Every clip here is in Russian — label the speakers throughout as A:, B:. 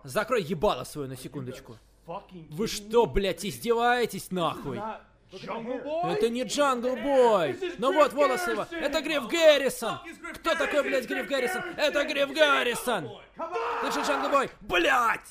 A: Закрой ебало свою на секундочку. Вы что, блядь, издеваетесь нахуй? Это не Джангл Бой. Ну вот волосы его. Это Гриф Гаррисон. Кто такой, блядь, Гриф Гаррисон? Это Гриф Гаррисон. Ты же Джангл Бой. Блядь!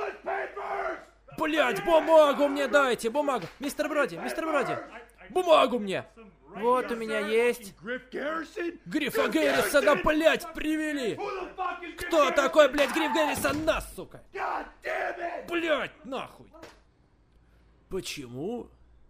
A: Блядь, бумагу мне дайте, бумагу. Мистер Броди, бумагу мне. Вот у меня есть. Грифа Гаррисона, блядь, привели. Кто такой, блядь, Гриф Гаррисон? На, сука. Блядь, нахуй. Почему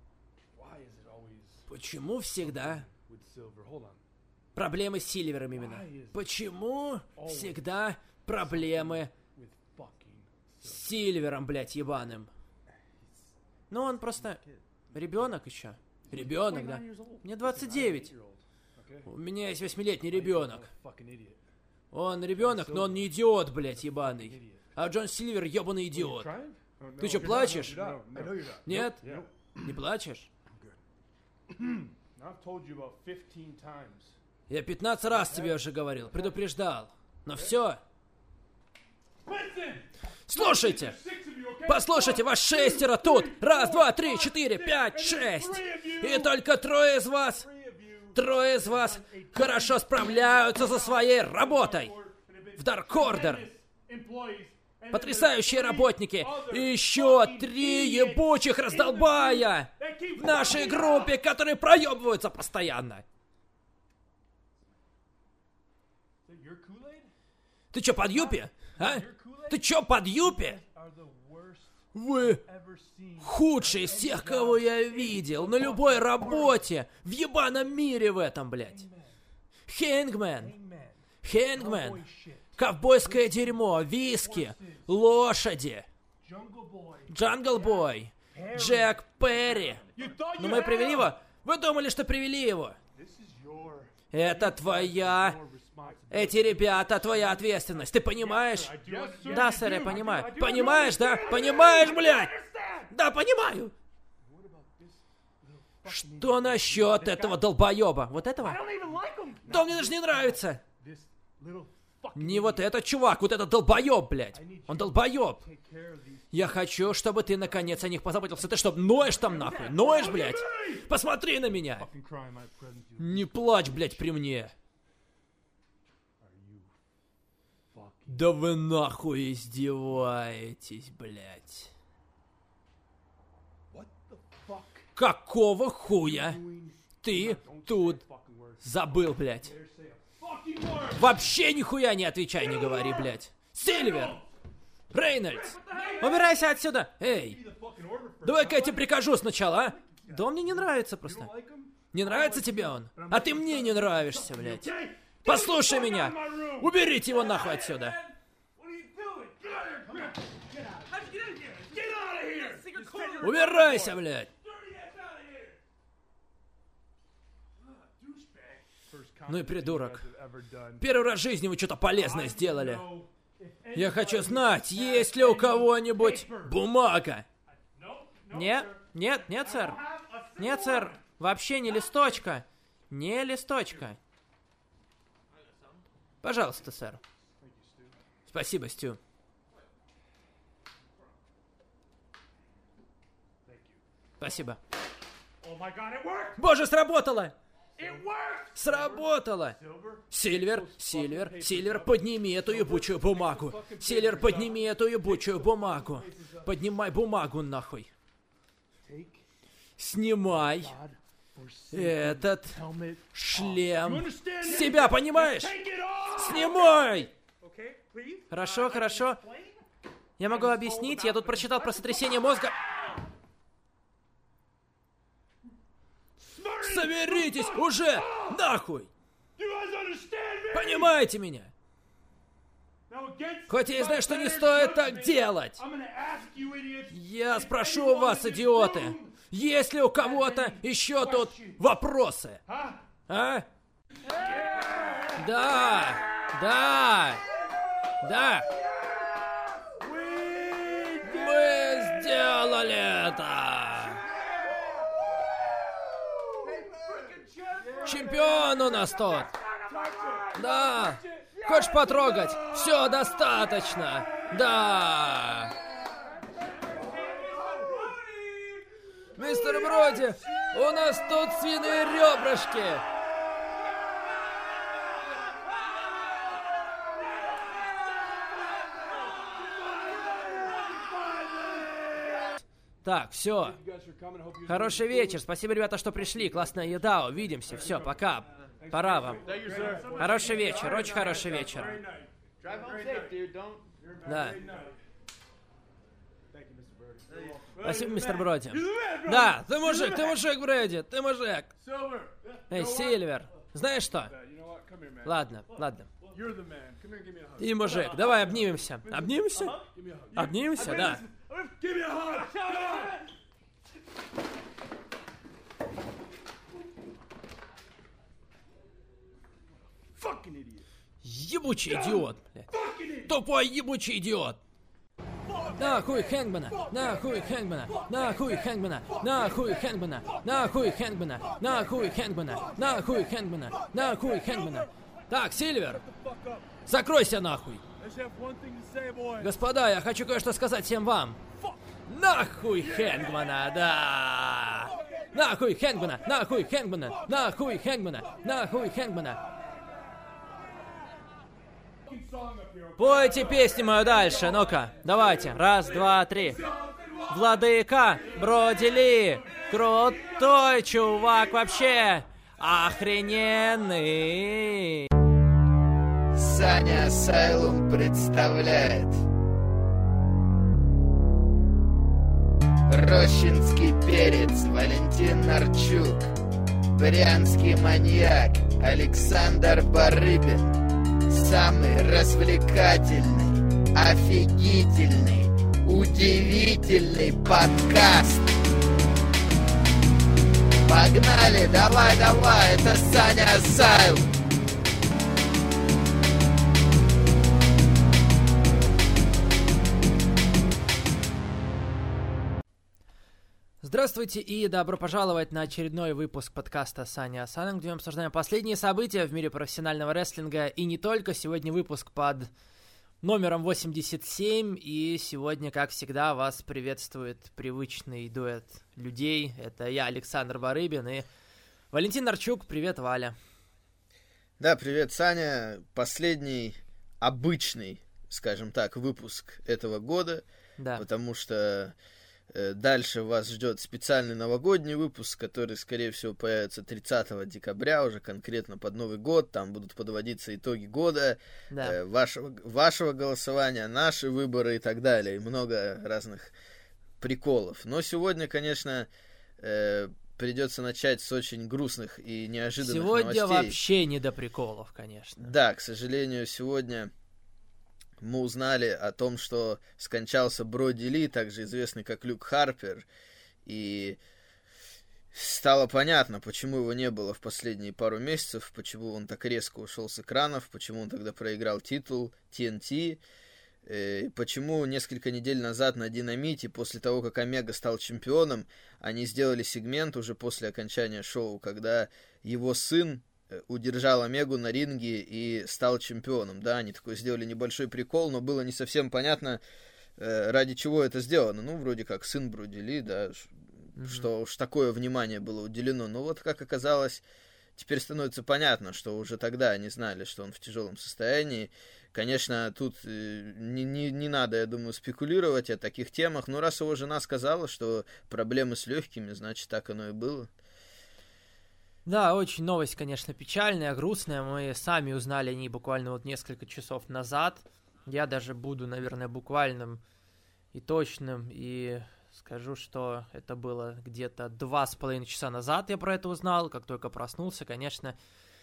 A: всегда проблемы с Сильвером именно? Почему всегда проблемы с Сильвером, блядь, ебаным? Ну, он просто ребенок еще. Ребенок, да? Мне 29. У меня есть 8-летний ребенок. Он ребенок, но он не идиот, блядь, ебаный. А Джон Сильвер ебаный идиот. Ты что, плачешь? Нет? Не плачешь? Я 15 раз тебе уже говорил, предупреждал. Но все. Слушайте! Послушайте, вас 6 тут! 1, 2, 3, 4, 5, 6! И только 3 из вас хорошо справляются со своей работой! В Dark Order! Потрясающие работники! И еще 3 ебучих раздолбая! В нашей группе, которые проебываются постоянно! Ты чё, под юпи? А? Ты чё, под юпи? Вы худшие из всех, кого я видел, на любой работе, в ебаном мире в этом, блядь. Хэнгмен, ковбойское дерьмо, виски, лошади, Джангл Бой, Джек Перри. Но мы привели его? Вы думали, что привели его? Это твоя... Эти ребята, твоя ответственность, ты понимаешь? Да, сэр, я понимаю. Понимаешь, да? Понимаешь, блядь? Да, понимаю. Что насчет этого долбоеба? Вот этого? Да, мне даже не нравится. Не вот этот чувак, вот этот долбоеб, блядь. Он долбоеб. Я хочу, чтобы ты наконец о них позаботился. Ты что, ноешь там нахуй? Ноешь, блядь? Посмотри на меня. Не плачь, блядь, при мне. Да вы нахуй издеваетесь, блядь. Какого хуя ты тут забыл, блядь? Вообще нихуя не отвечай, не говори, блядь. Сильвер! Рейнольдс! Убирайся отсюда! Эй! Давай-ка я тебе прикажу сначала, а? Да он мне не нравится просто. Не нравится тебе он? А ты мне не нравишься, блядь. Послушай меня! Уберите его нахуй отсюда! Убирайся, блядь! Ну и придурок. Первый раз в жизни вы что-то полезное сделали. Я хочу знать, есть ли у кого-нибудь бумага? Нет, сэр. Нет, сэр. Вообще не листочка. Не листочка. Пожалуйста, сэр. Спасибо, Стю. Спасибо. Боже, сработало! Сработало! Сильвер, подними эту ебучую бумагу. Сильвер, подними эту ебучую бумагу. Поднимай бумагу нахуй. Снимай этот шлем с себя, понимаешь? Снимай! Хорошо, хорошо. Я могу объяснить, я тут прочитал про сотрясение мозга. Соберитесь уже! Нахуй! Понимаете меня? Хоть я и знаю, что не стоит так делать. Я спрошу у вас, идиоты, есть ли у кого-то еще тут вопросы? А? Да! Мы сделали это! Чемпион у нас тут! Да! Хочешь потрогать? Все, достаточно! Да! Мистер Броди, у нас тут свиные ребрышки! Так, все. Хороший вечер. Спасибо, ребята, что пришли. Классная еда. Увидимся. Все, пока. Пора вам. Хороший вечер. Очень хороший вечер. Да. Спасибо, мистер Броди. Да, ты мужик, Броди. Ты мужик. Эй, Сильвер. Знаешь что? Ладно. Ты мужик. Давай обнимемся. Обнимемся? Обнимемся, да. Ебучий идиот, блядь. Тупой ебучий идиот. Нахуй Хэнгмана, нахуй Хэнгмана, нахуй Хэнгмана, нахуй Хэнгмана, нахуй Хэнгмана, нахуй Хэнгмана, нахуй Хэнгмана, нахуй Хэнгмана. Так, Сильвер, закройся нахуй. Господа, я хочу кое-что сказать всем вам. Нахуй Хэнгмана, да! Нахуй Хэнгмана, нахуй Хэнгмана, нахуй Хэнгмана, нахуй Хэнгмана. Пойте песню мою дальше, ну-ка, давайте. Раз, два, три. Владыка Броди Ли, крутой чувак вообще, охрененный.
B: Саня Асайлум представляет Рощинский перец Валентин Нарчук, Брянский маньяк Александр Барыбин, самый развлекательный, офигительный, удивительный подкаст. Погнали, давай, это Саня Асайлум.
A: Здравствуйте и добро пожаловать на очередной выпуск подкаста Саня Асайлум, где мы обсуждаем последние события в мире профессионального рестлинга и не только. Сегодня выпуск под номером 87, и сегодня, как всегда, вас приветствует привычный дуэт людей. Это я, Александр Барыбин, и Валентин Нарчук. Привет, Валя.
C: Да, привет, Саня. Последний обычный, скажем так, выпуск этого года, да. Потому что дальше вас ждет специальный новогодний выпуск, который, скорее всего, появится 30 декабря, уже конкретно под Новый год. Там будут подводиться итоги года, да. вашего голосования, наши выборы и так далее. И много разных приколов. Но сегодня, конечно, придется начать с очень грустных и неожиданных новостей.
A: Сегодня вообще не до приколов, конечно.
C: Да, к сожалению, сегодня мы узнали о том, что скончался Броди Ли, также известный как Люк Харпер, и стало понятно, почему его не было в последние пару месяцев, почему он так резко ушел с экранов, почему он тогда проиграл титул TNT, почему несколько недель назад на Динамите, после того, как Омега стал чемпионом, они сделали сегмент уже после окончания шоу, когда его сын удержал Омегу на ринге и стал чемпионом. Да, они такой сделали небольшой прикол, но было не совсем понятно, ради чего это сделано. Ну, вроде как сын Броди Ли, да, что уж такое внимание было уделено. Но вот, как оказалось, теперь становится понятно, что уже тогда они знали, что он в тяжелом состоянии. Конечно, тут не надо, я думаю, спекулировать о таких темах, но раз его жена сказала, что проблемы с легкими, значит, так оно и было.
A: Да, очень новость, конечно, печальная, грустная. Мы сами узнали о ней буквально вот несколько часов назад. Я даже буду, наверное, буквальным и точным, и скажу, что это было где-то 2,5 часа назад я про это узнал, как только проснулся. Конечно,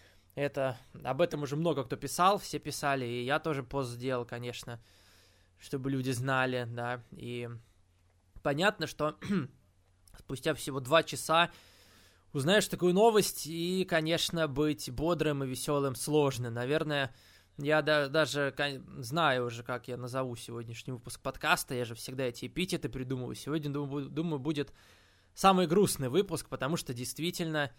A: об этом уже много кто писал, все писали, и я тоже пост сделал, конечно, чтобы люди знали, да. И понятно, что спустя всего 2 часа узнаешь такую новость, и, конечно, быть бодрым и веселым сложно. Наверное, я даже знаю уже, как я назову сегодняшний выпуск подкаста. Я же всегда эти эпитеты придумываю. Сегодня, думаю, будет самый грустный выпуск, потому что действительно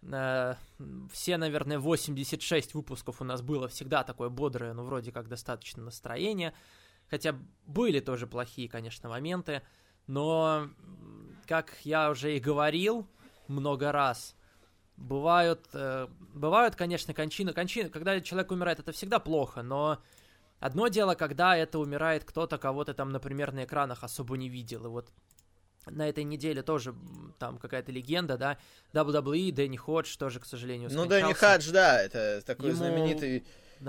A: все, наверное, 86 выпусков у нас было всегда такое бодрое, ну, вроде как достаточно настроение. Хотя были тоже плохие, конечно, моменты. Но, как я уже и говорил много раз, бывают, конечно, кончины. Когда человек умирает, это всегда плохо, но одно дело, когда это умирает кто-то, кого ты там, например, на экранах особо не видел. И вот на этой неделе тоже там какая-то легенда, да, WWE, Дэнни Ходж тоже, к сожалению, скончался.
C: Ну, Дэнни Ходж, да, это такой знаменитый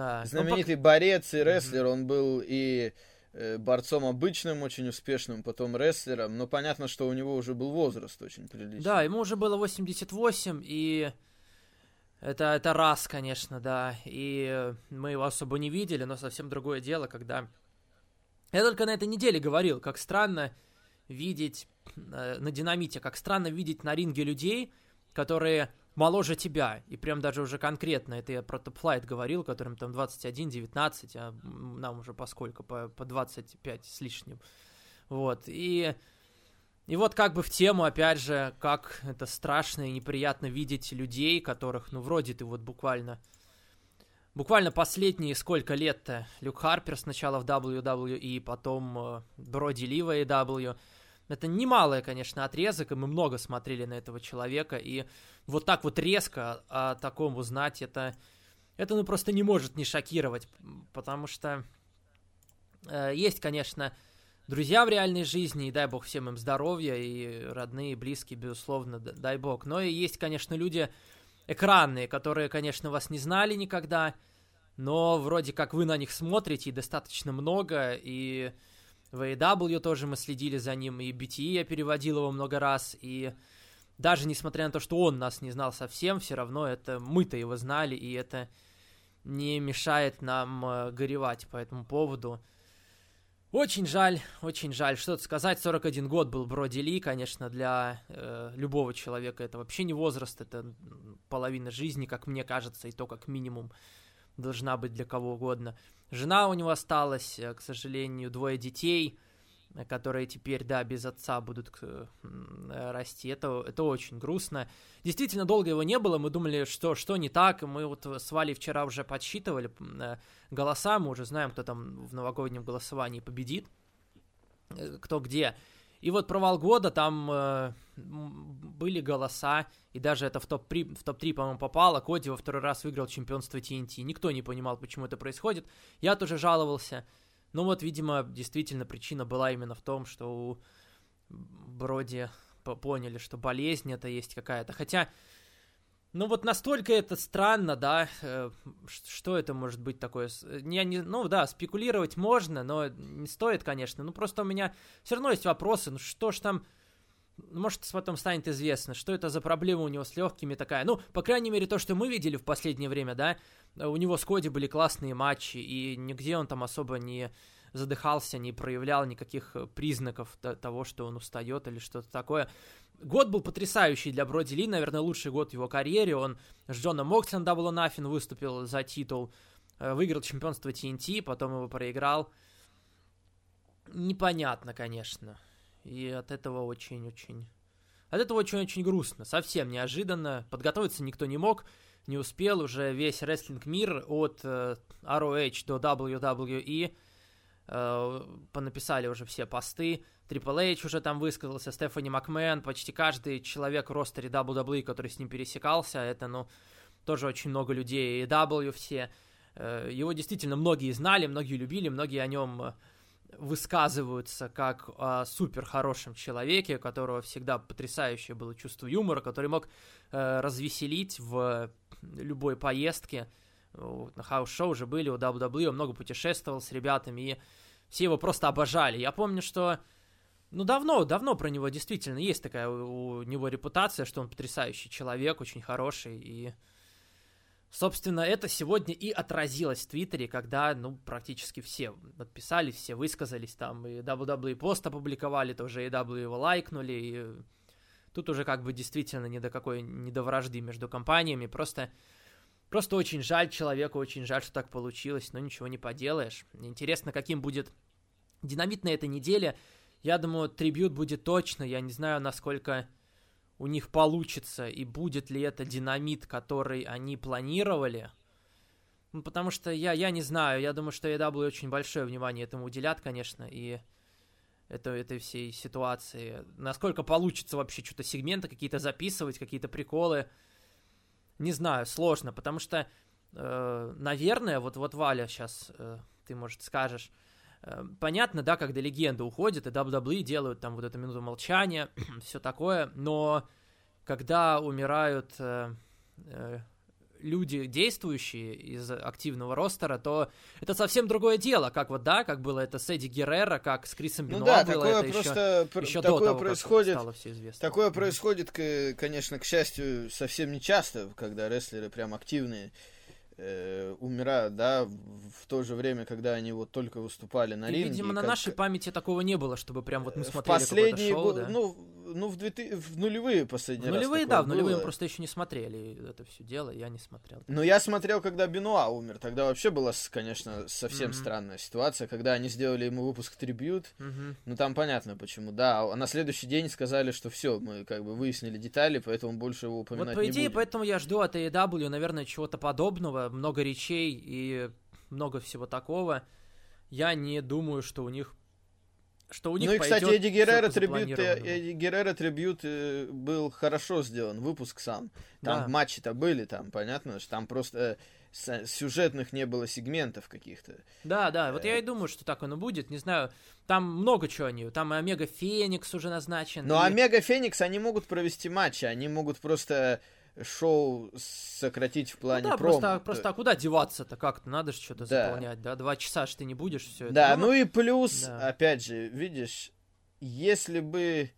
C: борец и рестлер. Он был и борцом обычным, очень успешным, потом рестлером, но понятно, что у него уже был возраст очень приличный.
A: Да, ему уже было 88, и это раз, конечно, да, и мы его особо не видели, но совсем другое дело, когда... Я только на этой неделе говорил, как странно видеть на Динамите, как странно видеть на ринге людей, которые моложе тебя, и прям даже уже конкретно, это я про Top Flight говорил, которым там 21, 19, а нам уже поскольку, по 25 с лишним, вот, и вот как бы в тему, опять же, как это страшно и неприятно видеть людей, которых, ну, вроде ты вот буквально последние сколько лет-то, Люк Харпер сначала в WWE, потом Броди Ли в AEW. Это немалый, конечно, отрезок, и мы много смотрели на этого человека, и вот так вот резко о таком узнать, это ну просто не может не шокировать, потому что есть, конечно, друзья в реальной жизни, и дай бог всем им здоровья, и родные, и близкие, безусловно, дай бог, но и есть, конечно, люди экранные, которые, конечно, вас не знали никогда, но вроде как вы на них смотрите, и достаточно много, и в AEW тоже мы следили за ним, и BTE я переводил его много раз, и даже несмотря на то, что он нас не знал совсем, все равно это мы-то его знали, и это не мешает нам горевать по этому поводу. Очень жаль, что-то сказать. 41 год был Броди Ли, конечно, для любого человека это вообще не возраст, это половина жизни, как мне кажется, и то, как минимум должна быть для кого угодно. Жена у него осталась, к сожалению, 2 детей, которые теперь, да, без отца будут расти. Это очень грустно. Действительно, долго его не было, мы думали, что не так. Мы вот с Валей вчера уже подсчитывали голоса, мы уже знаем, кто там в новогоднем голосовании победит, кто где. И вот провал года, там были голоса, и даже это в топ-3, по-моему, попало. Коди во второй раз выиграл чемпионство TNT. Никто не понимал, почему это происходит. Я тоже жаловался. Ну вот, видимо, действительно причина была именно в том, что у Броди поняли, что болезнь это есть какая-то. Хотя, ну вот настолько это странно, да, что это может быть такое? Ну да, спекулировать можно, но не стоит, конечно. Ну просто у меня все равно есть вопросы, ну что ж там, может потом станет известно, что это за проблема у него с легкими такая. Ну, по крайней мере, то, что мы видели в последнее время, да, у него с Коди были классные матчи, и нигде он там особо не задыхался, не проявлял никаких признаков того, что он устает или что-то такое. Год был потрясающий для Броди Ли, наверное, лучший год в его карьере. Он с Джоном Моксли на Double or Nothing выступил за титул, выиграл чемпионство TNT, потом его проиграл. Непонятно, конечно. И от этого очень-очень грустно. Совсем неожиданно. Подготовиться никто не мог, не успел. Уже весь рестлинг-мир от ROH до WWE понаписали уже все посты. Triple H уже там высказался, Стефани Макмен, почти каждый человек в ростере WWE, который с ним пересекался, это, ну, тоже очень много людей, и AEW все. Его действительно многие знали, многие любили, многие о нем высказываются как о супер хорошем человеке, у которого всегда потрясающее было чувство юмора, который мог развеселить в любой поездке. На хаус-шоу уже были у WWE, он много путешествовал с ребятами, и все его просто обожали. Я помню, что давно про него действительно есть такая у него репутация, что он потрясающий человек, очень хороший, и, собственно, это сегодня и отразилось в Твиттере, когда, практически все подписались, все высказались, там, и WWE пост опубликовали, тоже AEW его лайкнули, и тут уже как бы действительно не до вражды между компаниями, просто очень жаль человеку, очень жаль, что так получилось, но ничего не поделаешь. Интересно, каким будет Динамит на этой неделе. Я думаю, трибьют будет точно, я не знаю, насколько у них получится, и будет ли это Динамит, который они планировали. Потому что я не знаю, я думаю, что AEW очень большое внимание этому уделят, конечно, и этой всей ситуации. Насколько получится вообще что-то сегменты какие-то записывать, какие-то приколы, не знаю, сложно, потому что, наверное, вот Валя сейчас, ты, может, скажешь, понятно, да, когда легенды уходят, и WWE делают там вот эту минуту молчания, все такое, но когда умирают люди, действующие из активного ростера, то это совсем другое дело, как вот, да, как было это с Эдди Геррера, как с Крисом Бенуа было,
C: такое
A: это
C: просто
A: еще
C: такое
A: до того,
C: происходит,
A: как стало все известно.
C: Такое происходит, конечно, к счастью, совсем не часто, когда рестлеры прям активные умирают, да, в то же время, когда они вот только выступали на ринге.
A: Видимо, на нашей памяти такого не было, чтобы прям вот мы смотрели
C: последние
A: какое-то шоу, да?
C: в нулевые последний раз.
A: В нулевые мы просто еще не смотрели это все дело, я не смотрел.
C: Но я смотрел, когда Бенуа умер, тогда вообще была, конечно, совсем странная ситуация, когда они сделали ему выпуск трибьют, ну там понятно почему, да, а на следующий день сказали, что все, мы как бы выяснили детали, поэтому больше его упоминать не будем.
A: Вот по идее, поэтому я жду от AEW, наверное, чего-то подобного, много речей и много всего такого. Я не думаю, что у них
C: ну и, кстати, Эдди Геррера трибьют был хорошо сделан, выпуск сам. Там матчи-то были, там, понятно, что там просто сюжетных не было сегментов каких-то.
A: Да, вот я и думаю, что так оно будет, не знаю, там много чего там и Омега Феникс уже назначен.
C: Но Омега Феникс, они могут провести матчи, они могут просто шоу сократить в плане промо.
A: Просто куда деваться-то как-то? Надо же что-то заполнять, да? 2 часа ж ты не будешь все это.
C: Да, ну и плюс, опять же, видишь, если бы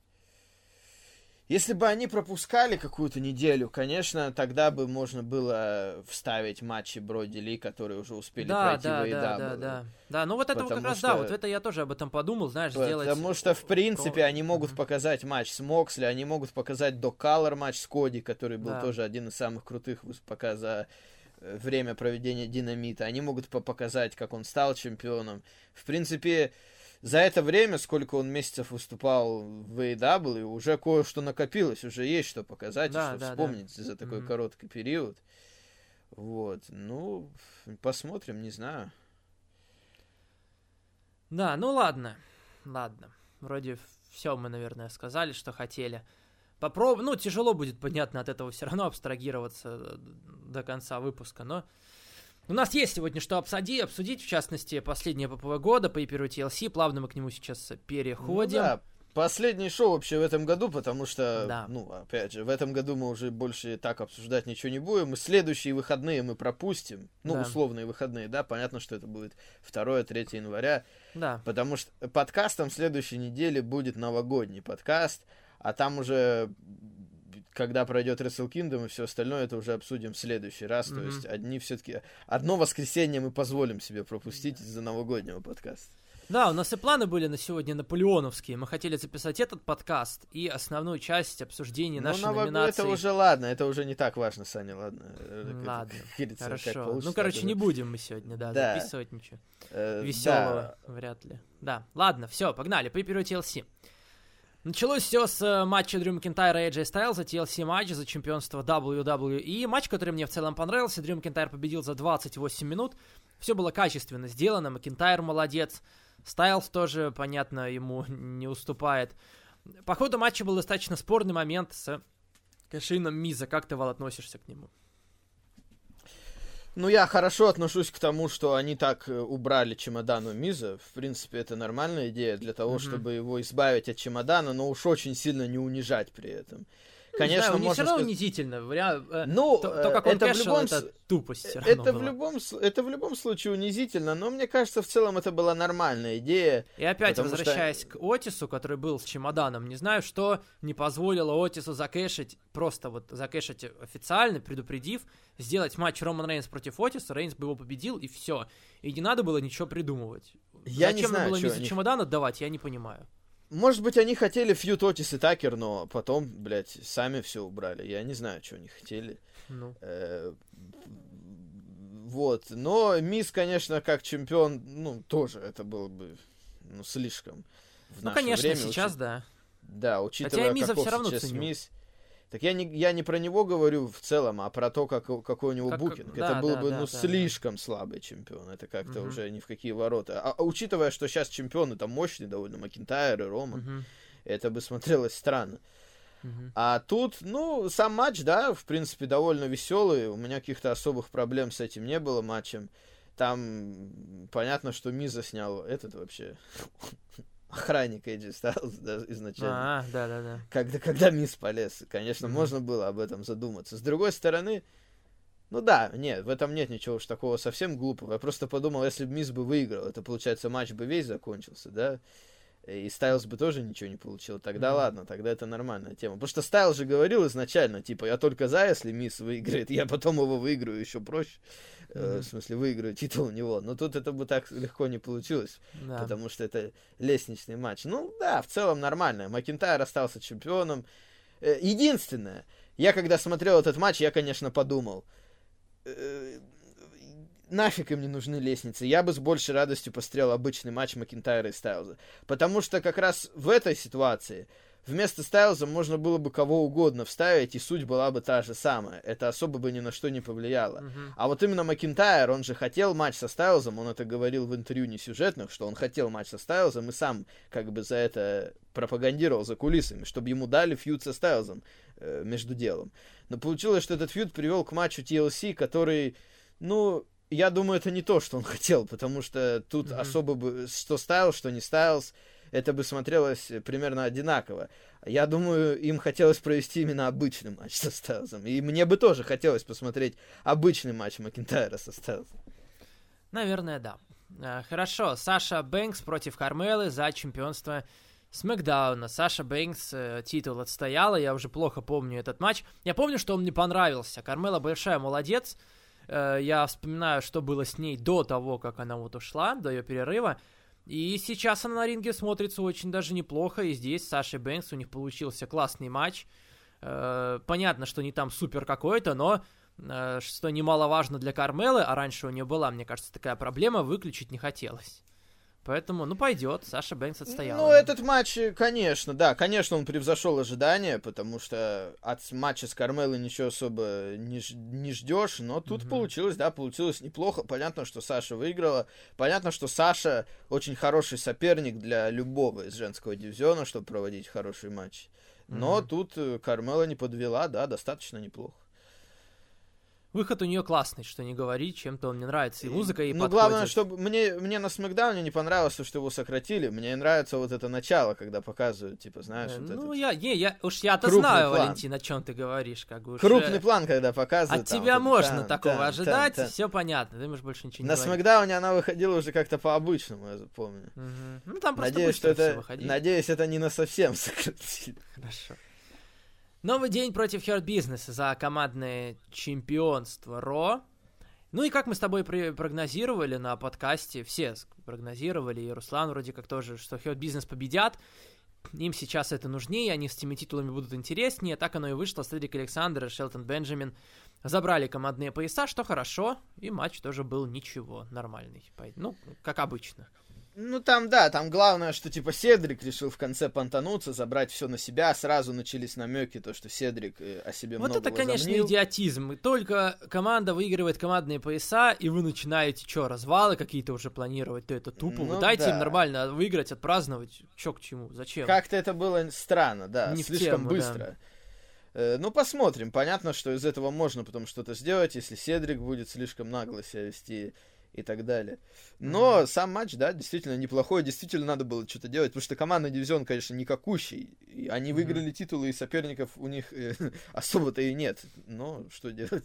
C: они пропускали какую-то неделю, конечно, тогда бы можно было вставить матчи Броди Ли, которые уже успели пройти в AEW.
A: Да, ну вот это как раз, вот это я тоже об этом подумал, знаешь, сделать...
C: Потому что, в принципе, они могут показать матч с Моксли, они могут показать Док Каллер матч с Коди, который был тоже один из самых крутых пока за время проведения Динамита. Они могут показать, как он стал чемпионом. В принципе... За это время, сколько он месяцев выступал в AEW, уже кое-что накопилось, уже есть что показать, что вспомнить за такой короткий период. Вот, ну, посмотрим, не знаю. Да,
A: ну ладно. Вроде все мы, наверное, сказали, что хотели. Попробуем, ну, тяжело будет, понятно, от этого все равно абстрагироваться до конца выпуска, но... У нас есть сегодня что обсудить, в частности, последнее ППВ года, Pay-Per-View TLC, плавно мы к нему сейчас переходим.
C: Ну да, последнее шоу вообще в этом году, потому что, ну, опять же, в этом году мы уже больше так обсуждать ничего не будем, и следующие выходные мы пропустим, ну, условные выходные, да, понятно, что это будет 2-3 января, потому что подкастом следующей недели будет новогодний подкаст, а там уже... Когда пройдет Wrestle Kingdom и все остальное, это уже обсудим в следующий раз. То есть одно воскресенье мы позволим себе пропустить из-за новогоднего подкаста.
A: Да, у нас и планы были на сегодня наполеоновские. Мы хотели записать этот подкаст и основную часть обсуждения нашей номинации.
C: Это уже ладно, это уже не так важно, Саня, ладно.
A: Ладно, хорошо. Ну, короче, не будем мы сегодня, записывать ничего веселого, вряд ли. Да, ладно, все, погнали, Pay-Per-View TLC. Началось все с матча Дрю Макентайра и AJ Styles, TLC матч за чемпионство WWE. Матч, который мне в целом понравился. Дрю Макентайр победил за 28 минут. Все было качественно сделано. Макентайр молодец. Стайлз тоже, понятно, ему не уступает. По ходу матча был достаточно спорный момент с кэш-ином Миза. Как ты, Вал, относишься к нему?
C: Ну, я хорошо отношусь к тому, что они так убрали чемодан у Миза. В принципе, это нормальная идея для того, чтобы его избавить от чемодана, но уж очень сильно не унижать при этом.
A: Конечно, не все равно унизительно. Ну, то, как он кэшил, это тупость все равно
C: это в любом случае унизительно, но мне кажется, в целом это была нормальная идея.
A: И опять, возвращаясь к Отису, который был с чемоданом, не знаю, что не позволило Отису закэшить, просто вот закэшить официально, предупредив, сделать матч Роман Рейнс против Отиса, Рейнс бы его победил, и все. И не надо было ничего придумывать. Зачем было Мизу чемодан отдавать, я не понимаю.
C: Может быть, они хотели фьюд Отис и Такер, но потом, блядь, сами все убрали. Я не знаю, что они хотели. Вот. Но Миз, конечно, как чемпион, ну, тоже это было бы, ну, слишком в наше
A: конечно,
C: время.
A: Сейчас, да.
C: Да, учитывая,
A: Хотя я Миза все равно
C: сейчас
A: ценю.
C: Миз. Так я не про него говорю в целом, а про то, какой у него букинг. Это был бы, слишком слабый чемпион. Это как-то уже ни в какие ворота. А учитывая, что сейчас чемпионы там мощные довольно, Макинтайр и Роман, это бы смотрелось странно. А тут, сам матч, да, в принципе, довольно веселый. У меня каких-то особых проблем с этим не было матчем. Там понятно, что Миза снял этот вообще... охранник AJ Styles, да, изначально.
A: Да.
C: Когда Миз полез, конечно, можно было об этом задуматься. С другой стороны, нет, в этом нет ничего уж такого совсем глупого. Я просто подумал, если бы Миз бы выиграл, это, получается, матч бы весь закончился, да, и Стайлз бы тоже ничего не получил. Тогда ладно, тогда это нормальная тема. Потому что Стайлз же говорил изначально, типа, я только за, если Миз выиграет, я потом его выиграю еще проще. В смысле, выиграю титул у него. Но тут это бы так легко не получилось, потому что это лестничный матч. В целом нормально. Макинтайр остался чемпионом. Единственное, я когда смотрел этот матч, я, конечно, подумал, нафиг им не нужны лестницы. Я бы с большей радостью посмотрел обычный матч Макинтайра и Стайлза. Потому что как раз в этой ситуации вместо Стайлза можно было бы кого угодно вставить, и суть была бы та же самая. Это особо бы ни на что не повлияло. А вот именно Макинтайр, он же хотел матч со Стайлзом, он это говорил в интервью несюжетных, что он хотел матч со Стайлзом, и сам как бы за это пропагандировал за кулисами, чтобы ему дали фьюд со Стайлзом между делом. Но получилось, что этот фьюд привел к матчу TLC, который, я думаю, это не то, что он хотел, потому что тут особо бы, что Стайлз, что не Стайлз, это бы смотрелось примерно одинаково. Я думаю, им хотелось провести именно обычный матч со Стайлзом. И мне бы тоже хотелось посмотреть обычный матч Макинтайра со Стайлзом.
A: Наверное, да. Хорошо, Саша Бэнкс против Кармелы за чемпионство Смэкдауна. Саша Бэнкс титул отстояла, я уже плохо помню этот матч. Я помню, что он мне понравился. Кармела большая молодец. Я вспоминаю, что было с ней до того, как она вот ушла, до ее перерыва. И сейчас она на ринге смотрится очень даже неплохо, и здесь Саша Бэнкс, у них получился классный матч. Понятно, что не там супер какой-то, но что немаловажно для Кармелы, а раньше у нее была, мне кажется, такая проблема, выключить не хотелось. Поэтому, пойдет, Саша Бэнкс отстояла.
C: Этот матч, конечно, он превзошел ожидания, потому что от матча с Кармелой ничего особо не ждешь, но тут получилось неплохо. Понятно, что Саша выиграла, понятно, что Саша очень хороший соперник для любого из женского дивизиона, чтобы проводить хороший матч. Но тут Кармела не подвела, достаточно неплохо.
A: Выход у нее классный, что не говори, чем-то он мне нравится, и музыка ей подходит.
C: Главное, чтобы мне на Смэкдауне не понравилось, что его сократили. Мне нравится вот это начало, когда показывают, типа, знаешь,
A: я-то знаю, план. Валентин, о чем ты говоришь, как бы.
C: Крупный план, когда показывают.
A: От тебя можно такого ожидать, все понятно, ты можешь больше ничего не говорить.
C: На Смэкдауне она выходила уже как-то по-обычному, я помню.
A: Там просто быстро все выходило.
C: Надеюсь, это не на совсем сократили.
A: Хорошо. Новый день против Hurt Business за командное чемпионство Ро. И как мы с тобой прогнозировали на подкасте, все прогнозировали, и Руслан вроде как тоже, что Hurt Business победят. Им сейчас это нужнее, они с этими титулами будут интереснее. Так оно и вышло. Седрик Александр и Шелтон Бенджамин забрали командные пояса, что хорошо. И матч тоже был ничего, нормальный. Как обычно.
C: Там главное, что, типа, Седрик решил в конце понтануться, забрать все на себя, сразу начались намеки, то, что Седрик о себе много возомнил.
A: Вот это, конечно, идиотизм. Только команда выигрывает командные пояса, и вы начинаете, развалы какие-то уже планировать, то это тупо. Вы дайте им нормально выиграть, отпраздновать. Чё к чему, зачем?
C: Как-то это было странно,
A: не
C: слишком быстро. Да. Посмотрим. Понятно, что из этого можно потом что-то сделать, если Седрик будет слишком нагло себя вести и так далее. Но сам матч, действительно неплохой, действительно надо было что-то делать, потому что командный дивизион, конечно, никакущий. И они выиграли титулы, и соперников у них особо-то и нет. Но что делать?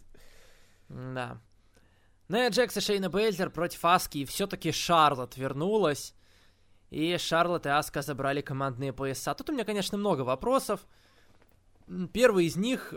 A: Да. Ния Джекс и Шейна Бейлзер против Аски, и все-таки Шарлотт вернулась. И Шарлотт и Аска забрали командные пояса. Тут у меня, конечно, много вопросов. Первый из них,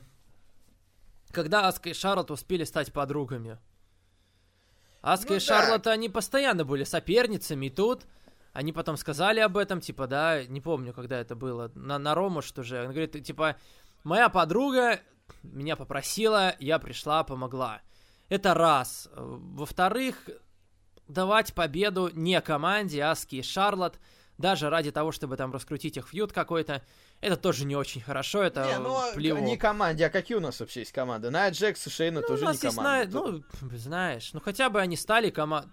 A: когда Аска и Шарлотт успели стать подругами. Аска и Шарлотт, они постоянно были соперницами, и тут они потом сказали об этом, не помню, когда это было, на Рому, что же, он говорит, моя подруга меня попросила, я пришла, помогла. Это раз. Во-вторых, давать победу не команде Аски и Шарлотт даже ради того, чтобы там раскрутить их фьюд какой-то, это тоже не очень хорошо, это плевок.
C: Не команде, а какие у нас вообще есть команды? Найя Джекс и Шейна тоже не команда.
A: Знаешь, хотя бы они стали командой.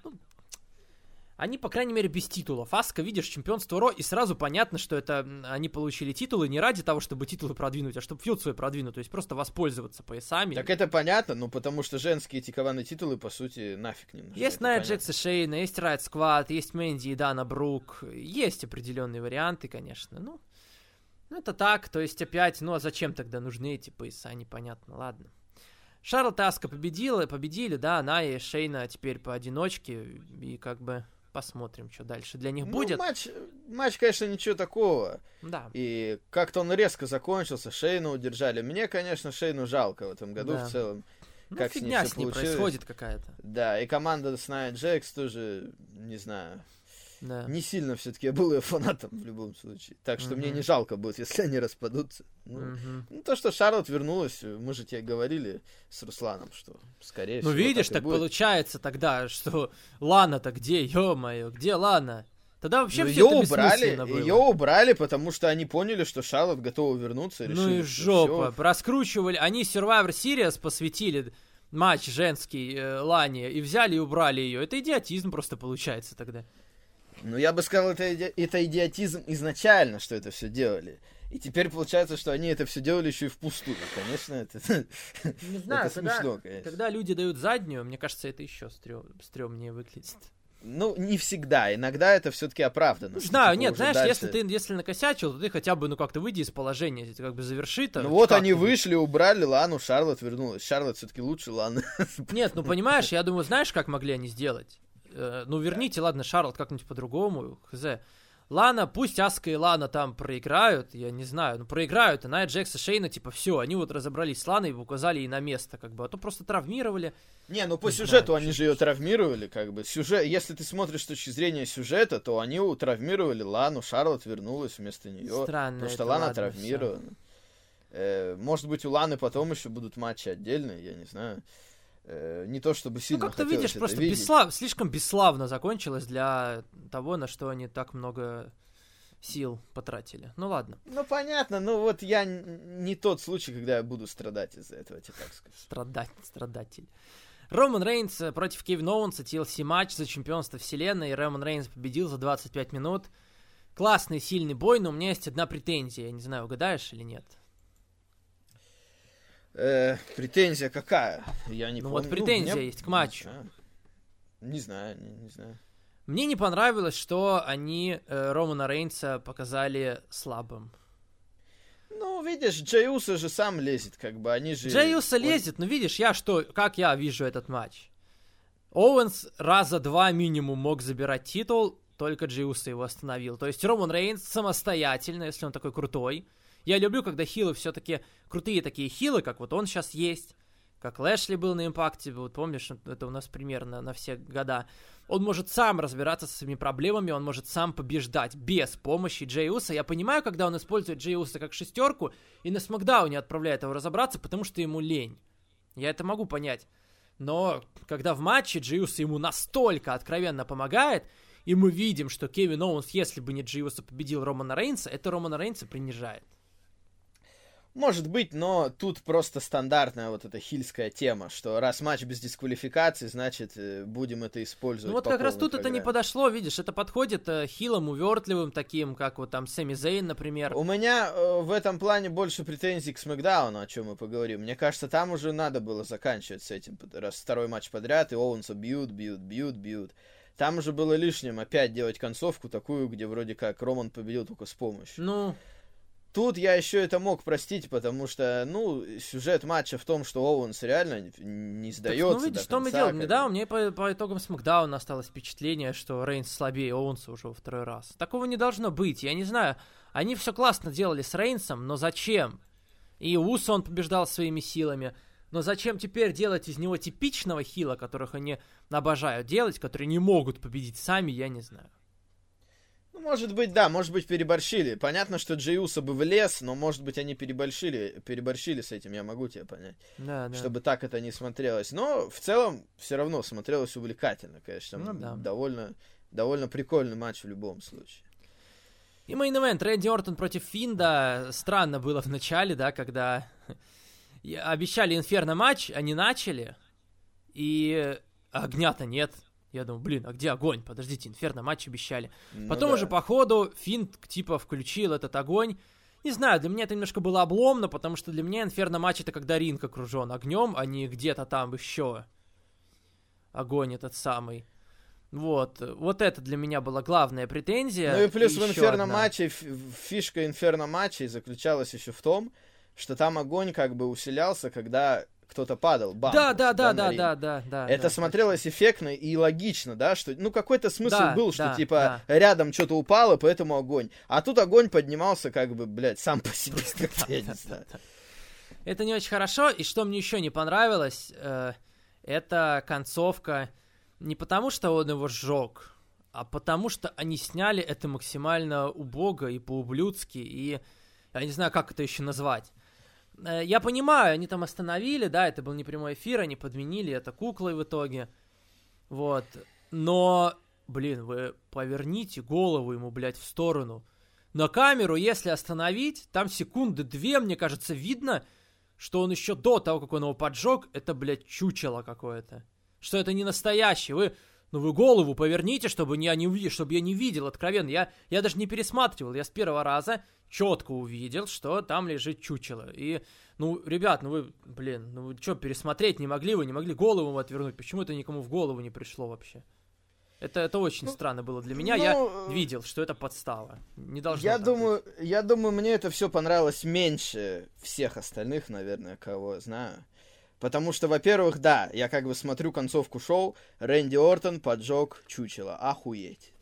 A: Они, по крайней мере, без титулов. Аска, видишь, чемпионство Ро, и сразу понятно, что это они получили титулы не ради того, чтобы титулы продвинуть, а чтобы фьюд свой продвинуть, то есть просто воспользоваться поясами.
C: Так это понятно, потому что женские эти командные титулы, по сути, нафиг не нужны.
A: Есть Найя Джекс и Шейна, есть Райт Сквад, есть Мэнди и Дана Брук, есть определенные варианты, конечно, ну, это так, то есть опять, а зачем тогда нужны эти пояса, непонятно, ладно. Шарлотт и Аска победили, да, Найя и Шейна теперь поодиночке, и как бы... Посмотрим, что дальше для них будет.
C: Матч, конечно, ничего такого.
A: Да.
C: И как-то он резко закончился, Шейну удержали. Мне, конечно, Шейну жалко в этом году в целом. Как
A: фигня с ней происходит какая-то.
C: Да, и команда с Найя Джекс тоже, не знаю, не сильно все-таки я был ее фанатом в любом случае. Так что мне не жалко будет, если они распадутся. То, что Шарлотт вернулась, мы же тебе говорили с Русланом, что скорее всего.
A: Видишь, так получается тогда, что Лана-то где, ё-моё, где Лана? Тогда вообще все это бессмысленно было.
C: Ее убрали, потому что они поняли, что Шарлотт готова вернуться. Решили,
A: и жопа. Раскручивали, они Survivor Series посвятили матч женский Лане и взяли и убрали ее. Это идиотизм просто получается тогда.
C: Я бы сказал, это идиотизм изначально, что это все делали. И теперь получается, что они это все делали еще и впустую. Конечно, это,
A: не знаю,
C: это смешно, конечно.
A: Когда люди дают заднюю, мне кажется, это еще стрёмнее выглядит.
C: Не всегда. Иногда это все-таки оправдано.
A: Знаю, нет, знаешь, дальше... если накосячил, то ты хотя бы, как-то выйди из положения, это как бы заверши то.
C: Они вышли, убрали Лану, Шарлотт вернулась. Шарлотт все-таки лучше Ланы.
A: Нет, понимаешь, я думаю, знаешь, как могли они сделать? Верните, ладно, Шарлотт как-нибудь по-другому, хз. Лана, пусть Аска и Лана там проиграют, я не знаю, проиграют, и Найя Джекс и Шейна, все, они разобрались с Ланой и указали ей на место, как бы, а то просто травмировали.
C: По сюжету они же ее травмировали, как бы, если ты смотришь с точки зрения сюжета, то они травмировали Лану, Шарлотт вернулась вместо нее, потому что Лана травмирована. Может быть, у Ланы потом еще будут матчи отдельные, я не знаю. Не то чтобы сильно
A: как ты видишь, просто слишком бесславно закончилось для того, на что они так много сил потратили. Ладно.
C: Понятно, я не тот случай, когда я буду страдать из-за этого, я тебе так скажу.
A: Страдатель. Роман Рейнс против Кевина Оуэнса, TLC матч за чемпионство вселенной, и Роман Рейнс победил за 25 минут. Классный, сильный бой, но у меня есть одна претензия, я не знаю, угадаешь или нет?
C: Претензия какая? Я не помню.
A: Претензия есть к матчу.
C: Не знаю.
A: Мне не понравилось, что они Романа Рейнса показали слабым.
C: Видишь, Джей Усо же сам лезет, как бы, они же...
A: Джей Усо лезет, видишь, как я вижу этот матч. Оуэнс раза 2 минимум мог забирать титул, только Джей Усо его остановил. То есть Роман Рейнс самостоятельно, если он такой крутой. Я люблю, когда хилы все-таки крутые такие хилы, как он сейчас есть, как Лэшли был на Импакте, помнишь, это у нас примерно на все года. Он может сам разбираться со своими проблемами, он может сам побеждать без помощи Джей Усо. Я понимаю, когда он использует Джей Усо как шестерку и на Смакдауне отправляет его разобраться, потому что ему лень. Я это могу понять. Но когда в матче Джей Усо ему настолько откровенно помогает, и мы видим, что Кевин Оуэнс, если бы не Джей Усо, победил Романа Рейнса, это Романа Рейнса принижает.
C: Может быть, но тут просто стандартная эта хильская тема, что раз матч без дисквалификации, значит, будем это использовать.
A: Как раз тут программе. Это не подошло, видишь, это подходит хилам увертливым таким, как там Сэмми Зейн, например.
C: У меня в этом плане больше претензий к Смэкдауну, о чем мы поговорим. Мне кажется, там уже надо было заканчивать с этим, раз второй матч подряд, и Оуэнса бьют. Там уже было лишним опять делать концовку такую, где вроде как Роман победил только с помощью. Тут я еще это мог простить, потому что, сюжет матча в том, что Оуэнс реально не сдается.
A: Видишь, что мы делаем? Да, у меня по итогам Смакдауна осталось впечатление, что Рейнс слабее Оуэнса уже во второй раз. Такого не должно быть. Я не знаю, они все классно делали с Рейнсом, но зачем? И Усо он побеждал своими силами. Но зачем теперь делать из него типичного хила, которых они обожают делать, которые не могут победить сами, я не знаю.
C: Может быть, да, может быть, переборщили. Понятно, что Джей Усо бы влез, но, может быть, они переборщили с этим, я могу тебя понять.
A: Да.
C: Чтобы так это не смотрелось. Но, в целом, все равно смотрелось увлекательно, конечно. Довольно прикольный матч в любом случае.
A: И мейн-эвент Рэнди Ортон против Финда. Странно было в начале, да, когда обещали Инферно матч, они начали, и огня-то нет. Я думаю, блин, а где огонь? Подождите, Инферно матч обещали. Потом уже по ходу Финд типа включил этот огонь. Не знаю, для меня это немножко было обломно, потому что для меня Инферно матч это когда ринг окружен огнем, а не где-то там еще огонь этот самый. Вот это для меня была главная претензия.
C: Ну и плюс в Инферно матче, фишка Инферно матчей заключалась еще в том, что там огонь как бы усилялся, когда кто-то падал.
A: Да.
C: Это смотрелось эффектно и логично, да, что, ну, какой-то смысл был, что, типа, рядом что-то упало, поэтому огонь. А тут огонь поднимался, как бы, блядь, сам по себе.
A: Это не очень хорошо, и что мне еще не понравилось, это концовка не потому, что он его сжег, а потому, что они сняли это максимально убого и по-ублюдски, и я не знаю, как это еще назвать. Я понимаю, они там остановили, да, это был не прямой эфир, они подменили это куклой в итоге, вот, но, блин, вы поверните голову ему, блядь, в сторону. На камеру, если остановить, там секунды 2, мне кажется, видно, что он еще до того, как он его поджег, это, блядь, чучело какое-то. Что это не настоящий, вы голову поверните, чтобы я не видел, откровенно. Я даже не пересматривал, я с первого раза четко увидел, что там лежит чучело. И, ребят, вы что, пересмотреть не могли? Вы не могли голову отвернуть? Почему это никому в голову не пришло вообще? Это очень странно было для меня. Я видел, что это подстава. Не должно
C: я думаю, мне это все понравилось меньше всех остальных, наверное, кого знаю. Потому что, во-первых, да, я как бы смотрю концовку шоу, Рэнди Ортон поджег чучело. Охуеть.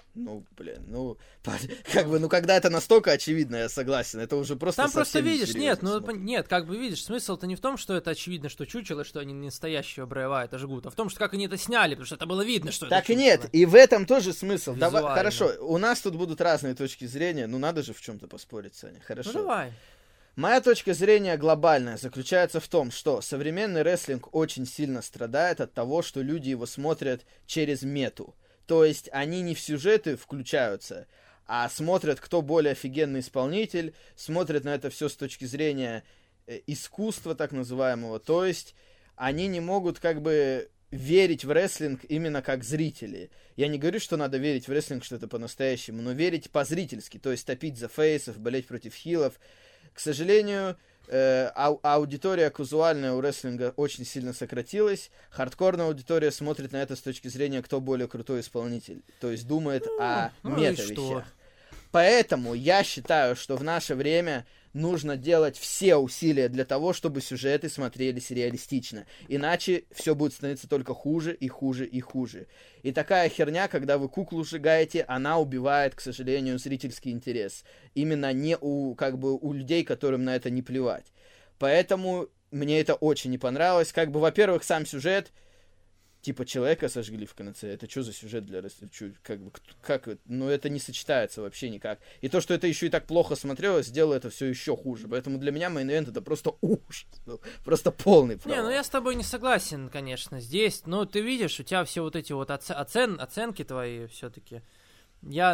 C: Когда это настолько очевидно, я согласен, это уже просто
A: там просто видишь, видишь, смысл-то не в том, что это очевидно, что чучело, что они не настоящего Брэя Уайта жгут, а в том, что как они это сняли, потому что это было видно, что
C: так
A: это чучело.
C: Так и нет, и в этом тоже смысл. Давай, хорошо, у нас тут будут разные точки зрения, надо же в чем-то поспорить, Саня, хорошо.
A: Давай.
C: Моя точка зрения глобальная заключается в том, что современный рестлинг очень сильно страдает от того, что люди его смотрят через мету. То есть они не в сюжеты включаются, а смотрят, кто более офигенный исполнитель, смотрят на это все с точки зрения искусства так называемого. То есть они не могут как бы верить в рестлинг именно как зрители. Я не говорю, что надо верить в рестлинг, что это по-настоящему, но верить по-зрительски, то есть топить за фейсов, болеть против хилов. К сожалению, аудитория казуальная у рестлинга очень сильно сократилась. Хардкорная аудитория смотрит на это с точки зрения, кто более крутой исполнитель. То есть думает о мета-вещах. Поэтому я считаю, что в наше время нужно делать все усилия для того, чтобы сюжеты смотрелись реалистично. Иначе все будет становиться только хуже и хуже и хуже. И такая херня, когда вы куклу сжигаете, она убивает, к сожалению, зрительский интерес. Именно не у людей, которым на это не плевать. Поэтому мне это очень не понравилось. Во-первых, сам сюжет, типа человека сожгли в конце. Это что за сюжет для рестлинга? Это не сочетается вообще никак. И то, что это еще и так плохо смотрелось, сделало это все еще хуже. Поэтому для меня мейн-ивент это просто ужас. Просто полный провал.
A: Я с тобой не согласен, конечно, здесь. Ты видишь, у тебя все вот эти вот оценки твои все-таки. Я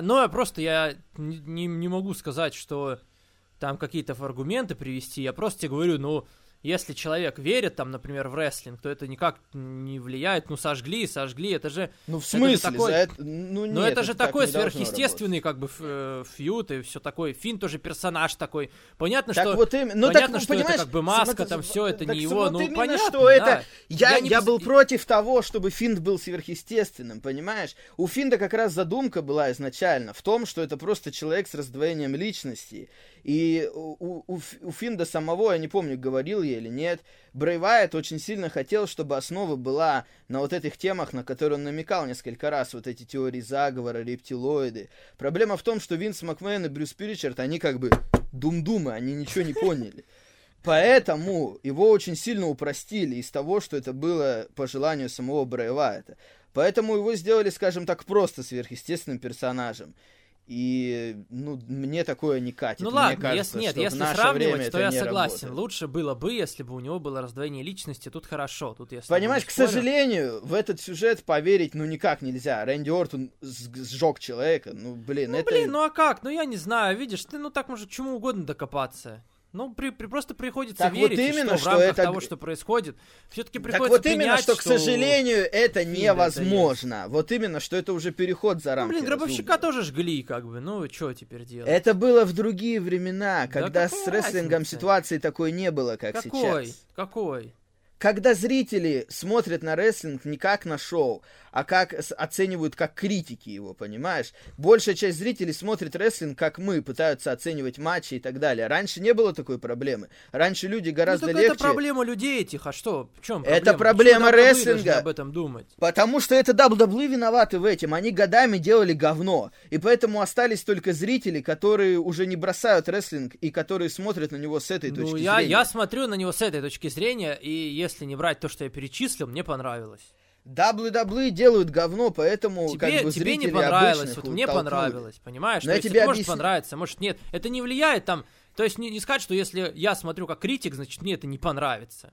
A: не могу сказать, что там какие-то аргументы привести. Я просто тебе говорю, если человек верит, там, например, в рестлинг, то это никак не влияет. Сожгли, это же...
C: в смысле?
A: Это такой,
C: нет,
A: это же такой сверхъестественный, фьюд и все такое. Финн тоже персонаж такой. Понятно,
C: так
A: что...
C: Вот именно.
A: Понятно, что это маска, там все, это не его. Понятно,
C: что это... Я был против того, чтобы Финн был сверхъестественным, понимаешь? У Финна как раз задумка была изначально в том, что это просто человек с раздвоением личности. И у Финна самого, я не помню, говорил я или нет, Брэй Уайт очень сильно хотел, чтобы основа была на вот этих темах, на которые он намекал несколько раз, вот эти теории заговора, рептилоиды. Проблема в том, что Винс Макмен и Брюс Причард, они дум-думы, они ничего не поняли. Поэтому его очень сильно упростили из того, что это было по желанию самого Брэя Уайта. Поэтому его сделали, скажем так, просто сверхъестественным персонажем. И, ну, мне такое не катит.
A: Ну
C: мне
A: ладно,
C: кажется,
A: если
C: что в наше
A: сравнивать,
C: время
A: то
C: это
A: я
C: не
A: согласен.
C: работает.
A: Лучше было бы, если бы у него было раздвоение личности, тут хорошо. Тут я с тобой
C: Понимаешь,
A: не
C: к
A: спорю.
C: сожалению, в этот сюжет поверить, ну, никак нельзя. Рэнди Ортон сжег человека, ну, блин,
A: Ну,
C: это...
A: блин, ну а как? Ну, я не знаю, видишь, ты, ну, так может чему угодно докопаться. Ну, просто приходится
C: Так вот
A: верить,
C: именно,
A: что в
C: что
A: рамках
C: это-
A: того, что происходит, все-таки
C: Так
A: приходится
C: вот именно,
A: принять,
C: что, к сожалению, это
A: Фида
C: невозможно. Вот именно, что это уже переход за
A: Ну,
C: рамки
A: блин, Гробовщика
C: разумного.
A: тоже жгли, как бы, ну, что теперь делать?
C: Это было в другие времена, когда
A: какая
C: с рестлингом
A: разница?
C: ситуации такой не было, как
A: Какой?
C: сейчас.
A: Какой?
C: Когда зрители смотрят на рестлинг не как на шоу, а как оценивают как критики его, понимаешь? Большая часть зрителей смотрит рестлинг, как мы, пытаются оценивать матчи и так далее. Раньше не было такой проблемы. Раньше люди гораздо
A: Ну, так
C: легче...
A: это проблема людей этих, а что? В чем
C: Это
A: проблема?
C: проблема
A: Почему WWE
C: рестлинга.
A: должны об этом думать?
C: Потому что это WWE виноваты в этом. Они годами делали говно. И поэтому остались только зрители, которые уже не бросают рестлинг и которые смотрят на него с этой точки
A: Ну,
C: зрения.
A: я смотрю на него с этой точки зрения, и если не брать то, что я перечислил, мне понравилось.
C: WWE делают говно, поэтому
A: Тебе,
C: как бы
A: тебе не
C: зрители
A: понравилось,
C: обычных
A: вот мне
C: толкнули.
A: понравилось, понимаешь?
C: Но
A: То
C: я
A: есть
C: тебе
A: это может
C: объясню.
A: понравиться, может нет. Это не влияет там, то есть не сказать, что если я смотрю как критик, значит мне это не понравится.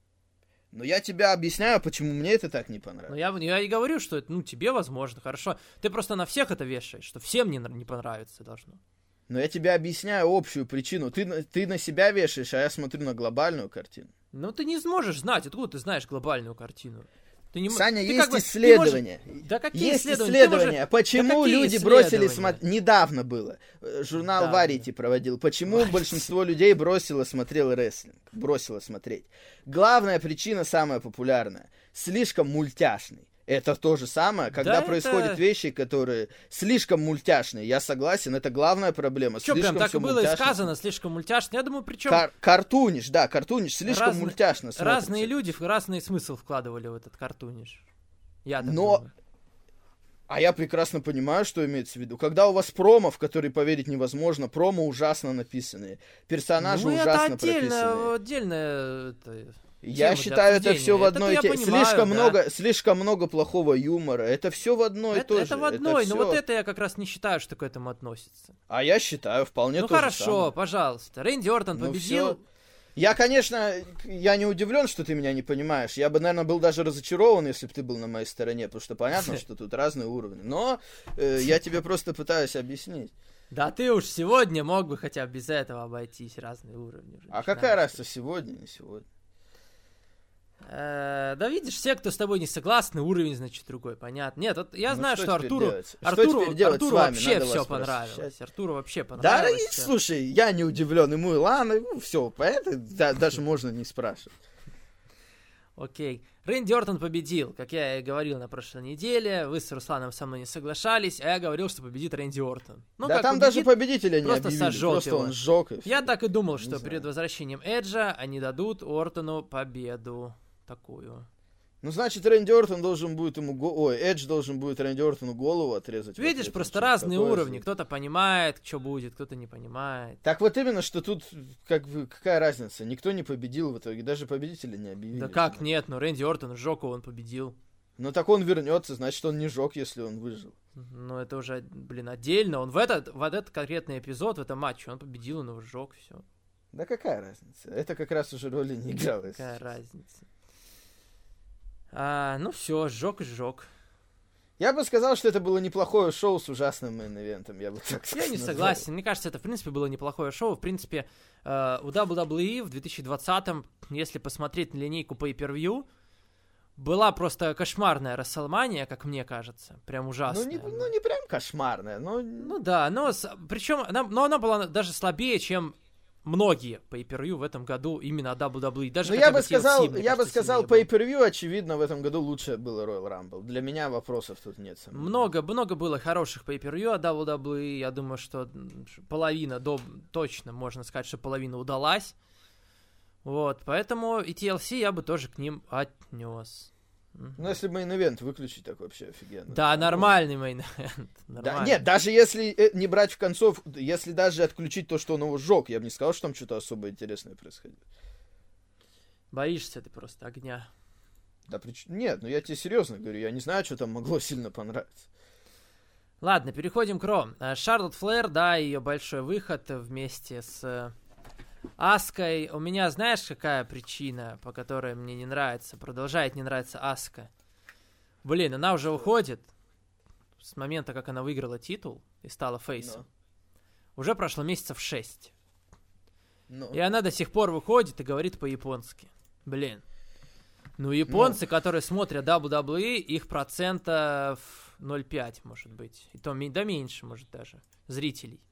C: Но я тебе объясняю, почему мне это так не
A: Но
C: понравилось.
A: я и говорю, что это, ну, тебе возможно, хорошо. Ты просто на всех это вешаешь, что всем не понравится должно.
C: Но я тебе объясняю общую причину. Ты на себя вешаешь, а я смотрю на глобальную картину.
A: Ну, ты не сможешь знать, откуда ты знаешь глобальную картину. Ты не мо-
C: Саня,
A: ты
C: есть
A: как бы- ты
C: исследования.
A: можешь- Да какие
C: Есть
A: исследования? Ты
C: исследования.
A: можешь-
C: Почему
A: Да какие
C: люди бросили
A: исследования?
C: смотреть? Недавно было. Журнал
A: Да,
C: Variety проводил. Почему
A: Variety.
C: большинство людей бросило смотреть рестлинг? Бросило смотреть. Главная причина, самая популярная. Слишком мультяшный. Это то же самое, когда
A: это-
C: происходят вещи, которые слишком мультяшные. Я согласен, это главная проблема.
A: Что, прям
C: Слишком
A: так и
C: всё
A: было и
C: мультяшно.
A: сказано, слишком мультяшно. Я думаю, причем
C: Картуниш, слишком мультяшно смотрится.
A: разные люди разный смысл вкладывали в этот картуниш. Я так
C: Но-
A: думаю.
C: А я прекрасно понимаю, что имеется в виду. Когда у вас промо, в которые поверить невозможно, промо ужасно написанные, персонажи
A: Ну, это
C: отдельно прописанные.
A: отдельная
C: Я
A: тема для
C: считаю, это
A: обсуждения.
C: все в
A: Это-то
C: одной
A: я
C: теме.
A: понимаю,
C: Слишком много плохого юмора. Это все в одно и то же.
A: Это в одной, но
C: всё-
A: вот это я как раз не считаю, что к этому относится.
C: А я считаю, вполне
A: Ну
C: то же
A: хорошо,
C: самое.
A: пожалуйста. Рэнди Ортон
C: Ну,
A: победил.
C: всё. Я, конечно, я не удивлен, что ты меня не понимаешь. Я бы, наверное, был даже разочарован, если бы ты был на моей стороне, потому что понятно, что тут разные уровни. Но я тебе просто пытаюсь объяснить.
A: Да ты уж сегодня мог бы хотя бы без этого обойтись, разные уровни. Уже
C: А
A: начинаешь.
C: какая разница, сегодня, не сегодня?
A: Да видишь, все, кто с тобой не согласны, уровень, значит, другой, понятно. Нет, вот я
C: Ну,
A: знаю,
C: что
A: что
C: теперь
A: Артуру,
C: делать? Что теперь делать
A: Артуру
C: с вами?
A: вообще
C: Надо
A: все
C: вас
A: понравилось.
C: просвещать.
A: Артуру вообще
C: Да,
A: понравилось. всё.
C: слушай, я не удивлен, ему и ладно, все, поэтому даже можно не спрашивать.
A: Окей. Рэнди Ортон победил, как я и говорил на прошлой неделе. Вы с Русланом со мной не соглашались, а я говорил, что победит Рэнди Ортон. Ну,
C: Да
A: как
C: там
A: победит,
C: даже победителя не
A: просто
C: объявили,
A: сожжёт
C: просто
A: его.
C: он сжег и всё.
A: Я так и думал, что
C: знаю.
A: перед возвращением Эджа они дадут Ортону победу такую.
C: Ну, значит, Рэнди Ортон должен будет Эдж должен будет Рэнди Ортону голову отрезать. в
A: Видишь,
C: ответ.
A: просто
C: Значит,
A: разные
C: такое
A: уровни.
C: же.
A: Кто-то понимает, что будет, кто-то не понимает.
C: Так вот именно, что тут, как бы, какая разница? Никто не победил в итоге, даже победителя не объявили.
A: Да как нет, ну Рэнди Ортон сжег его, он победил.
C: Ну, так он вернется, значит, он не жег, если он выжил.
A: Ну это уже, блин, отдельно. Он в этот конкретный эпизод, в этом матче, он победил, он его сжег, все.
C: Да какая разница? Это как раз уже роли не играло. если
A: Какая
C: честно.
A: разница. Ну все, сжег и сжег.
C: Я бы сказал, что это было неплохое шоу с ужасным мейн-ивентом, я бы так
A: Я не
C: назвал.
A: согласен. Мне кажется, это, в принципе, было неплохое шоу. В принципе, у WWE в 2020-м, если посмотреть на линейку Pay-Per-View, была просто кошмарная Расселмания, как мне кажется. Прям ужасная.
C: Ну, не прям кошмарное, но...
A: Ну да, но причем она была даже слабее, чем многие Pay-Per-View в этом году именно от WWE. Даже
C: Ну,
A: хотя
C: я
A: бы
C: бы сказал,
A: TLC, мне
C: я бы
A: кажется,
C: сказал,
A: сильнее был.
C: Pay-Per-View, очевидно, в этом году лучше было Royal Rumble. Для меня вопросов тут нет. сомнений.
A: Много было хороших Pay-Per-View от WWE. Я думаю, что половина, точно можно сказать, что половина удалась. Вот, поэтому и TLC я бы тоже к ним отнес.
C: Ну, если мейн-ивент выключить, так вообще офигенно.
A: Да, нормальный мейн.
C: Да, нет, даже если не брать в концов, если даже отключить то, что он его сжег, я бы не сказал, что там что-то особо интересное происходило.
A: Боишься ты просто огня.
C: Да, нет, ну я тебе серьезно говорю, я не знаю, что там могло сильно понравиться.
A: Ладно, переходим к Ро. Шарлотт Флэр, да, ее большой выход вместе с Аской. У меня, знаешь, какая причина, по которой мне не нравится, продолжает не нравиться Аска? Блин, она уже уходит с момента, как она выиграла титул и стала фейсом. Уже прошло месяцев 6. И она до сих пор выходит и говорит по-японски. Блин. Ну, японцы, которые смотрят WWE, их процентов 0,5, может быть. И то да меньше, может, даже. Зрителей.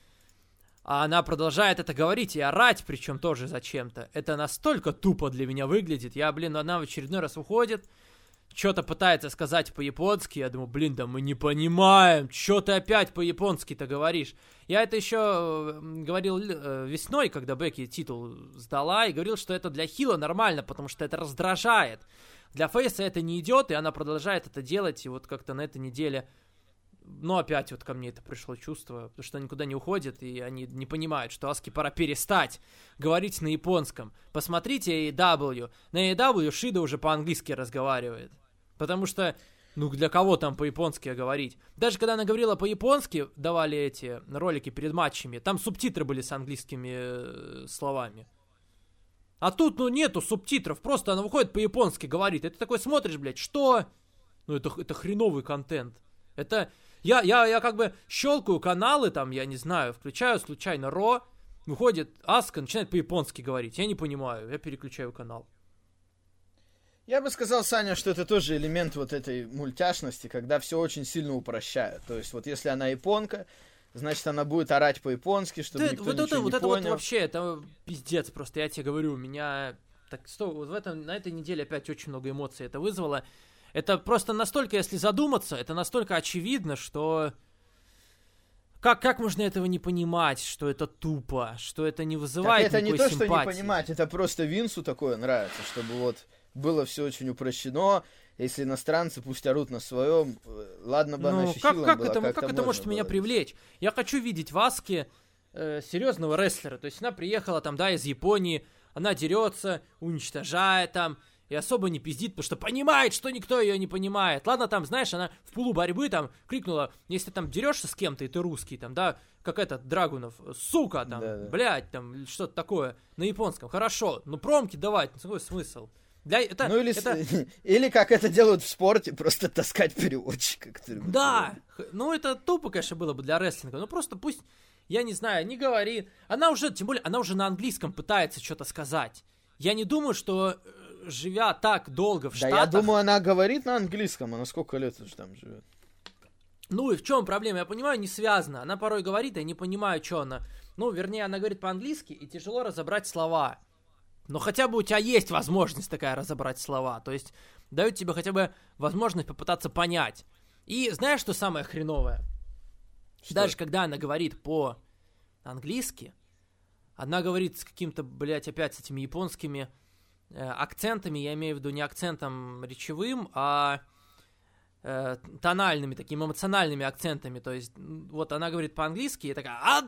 A: А она продолжает это говорить и орать, причем тоже зачем-то. Это настолько тупо для меня выглядит. Она в очередной раз уходит, что-то пытается сказать по-японски. Я думаю, блин, да мы не понимаем, что ты опять по-японски-то говоришь. Я это еще говорил весной, когда Бекки титул сдала, и говорил, что это для хила нормально, потому что это раздражает. Для фейса это не идет, и она продолжает это делать, и вот как-то на этой неделе... Но опять вот ко мне это пришло чувство, потому что они никуда не уходят, и они не понимают, что Аске пора перестать говорить на японском. Посмотрите AEW. На AEW Шида уже по-английски разговаривает. Потому что, ну, для кого там по-японски говорить? Даже когда она говорила по-японски, давали эти ролики перед матчами, там субтитры были с английскими словами. А тут, ну, нету субтитров, просто она выходит по-японски говорит. И ты такой смотришь, блядь, что? Ну, это хреновый контент. Это... Я как бы щелкаю каналы, там, я не знаю, включаю случайно Ро, выходит Аска, начинает по-японски говорить. Я не понимаю, я переключаю канал.
C: Я бы сказал, Саня, что это тоже элемент вот этой мультяшности, когда все очень сильно упрощают. То есть вот если она японка, значит она будет орать по-японски, чтобы никто ничего не понял.
A: Вот это вот вообще, это пиздец просто, я тебе говорю, у меня... Так, вот на этой неделе опять очень много эмоций это вызвало. Это просто настолько, если задуматься, это настолько очевидно, что... Как можно этого не понимать, что это тупо, что это не вызывает
C: так это
A: никакой
C: не то,
A: симпатии?
C: Что не понимать, это просто Винсу такое нравится, чтобы вот было все очень упрощено. Если иностранцы пусть орут на своем, ладно бы она еще хилом была,
A: как это может меня привлечь? Я хочу видеть в Аске серьезного рестлера. То есть она приехала там, да, из Японии, она дерется, уничтожает там, и особо не пиздит, потому что понимает, что никто ее не понимает. Ладно, там, знаешь, она в пылу борьбы там крикнула, если ты там дерешься с кем-то, и ты русский, там, да, как этот, Драгунов, сука, там, да. Блядь, там, что-то такое, на японском. Хорошо, ну промки давать, ну какой смысл?
C: Или как это делают в спорте, просто таскать переводчика.
A: Да, ну это тупо, конечно, было бы для рестлинга, но просто пусть, я не знаю, не говорит. Она уже, тем более, она уже на английском пытается что-то сказать. Я не думаю, что... живя так долго в Штатах...
C: Да, я думаю, она говорит на английском, она сколько лет уже там живет.
A: Ну и в чем проблема? Я понимаю, не связано. Она порой говорит, я не понимаю, что она... Ну, вернее, она говорит по-английски, и тяжело разобрать слова. Но хотя бы у тебя есть возможность такая разобрать слова. То есть дают тебе хотя бы возможность попытаться понять. И знаешь, что самое хреновое? Что? Даже когда она говорит по-английски, она говорит с каким-то, блядь, опять с этими японскими... акцентами, я имею в виду не акцентом речевым, а тональными, такими эмоциональными акцентами. То есть, вот она говорит по-английски, и такая...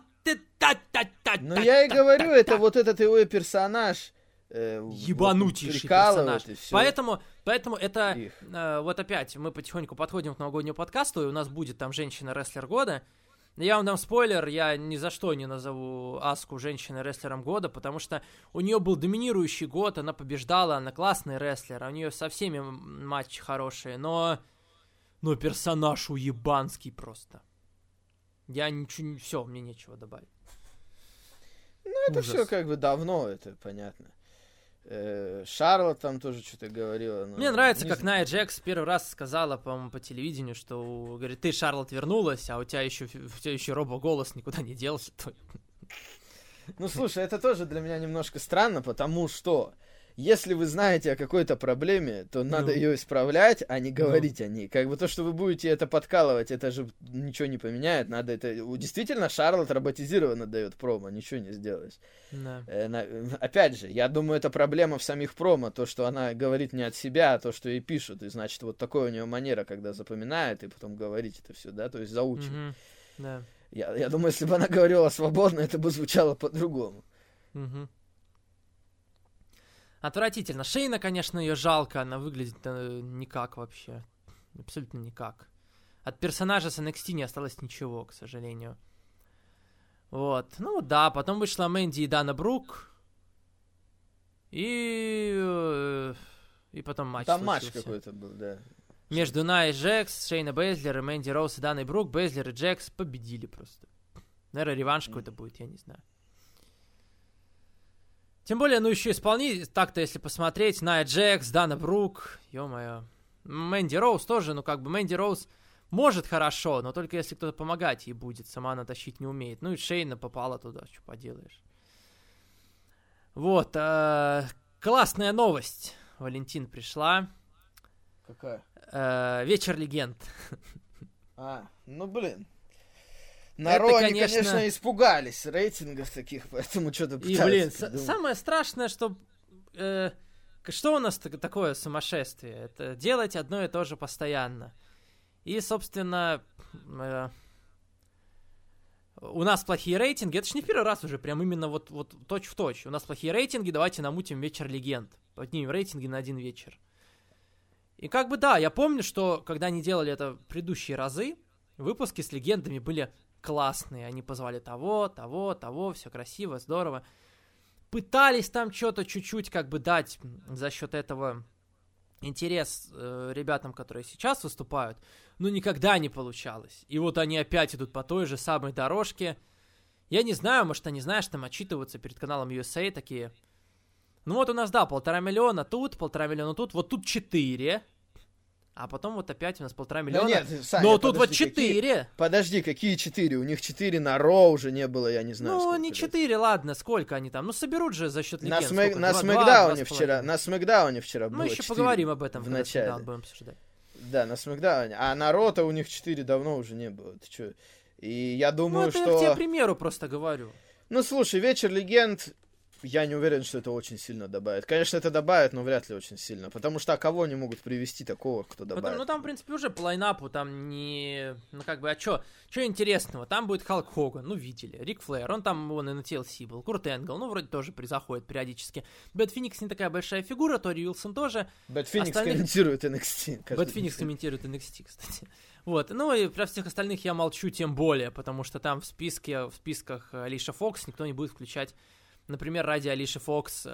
C: Ну, я и говорю, это вот этот его персонаж...
A: ебанутейший персонаж. Поэтому это... вот опять, мы потихоньку подходим к новогоднему подкасту, и у нас будет там женщина-рестлер года. Я вам дам спойлер, я ни за что не назову Аску женщиной-рестлером года, потому что у нее был доминирующий год, она побеждала, она классный рестлер, у нее со всеми матчи хорошие, но персонаж уебанский просто. Я ничего, все, мне нечего добавить.
C: Ну, это все как бы давно, это понятно. Шарлотт там тоже что-то говорила.
A: Мне нравится, как Найя Джекс первый раз сказала, по-моему, по телевидению, что, говорит, ты, Шарлотт, вернулась, а у тебя еще робо-голос никуда не делся.
C: Ну, слушай, это тоже для меня немножко странно, потому что если вы знаете о какой-то проблеме, то надо ее исправлять, а не говорить о ней. Как бы то, что вы будете это подкалывать, это же ничего не поменяет. Надо это... Действительно, Шарлотт роботизированно дает промо, ничего не сделаешь. Опять же, я думаю, это проблема в самих промо, то, что она говорит не от себя, а то, что ей пишут. И значит, вот такая у нее манера, когда запоминает, и потом говорить это все, да, то есть заучим. Я думаю, если бы она говорила свободно, это бы звучало по-другому.
A: Отвратительно. Шейна, конечно, ее жалко, она выглядит никак вообще. Абсолютно никак. От персонажа с NXT не осталось ничего, к сожалению. Вот. Ну да, потом вышла Мэнди и Дана Брук. И потом матч
C: Там
A: случился.
C: матч какой-то был, да.
A: Между Ная Джекс, Шейна Бейзлер и Мэнди Роуз и Даной Брук. Бейзлер и Джекс победили просто. Наверное, реванш какой-то будет, я не знаю. Тем более, ну еще исполнитель, так-то если посмотреть, Ная Джекс, Дана Брук, ё-моё. Мэнди Роуз тоже, ну как бы Мэнди Роуз может хорошо, но только если кто-то помогать ей будет, сама она тащить не умеет. Ну и Шейна попала туда, что поделаешь. Вот, классная новость. Валентин пришла.
C: Какая?
A: Вечер легенд.
C: Ну блин. На Ро они,
A: конечно,
C: испугались рейтингов таких, поэтому что-то пытаются.
A: И, блин,
C: придумать.
A: самое страшное, что... что у нас такое сумасшествие? Это делать одно и то же постоянно. И, собственно, у нас плохие рейтинги. Это ж не в первый раз уже, прям именно вот точь-в-точь. У нас плохие рейтинги, давайте намутим вечер легенд. Поднимем рейтинги на один вечер. И как бы да, я помню, что когда они делали это в предыдущие разы, выпуски с легендами были классные. Они позвали того, все красиво, здорово. Пытались там что-то чуть-чуть как бы дать за счет этого интерес ребятам, которые сейчас выступают, но никогда не получалось. И вот они опять идут по той же самой дорожке. Я не знаю, может они, знаешь, там отчитываются перед каналом USA такие. Ну вот у нас, да, 1,5 миллиона тут, 1,5 миллиона тут, вот тут 4. А потом вот опять у нас 1,5 миллиона.
C: Нет, Саня,
A: но тут вот 4.
C: Подожди, какие 4? У них 4 на Ро уже не было, я не знаю.
A: Ну, не 4, ладно, сколько они там? Ну, соберут же за счет легенд.
C: На Смэкдауне вчера было.
A: Мы еще поговорим об этом
C: в начале.
A: Будем обсуждать.
C: Да, на Смэкдауне. А на Ро-то у них 4 давно уже не было. Ты чё? И я думаю,
A: это
C: что...
A: я тебе примеру просто говорю.
C: Ну, слушай, вечер легенд... Я не уверен, что это очень сильно добавит. Конечно, это добавит, но вряд ли очень сильно. Потому что кого они могут привести такого, кто добавит?
A: Ну, там, в принципе, уже по лайнапу там не... Ну, как бы, а чё интересного? Там будет Халк Хоган, ну, видели. Рик Флэр, он там, и на TLC был. Курт Энгл, ну, вроде тоже заходит периодически. Бэт Феникс не такая большая фигура, Тори Уилсон тоже.
C: Бэт Феникс комментирует NXT.
A: Бэт Феникс комментирует NXT, кстати. Вот, ну, и про всех остальных я молчу тем более, потому что там в списках Алиша Фокс никто не будет включать. Например, ради Алиши Фокс,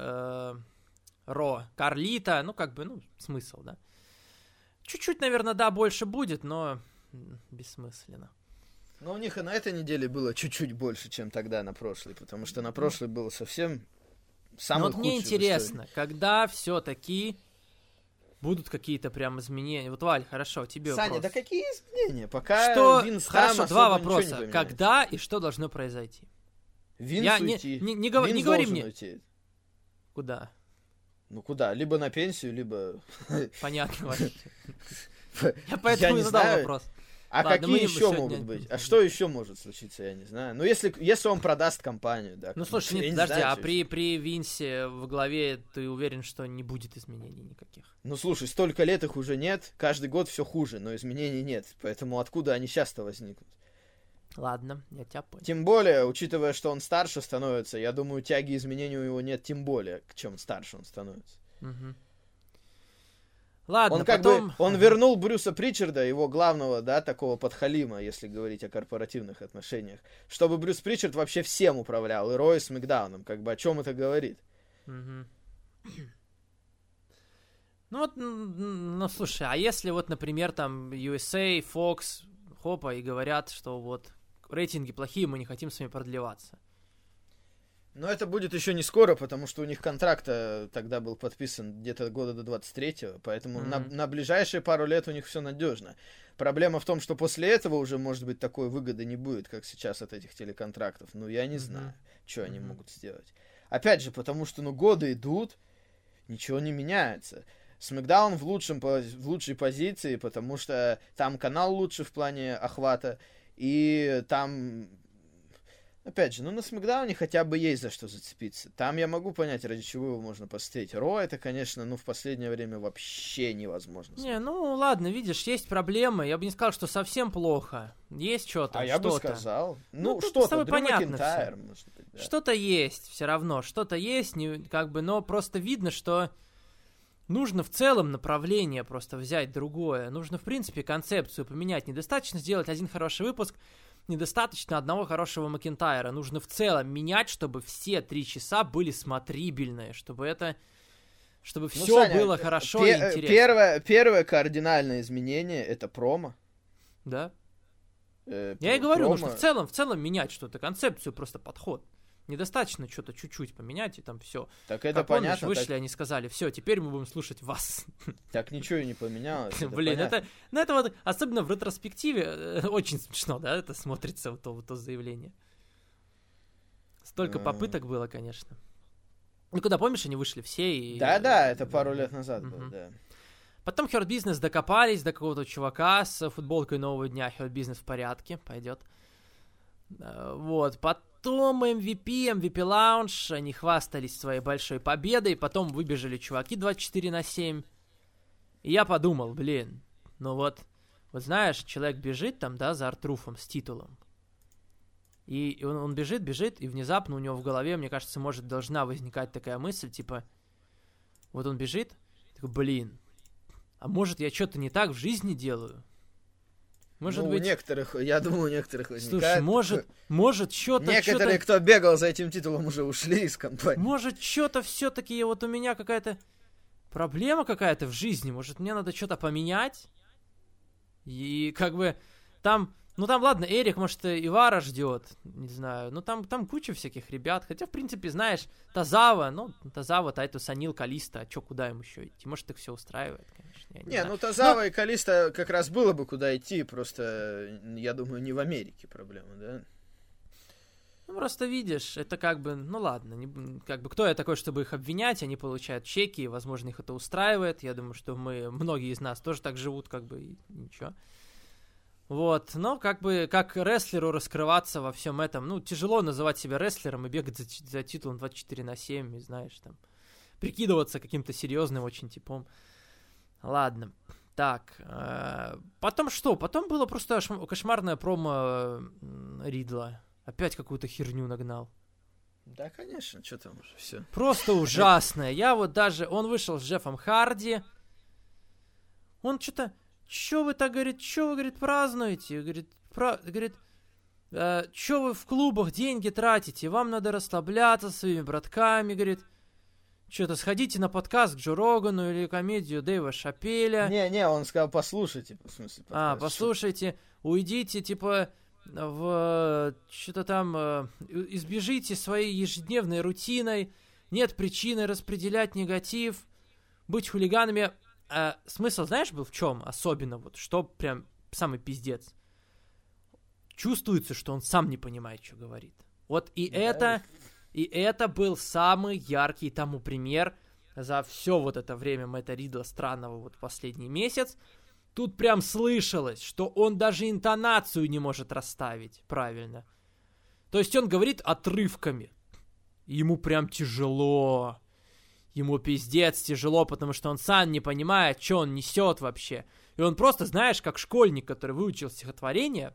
A: Ро, Карлита, ну, как бы, ну, смысл, да. Чуть-чуть, наверное, да, больше будет, но бессмысленно.
C: Но у них и на этой неделе было чуть-чуть больше, чем тогда на прошлой, потому что на прошлой было совсем самый худший.
A: Вот мне интересно, когда все-таки будут какие-то прям изменения. Вот, Валь, хорошо, тебе
C: Саня,
A: вопрос.
C: да какие изменения? Пока
A: что...
C: Винс
A: Хорошо,
C: там
A: два
C: особо
A: вопроса.
C: ничего не
A: Когда и что должно произойти?
C: Винс уйти.
A: Не
C: Винс
A: говори
C: должен
A: мне.
C: уйти.
A: Куда?
C: Ну куда? Либо на пенсию, либо...
A: Понятно, Валя. Я поэтому и задал вопрос.
C: А
A: Ладно,
C: какие еще могут быть? А что еще может случиться, я не знаю. Ну, если он продаст компанию, да.
A: Ну, слушай, нет, подожди, а при Винсе в главе ты уверен, что не будет изменений никаких?
C: Ну, слушай, столько лет их уже нет, каждый год все хуже, но изменений нет. Поэтому откуда они сейчас-то возникнут?
A: Ладно, я тебя понял.
C: Тем более, учитывая, что он старше становится, я думаю, тяги изменений у него нет, тем более, чем старше он становится.
A: Угу. Ладно,
C: он
A: потом...
C: он вернул Брюса Причарда, его главного, да, такого подхалима, если говорить о корпоративных отношениях, чтобы Брюс Причард вообще всем управлял, и Ро, и Смэкдауном, как бы о чем это говорит?
A: Угу. Ну вот, ну слушай, а если вот, например, там USA, Fox, хопа, и говорят, что вот рейтинги плохие, мы не хотим с вами продлеваться.
C: Но это будет еще не скоро, потому что у них контракт тогда был подписан где-то года до 23-го, поэтому на ближайшие пару лет у них все надежно. Проблема в том, что после этого уже, может быть, такой выгоды не будет, как сейчас от этих телеконтрактов. Ну, я не знаю, что они могут сделать. Опять же, потому что, ну, годы идут, ничего не меняется. Смэкдаун в лучшей позиции, потому что там канал лучше в плане охвата, и там... Опять же, ну на Смэкдауне хотя бы есть за что зацепиться. Там я могу понять, ради чего его можно посмотреть. Ро это, конечно, ну в последнее время вообще невозможно.
A: Не, ну ладно, видишь, есть проблемы. Я бы не сказал, что совсем плохо. Есть что-то.
C: А я бы сказал. Ну
A: что-то.
C: Что-то, Дрю
A: понятно
C: Макентайр, может быть, да.
A: Что-то есть все равно. Что-то есть, как бы, но просто видно, что нужно в целом направление просто взять другое. Нужно, в принципе, концепцию поменять. Недостаточно сделать один хороший выпуск, недостаточно одного хорошего Макентайра. Нужно в целом менять, чтобы все 3 часа были смотрибельные, чтобы все
C: Саня,
A: было хорошо и интересно.
C: Первое кардинальное изменение — это промо.
A: Да. Я и говорю,
C: промо...
A: нужно в целом менять что-то, концепцию, просто подход. Недостаточно что-то чуть-чуть поменять, и там все.
C: Так это понятно.
A: Помнишь, вышли,
C: так...
A: они сказали, все, теперь мы будем слушать вас.
C: Так ничего и не поменялось.
A: Блин, это вот, особенно в ретроспективе, очень смешно, да, это смотрится, вот то заявление. Столько попыток было, конечно. Ну, когда, помнишь, они вышли все и...
C: Да, это пару лет назад было, да.
A: Потом Hurt Business докопались до какого-то чувака с футболкой нового дня. Hurt Business в порядке, пойдет. Вот, потом MVP Lounge, они хвастались своей большой победой, потом выбежали чуваки 24/7. И я подумал, блин, ну вот знаешь, человек бежит там, да, за Артруфом с титулом. И он бежит, и внезапно у него в голове, мне кажется, должна возникать такая мысль, типа, вот он бежит, такой, блин, а может я что-то не так в жизни делаю? Может быть...
C: я думаю, у некоторых возникает...
A: Слушай, может что-то...
C: Некоторые, кто бегал за этим титулом, уже ушли из компании.
A: Может, что-то все-таки вот у меня какая-то проблема какая-то в жизни, может, мне надо что-то поменять? И как бы там... Ну там, ладно, Эрик, может, Ивара ждет, не знаю, ну там куча всяких ребят, хотя, в принципе, знаешь, Тазава, Тайту, Санил, Калиста, а чё, куда им еще идти? Может, их все устраивает, конечно.
C: Не, ну Тазава и Калиста как раз было бы куда идти, просто, я думаю, не в Америке проблема, да?
A: Ну, просто видишь, это как бы, ну ладно, как бы кто я такой, чтобы их обвинять, они получают чеки, и, возможно, их это устраивает, я думаю, что многие из нас тоже так живут, как бы, и ничего. Вот, но как бы, как рестлеру раскрываться во всем этом, ну, тяжело называть себя рестлером и бегать за титулом 24/7, и, знаешь, там, прикидываться каким-то серьезным очень типом. Ладно, так, потом что? Потом было просто кошмарное промо Ридла, опять какую-то херню нагнал.
C: Да, конечно, что там уже все.
A: Просто ужасное, он вышел с Джеффом Харди, он что-то... Чё вы так, говорит, празднуете? Говорит, чё вы в клубах деньги тратите? Вам надо расслабляться со своими братками, говорит. Что-то сходите на подкаст к Джо Рогану или комедию Дэйва Шапеля.
C: Не, он сказал, послушайте, в смысле. Подкаст.
A: Послушайте, уйдите, типа, в что-то там, избежите своей ежедневной рутиной, нет причины распределять негатив, быть хулиганами. Смысл, знаешь, был в чем особенно, вот, что прям самый пиздец. Чувствуется, что он сам не понимает, что говорит. Вот и это был самый яркий тому пример за все вот это время Мэтта Ридла странного вот последний месяц. Тут прям слышалось, что он даже интонацию не может расставить правильно. То есть он говорит отрывками. Ему прям тяжело. Ему пиздец тяжело, потому что он сам не понимает, что он несет вообще. И он просто, знаешь, как школьник, который выучил стихотворение,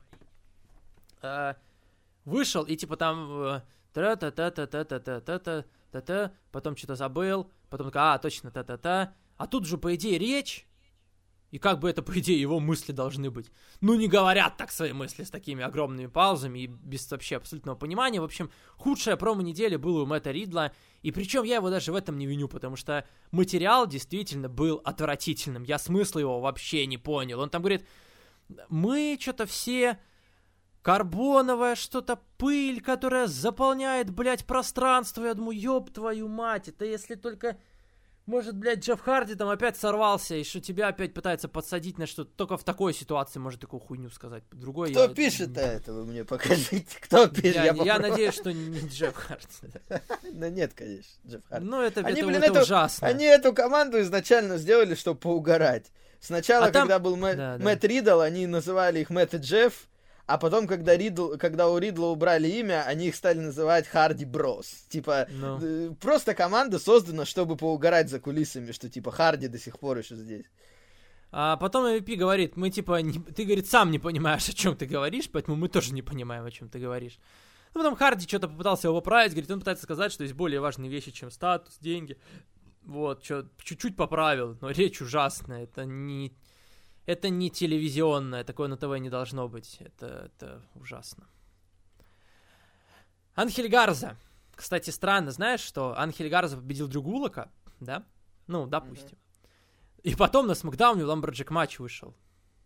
A: вышел и типа там та-та-та-та-та-та-та-та-та, потом что-то забыл, потом точно та-та-та, а тут же, по идее, речь, и как бы это, по идее, его мысли должны быть. Ну, не говорят так свои мысли с такими огромными паузами и без вообще абсолютного понимания. В общем, худшее промо недели было у Мэтта Ридла. И причем я его даже в этом не виню, потому что материал действительно был отвратительным. Я смысла его вообще не понял. Он там говорит, мы что-то все... Карбоновая что-то пыль, которая заполняет, блядь, пространство. Я думаю, ёб твою мать, это если только... Может, блядь, Джефф Харди там опять сорвался, и что тебя опять пытается подсадить на что-то. Только в такой ситуации может такую хуйню сказать. Другой
C: Кто пишет-то это, вы мне покажите. Кто пишет?
A: Я надеюсь, что не Джефф Харди.
C: Да нет, конечно, Джефф Харди.
A: Ну, это ужасно.
C: Они эту команду изначально сделали, чтобы поугарать. Сначала, когда был Мэтт Ридл, они называли их Мэтт и Джефф. А потом, когда у Ридла убрали имя, они их стали называть Харди Брос. Типа, просто команда создана, чтобы поугарать за кулисами, что типа Харди до сих пор еще здесь.
A: А потом MVP говорит, мы типа, ты, говорит, сам не понимаешь, о чем ты говоришь, поэтому мы тоже не понимаем, о чем ты говоришь. Ну, потом Харди что-то попытался его поправить, говорит, он пытается сказать, что есть более важные вещи, чем статус, деньги. Вот, чуть-чуть поправил, но речь ужасная. Это не телевизионное, такое на ТВ не должно быть. Это ужасно. Анхель Гарза. Кстати, странно, знаешь, что Анхель Гарза победил Дрю Гулака, да? Ну, допустим. И потом на Смакдауне Ламберджек матч вышел.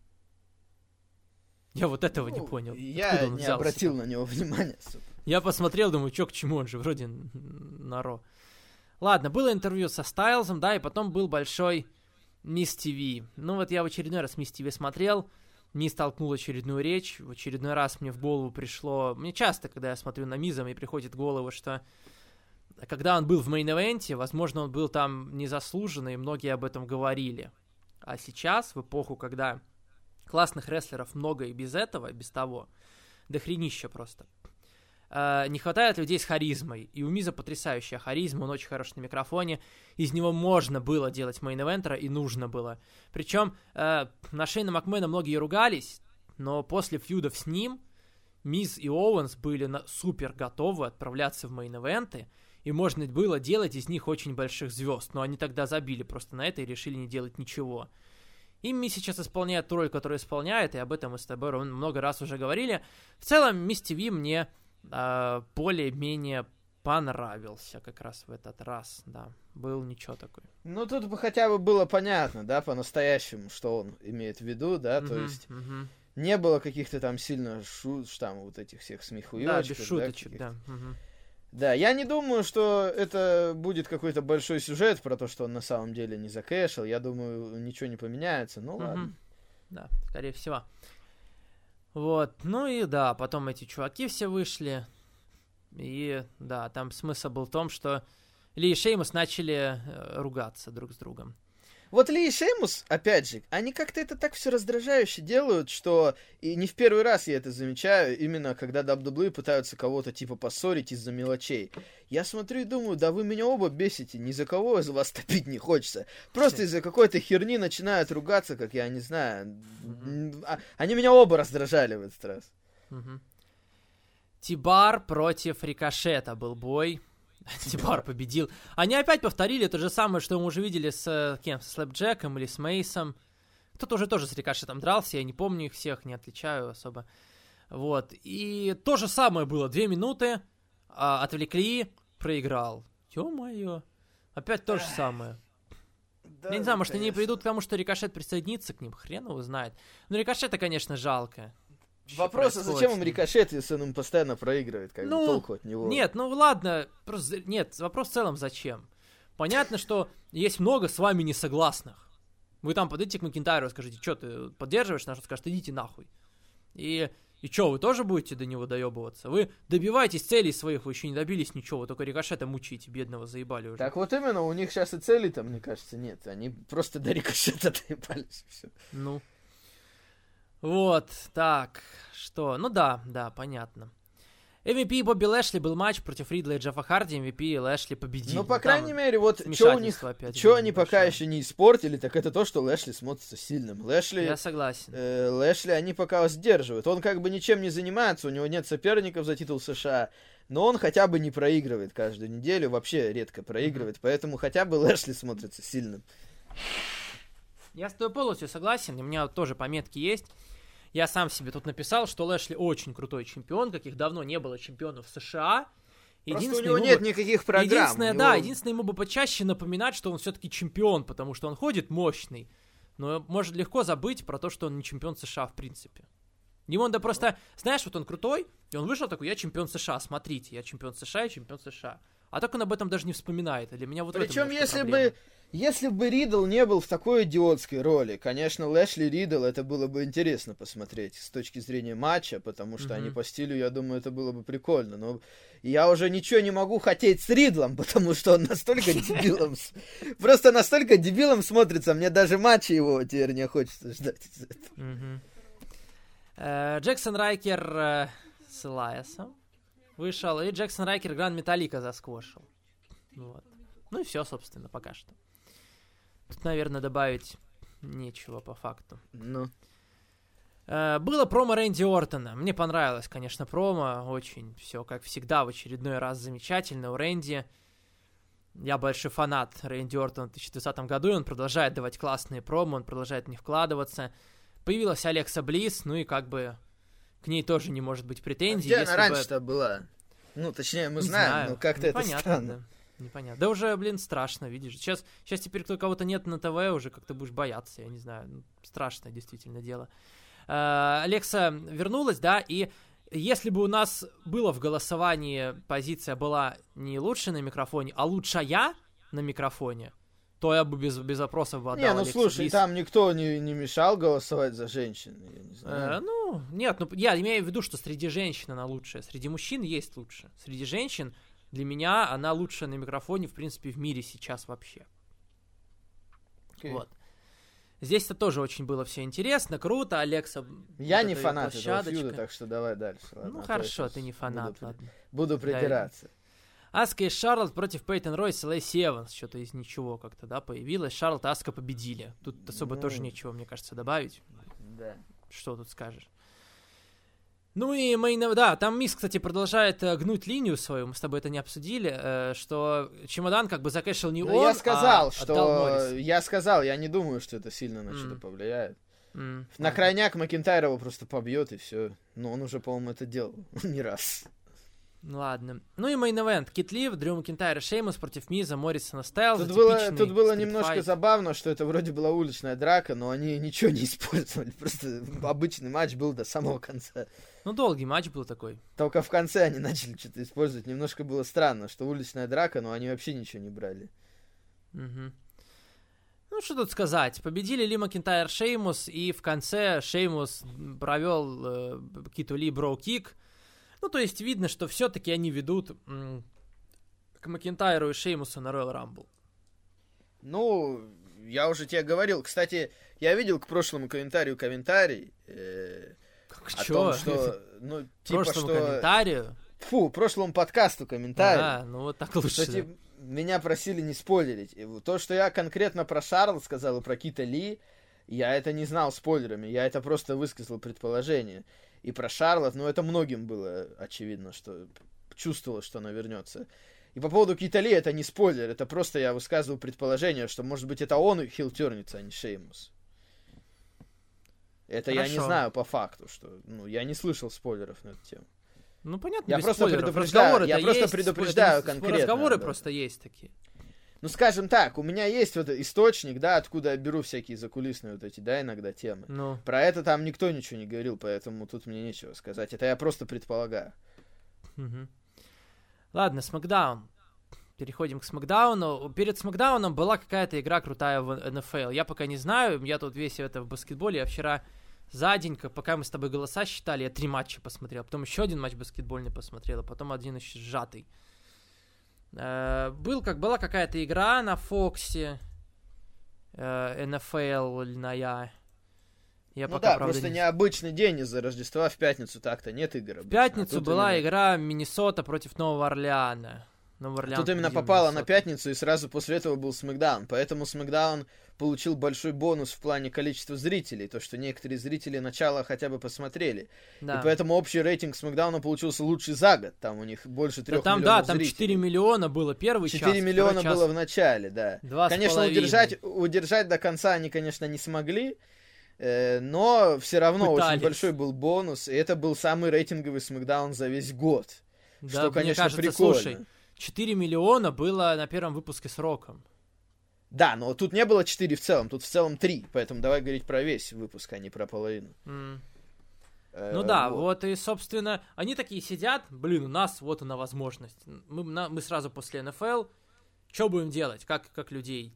A: Я вот этого не понял.
C: Я не обратил на него внимания.
A: Я посмотрел, думаю, чё к чему, он же вроде на Ро. Ладно, было интервью со Стайлзом, да, и потом был большой Мисс ТВ. Ну вот я в очередной раз Мисс ТВ смотрел, Мисс толкнул очередную речь, в очередной раз мне в голову пришло... Мне часто, когда я смотрю на Миза, мне приходит в голову, что когда он был в мейн-эвенте, возможно, он был там незаслуженно, и многие об этом говорили. А сейчас, в эпоху, когда классных рестлеров много и без этого, без того, дохренища просто, не хватает людей с харизмой. И у Миза потрясающая харизма, он очень хорош на микрофоне. Из него можно было делать мейн-эвентера, и нужно было. Причем на Шейна Макмена многие ругались, но после фьюдов с ним Миз и Оуэнс были супер готовы отправляться в мейн-эвенты, и можно было делать из них очень больших звезд. Но они тогда забили просто на это и решили не делать ничего. И Мисс сейчас исполняет ту роль, которую исполняет, и об этом мы с тобой много раз уже говорили. В целом, Мисс ТВ мне более-менее понравился как раз в этот раз, да, был ничего такой.
C: Ну, тут бы хотя бы было понятно, да, по-настоящему, что он имеет в виду, да, то есть не было каких-то там сильно там вот этих всех смехуёчков.
A: Да, без шуточек, да.
C: Да, я не думаю, что это будет какой-то большой сюжет про то, что он на самом деле не закэшил, я думаю, ничего не поменяется, ну ладно.
A: Да, скорее всего. Вот, ну и да, потом эти чуваки все вышли, и да, там смысл был в том, что Ли и Шеймус начали ругаться друг с другом.
C: Вот Ли и Шеймус, опять же, они как-то это так все раздражающе делают, что и не в первый раз я это замечаю, именно когда WWE пытаются кого-то типа поссорить из-за мелочей. Я смотрю и думаю, да вы меня оба бесите, ни за кого из вас топить не хочется. Просто из-за какой-то херни начинают ругаться, как я не знаю. Они меня оба раздражали в этот раз.
A: Тибар против Рикошета был бой. Тибар победил. Они опять повторили то же самое, что мы уже видели с кем? С Слэпджеком или с Мейсом. Кто-то уже тоже с Рикошетом дрался, я не помню их всех, не отличаю особо. Вот. И то же самое было. 2 минуты, отвлекли, проиграл. Ё-моё. Опять то же самое. Да, я не знаю, может, конечно. Они придут к тому, что Рикошет присоединится к ним, хрен его знает. Но Рикошета, конечно, жалко.
C: Вопрос, а зачем им Рикошет, если он им постоянно проигрывает, как бы толку от него?
A: Нет, ну ладно, просто нет, вопрос в целом зачем? Понятно, что есть много с вами несогласных. Вы там подойдите к Макинтайру и скажите, что ты поддерживаешь нас, он скажет, идите нахуй. И что, вы тоже будете до него доебываться? Вы добиваетесь целей своих, вы еще не добились ничего, вы только Рикошета мучаете, бедного заебали уже.
C: Так вот именно, у них сейчас и целей-то, мне кажется, нет. Они просто до Рикошета доебались, все.
A: Ну... Вот, так, что, ну да, понятно. MVP Бобби Лэшли был матч против Ридла и Джеффа Харди, MVP Лэшли победил.
C: Ну, по крайней мере, вот, что у них, что они пока еще не испортили, так это то, что Лэшли смотрится сильным. Лэшли...
A: Я согласен.
C: Лэшли они пока сдерживают. Он как бы ничем не занимается, у него нет соперников за титул США, но он хотя бы не проигрывает каждую неделю, вообще редко проигрывает, поэтому хотя бы Лэшли смотрится сильным.
A: Я с тобой полностью согласен, у меня тоже пометки есть. Я сам себе тут написал, что Лэшли очень крутой чемпион, каких давно не было чемпионов в США.
C: Просто у него нет никаких программ.
A: Единственное, ему бы почаще напоминать, что он все-таки чемпион, потому что он ходит мощный, но может легко забыть про то, что он не чемпион США в принципе. Ему надо просто, знаешь, вот он крутой, и он вышел такой, я чемпион США, смотрите, я чемпион США, я чемпион США. А так он об этом даже не вспоминает. Для меня вот
C: причем, если бы Ридл не был в такой идиотской роли, конечно, Лэшли Ридл, это было бы интересно посмотреть с точки зрения матча, потому что они по стилю, я думаю, это было бы прикольно. Но я уже ничего не могу хотеть с Ридлом, потому что он настолько дебилом, просто настолько дебилом смотрится, мне даже матча его теперь не хочется ждать из
A: этого. Джексон Райкер с Элайасом вышел, и Джексон Райкер Гранд Металлика засквошил. Вот. Ну и все, собственно, пока что. Тут, наверное, добавить нечего по факту.
C: Ну.
A: Было промо Рэнди Ортона. Мне понравилось, конечно, промо. Очень все, как всегда, в очередной раз замечательно. У Рэнди Я большой фанат Рэнди Ортона в 2020 году, и он продолжает давать классные промо, он продолжает в них вкладываться. Появилась Алекса Блисс, ну и как бы к ней тоже не может быть претензий.
C: Где она раньше-то была? Ну, точнее, мы знаем, но как-то это странно.
A: Да. Непонятно. Да уже, блин, страшно, видишь. Сейчас теперь кого-то нет на ТВ, уже как-то будешь бояться, я не знаю. Ну, страшное действительно дело. Алекса вернулась, да, и если бы у нас было в голосовании позиция была не лучше на микрофоне, а лучшая на микрофоне, то я бы без вопросов бы отдал
C: Не, ну
A: Алексе
C: слушай,
A: Блисс.
C: там никто не мешал голосовать за женщин, я не знаю.
A: Нет, я имею в виду, что среди женщин она лучшая, среди мужчин есть лучше. Среди женщин для меня она лучшая на микрофоне, в принципе, в мире сейчас вообще.
C: Okay.
A: Вот. Здесь-то тоже очень было все интересно, круто, Алекса...
C: Я не фанат этого фьюда, так что давай дальше. Ладно,
A: ну хорошо, ты не фанат, ладно.
C: Буду придираться.
A: Аска и Шарлотт против Пейтон Ройс и Лэйси Эванс. Что-то из ничего как-то, да, появилось. Шарлотт и Аска победили. Тут особо тоже нечего, мне кажется, добавить.
C: Да.
A: Что тут скажешь? Ну и да, там Мисс, кстати, продолжает гнуть линию свою, мы с тобой это не обсудили, что чемодан как бы закэшил не он,
C: я сказал,
A: отдал Моррис.
C: Я сказал, я не думаю, что это сильно на что-то повлияет. На крайняк Макинтайр его просто побьет и все. Но он уже, по-моему, это делал не раз.
A: Ну ладно. Ну и мейн-эвент. Кит Ли, Дрю Макинтайр и Шеймус против Миза, Моррисона, Стайлза.
C: Тут было немножко забавно, что это вроде была уличная драка, но они ничего не использовали. Просто обычный матч был до самого конца.
A: Ну, долгий матч был такой.
C: Только в конце они начали что-то использовать. Немножко было странно, что уличная драка, но они вообще ничего не брали.
A: Угу. Ну, что тут сказать. Победили Ли Макинтайр, Шеймус, и в конце Шеймус провел Киту Ли броу-кик. Ну, то есть видно, что все-таки они ведут к Макинтайру и Шеймусу на Royal Rumble.
C: Ну, я уже тебе говорил. Кстати, я видел к прошлому комментарий о том, что... Ну, типа,
A: прошлому комментарию?
C: Фу, прошлому подкасту комментарий.
A: А, ну вот так лучше.
C: Что, типа, меня просили не спойлерить. И то, что я конкретно про Шарлотт сказал и про Кита Ли, я это не знал спойлерами. Я это просто высказал предположение. И про Шарлотт, ну, это многим было очевидно, что чувствовалось, что она вернется. И по поводу Кита Ли это не спойлер, это просто я высказывал предположение, что, может быть, это он хилтернется, а не Шеймус. Это хорошо. Я не знаю по факту, что... Ну, я не слышал спойлеров на эту тему.
A: Ну, понятно,
C: я
A: без
C: просто
A: спойлеров.
C: предупреждаю конкретно.
A: Разговоры просто есть такие.
C: Ну, скажем так, у меня есть вот источник, да, откуда я беру всякие закулисные вот эти, да, иногда темы.
A: Ну.
C: Про это там никто ничего не говорил, поэтому тут мне нечего сказать. Это я просто предполагаю.
A: Угу. Ладно, Смакдаун. Переходим к Смакдауну. Перед Смакдауном была какая-то игра крутая в НФЛ. Я пока не знаю, я тут весь это в баскетболе. Я вчера за день, пока мы с тобой голоса считали, я 3 матча посмотрел. Потом еще один матч баскетбольный посмотрел, а потом один еще сжатый. Была какая-то игра на Фоксе, НФЛ-ная.
C: Ну да, просто необычный день из-за Рождества, в пятницу так-то нет игр.
A: В пятницу была игра Миннесота против Нового Орлеана.
C: Тут именно попало на пятницу, и сразу после этого был Смэкдаун. Поэтому Смэкдаун получил большой бонус в плане количества зрителей. То, что некоторые зрители начало хотя бы посмотрели. Да. И поэтому общий рейтинг Смэкдауна получился лучший за год. Там у них больше 3 миллионов зрителей. Да, там
A: 4 миллиона было первый
C: 4
A: час.
C: 4 миллиона было в начале, да.
A: 2,5.
C: Конечно, удержать до конца они, конечно, не смогли. Но все равно очень большой был бонус. И это был самый рейтинговый Смэкдаун за весь год.
A: Да,
C: что, конечно,
A: мне кажется,
C: прикольно.
A: Слушай, 4 миллиона было на первом выпуске с Роком.
C: Да, но тут не было 4 в целом, тут в целом 3, поэтому давай говорить про весь выпуск, а не про половину.
A: Ну да, вот и, собственно, они такие сидят, блин, у нас вот она возможность. Мы сразу после НФЛ, что будем делать, как людей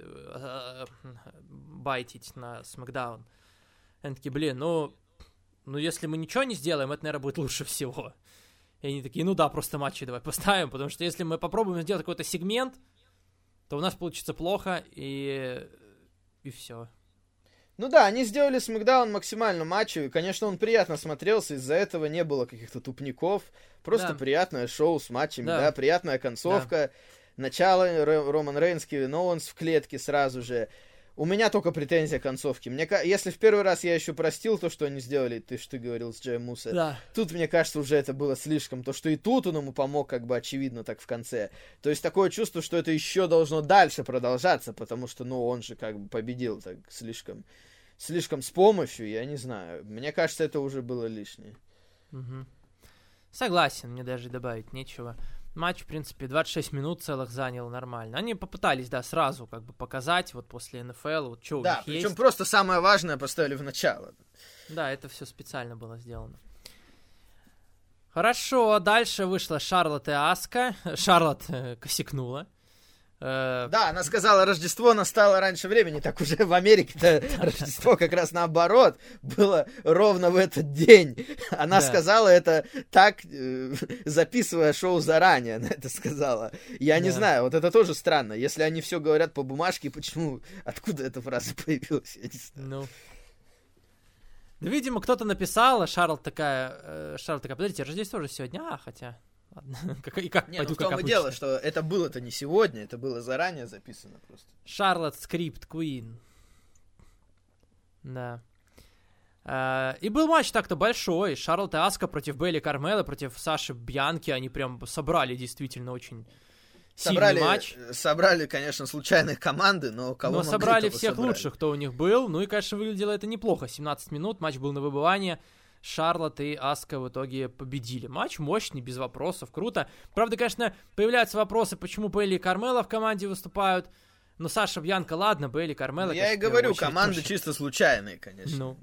A: байтить на Смэкдаун? Они такие, блин, ну если мы ничего не сделаем, это, наверное, будет лучше всего. И они такие, ну да, просто матчи давай поставим, потому что если мы попробуем сделать какой-то сегмент, то у нас получится плохо, и все. Ну
C: да, они сделали Смэкдаун максимально матчевый. Конечно, он приятно смотрелся, из-за этого не было каких-то тупников. Просто приятное шоу с матчами, да, приятная концовка. Да. Начало, Роман Рейнс, Кевин Оуэнс в клетке сразу же. у меня только претензия к концовке. Если в первый раз я еще простил то, что они сделали, ты говорил с Джеем Усо,
A: Да.
C: тут, мне кажется, уже это было слишком. То, что и тут он ему помог, как бы очевидно, так в конце. То есть такое чувство, что это еще должно дальше продолжаться, потому что, ну, он же как бы победил так слишком с помощью, я не знаю. Мне кажется, это уже было лишнее.
A: Угу. Согласен, мне даже добавить нечего. Матч, в принципе, 26 минут целых занял нормально. Они попытались, да, сразу как бы показать, вот после НФЛ, вот что у них есть. Да,
C: причем просто самое важное поставили в начало.
A: Да, это все специально было сделано. Хорошо, дальше вышла Шарлотт и Аска. Шарлотт косякнула.
C: Да, она сказала, Рождество настало раньше времени, так уже в Америке-то Рождество как раз наоборот было ровно в этот день. Она сказала это так, записывая шоу заранее, она это сказала. Я не знаю, вот это тоже странно. Если они все говорят по бумажке, откуда эта фраза появилась, я не знаю.
A: Ну, видимо, кто-то написал, Шарлотт такая, подождите, Рождество уже сегодня, хотя... Ладно.
C: Нет, в том и дело, что это было-то не сегодня, это было заранее записано просто.
A: Шарлотт Скрипт Куин. Да. И был матч так-то большой. Шарлотт и Аска против Бейли Кармелы, против Саши Бьянки. Они прям собрали действительно очень сильный матч.
C: Собрали, конечно, случайные команды, но кого могли,
A: собрали всех лучших, кто у них был. Ну и, конечно, выглядело это неплохо. 17 минут, матч был на выбывание. Шарлотт и Аска в итоге победили. Матч мощный, без вопросов, круто. Правда, конечно, появляются вопросы, почему Бейли и Кармела в команде выступают. Но Саша Бьянка, ладно, Бейли и Кармела...
C: Я и говорю, команды чисто случайные, конечно.
A: Ну.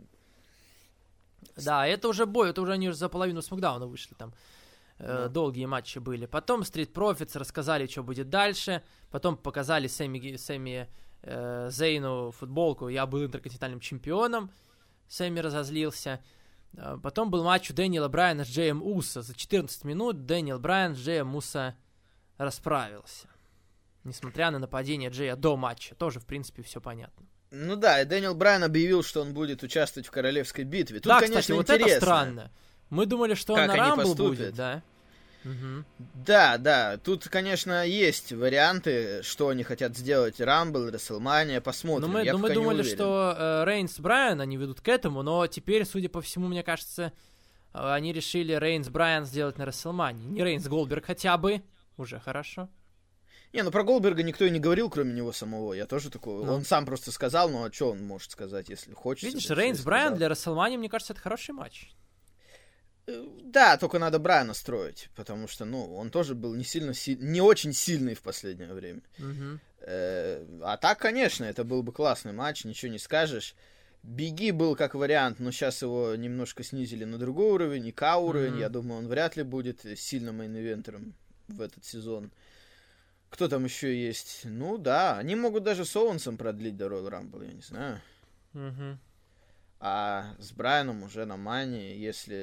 A: Да, это уже бой, это уже они за половину Смакдауна вышли там. Долгие матчи были. Потом Street Profits рассказали, что будет дальше. Потом показали Сэмми Зейну футболку. Я был интерконтинентальным чемпионом. Сэмми разозлился. Потом был матч у Дэниела Брайана с Джеем Усо. За 14 минут Дэниел Брайан с Джеем Усо расправился. Несмотря на нападение Джея до матча. Тоже, в принципе, все понятно.
C: Ну да, и Дэниел Брайан объявил, что он будет участвовать в королевской битве. Тут,
A: да,
C: конечно,
A: кстати, вот
C: интересно.
A: это странно. Мы думали, что он на Рамбл будет, да?
C: Угу. Да, тут, конечно, есть варианты, что они хотят сделать. Рамбл, Рестлмания, посмотрим.
A: Но мы думали, что Рейнс Брайан они ведут к этому, но теперь, судя по всему, мне кажется, они решили Рейнс Брайан сделать на Рестлмании. Не Рейнс Голдберг хотя бы, уже хорошо.
C: Не, ну про Голдберга никто и не говорил, кроме него самого. Я тоже такой. Он сам просто сказал, ну а что он может сказать, если хочет.
A: Видишь, Рейнс Брайан для Рестлмании, мне кажется, это хороший матч.
C: Да, только надо Брайана строить, потому что, он тоже был не очень сильный в последнее время. А так, конечно, это был бы классный матч, ничего не скажешь. Биги был как вариант, но сейчас его немножко снизили на другой уровень, и К-уровень. Я думаю, он вряд ли будет сильным мейн-ивентером в этот сезон. Кто там еще есть? Ну да, они могут даже с Оуэнсом продлить до Royal Rumble, я не знаю. А с Брайаном уже на Мане,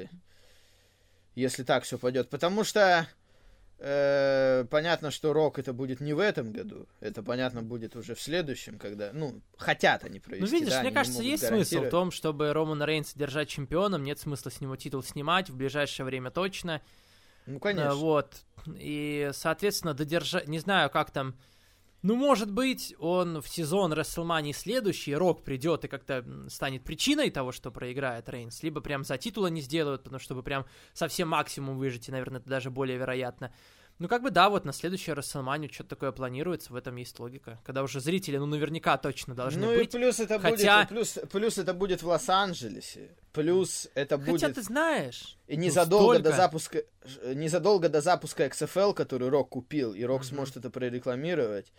C: если так все пойдет. Потому что понятно, что Рок это будет не в этом году. Это, понятно, будет уже в следующем, когда, хотят они провести.
A: Ну, видишь, мне кажется, есть смысл в том, чтобы Романа Рейнса держать чемпионом. Нет смысла с него титул снимать в ближайшее время точно.
C: Ну, конечно.
A: Вот. И, соответственно, додержать... Не знаю, как там... Ну, может быть, он в сезон Рестлмании следующий, Рок придет и как-то станет причиной того, что проиграет Рейнс. Либо прям за титула не сделают, потому что чтобы прям совсем максимум выжить, и, наверное, это даже более вероятно. Ну, как бы, да, вот на следующую Рестлманию что-то такое планируется, в этом есть логика. Когда уже зрители, наверняка точно должны быть.
C: Ну, и плюс это будет в Лос-Анджелесе. Плюс это будет...
A: Хотя ты знаешь...
C: И незадолго до запуска XFL, который Рок купил, и Рок сможет это прорекламировать.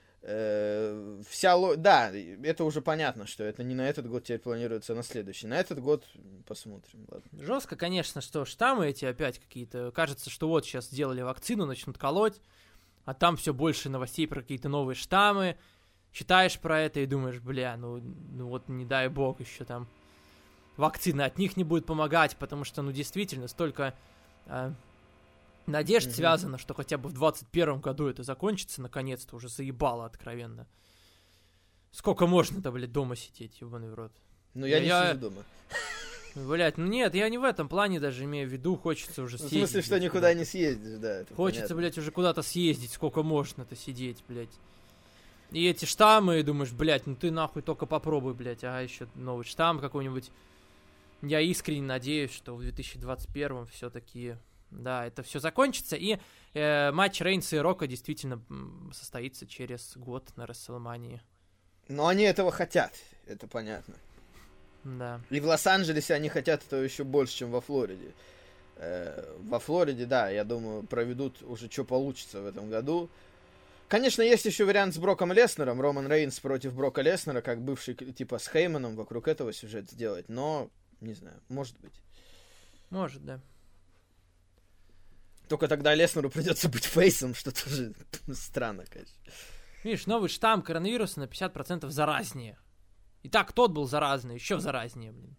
C: Да, это уже понятно, что это не на этот год теперь планируется, а на следующий. На этот год посмотрим, ладно.
A: Жестко, конечно, что штаммы эти опять какие-то... Кажется, что вот сейчас сделали вакцину, начнут колоть, а там все больше новостей про какие-то новые штаммы. Читаешь про это и думаешь, ну вот не дай бог еще там вакцина от них не будет помогать, потому что, действительно, столько надежд связано, что хотя бы в 2021 году это закончится, наконец-то, уже заебало откровенно. Сколько можно-то, дома сидеть, ебаный в рот?
C: Ну, я не сижу дома.
A: Блять, нет, я не в этом плане даже имею в виду, хочется уже съездить.
C: В смысле, что никуда не съездишь, да.
A: Хочется, понятно. Уже куда-то съездить, сколько можно-то сидеть, блять. И эти штаммы, думаешь, блядь, ну ты нахуй только попробуй, блядь, еще новый штамм какой-нибудь. Я искренне надеюсь, что в 2021 все-таки, да, это все закончится, и матч Рейнса и Рока действительно состоится через год на Расселмании.
C: Но они этого хотят, это понятно.
A: Да.
C: И в Лос-Анджелесе они хотят этого еще больше, чем во Флориде. Во Флориде, да, я думаю, проведут уже что получится в этом году. Конечно, есть еще вариант с Броком Леснером. Роман Рейнс против Брока Леснера, как бывший, типа, с Хейманом, вокруг этого сюжет сделать. Но, не знаю, может быть.
A: Может, да.
C: Только тогда Леснеру придется быть фейсом, что тоже странно, конечно.
A: Видишь, новый штамм коронавируса на 50% заразнее. И так тот был заразный, еще заразнее, блин.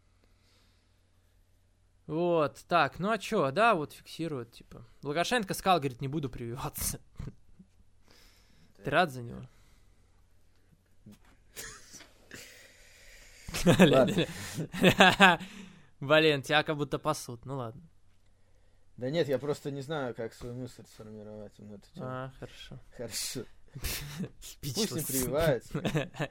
A: Вот, так, ну а чё, да, вот фиксируют, типа. Лукашенко сказал, говорит, не буду прививаться. Ты рад за него? Блин, тебя как будто пасут, ну ладно.
C: Да нет, я просто не знаю, как свою мысль сформировать на эту тему.
A: Хорошо.
C: Хорошо. Пусть не прививается.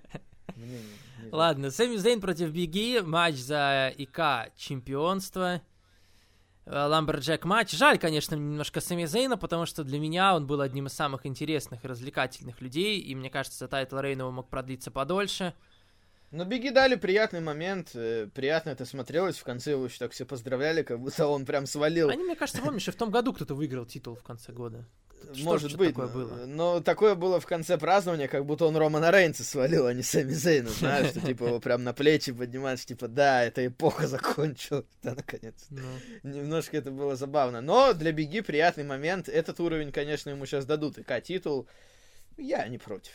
A: Ладно, Сами Зейн против Биги, матч за ИК чемпионство. Ламберджек матч. Жаль, конечно, немножко Сами Зейна, потому что для меня он был одним из самых интересных и развлекательных людей, и мне кажется, тайтл Рейна его мог продлиться подольше.
C: Но Биги дали приятный момент, приятно это смотрелось, в конце его еще так все поздравляли, как будто он прям свалил.
A: Они, мне кажется, помнишь, и в том году кто-то выиграл титул в конце года.
C: Может быть, такое было? Но такое было в конце празднования, как будто он Романа Рейнса свалил, а не Сами Зейна, знаешь, что типа его прям на плечи поднимаешь, типа да, эта эпоха закончилась, да, наконец. Немножко это было забавно, но для Биги приятный момент, этот уровень, конечно, ему сейчас дадут, ИК-титул, я не против.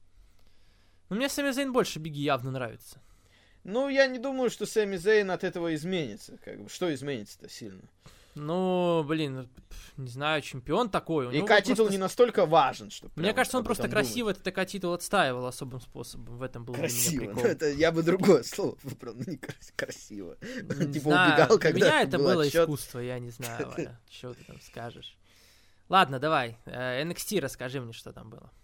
A: Но мне Сами Зейн больше Биги явно нравится.
C: Ну, я не думаю, что Сами Зейн от этого изменится, как бы, что изменится-то сильно?
A: Ну, блин, не знаю, чемпион такой.
C: ИК-титул просто не настолько важен, что...
A: Мне кажется, он просто красиво этот ИК-титул отстаивал особым способом. В этом был
C: красиво.
A: прикол.
C: Ну, это я бы другое слово выбрал, но не красиво.
A: Типа убегал, когда. Для меня это было искусство, я не знаю, Валя, что ты там скажешь. Ладно, давай, NXT расскажи мне, что там было.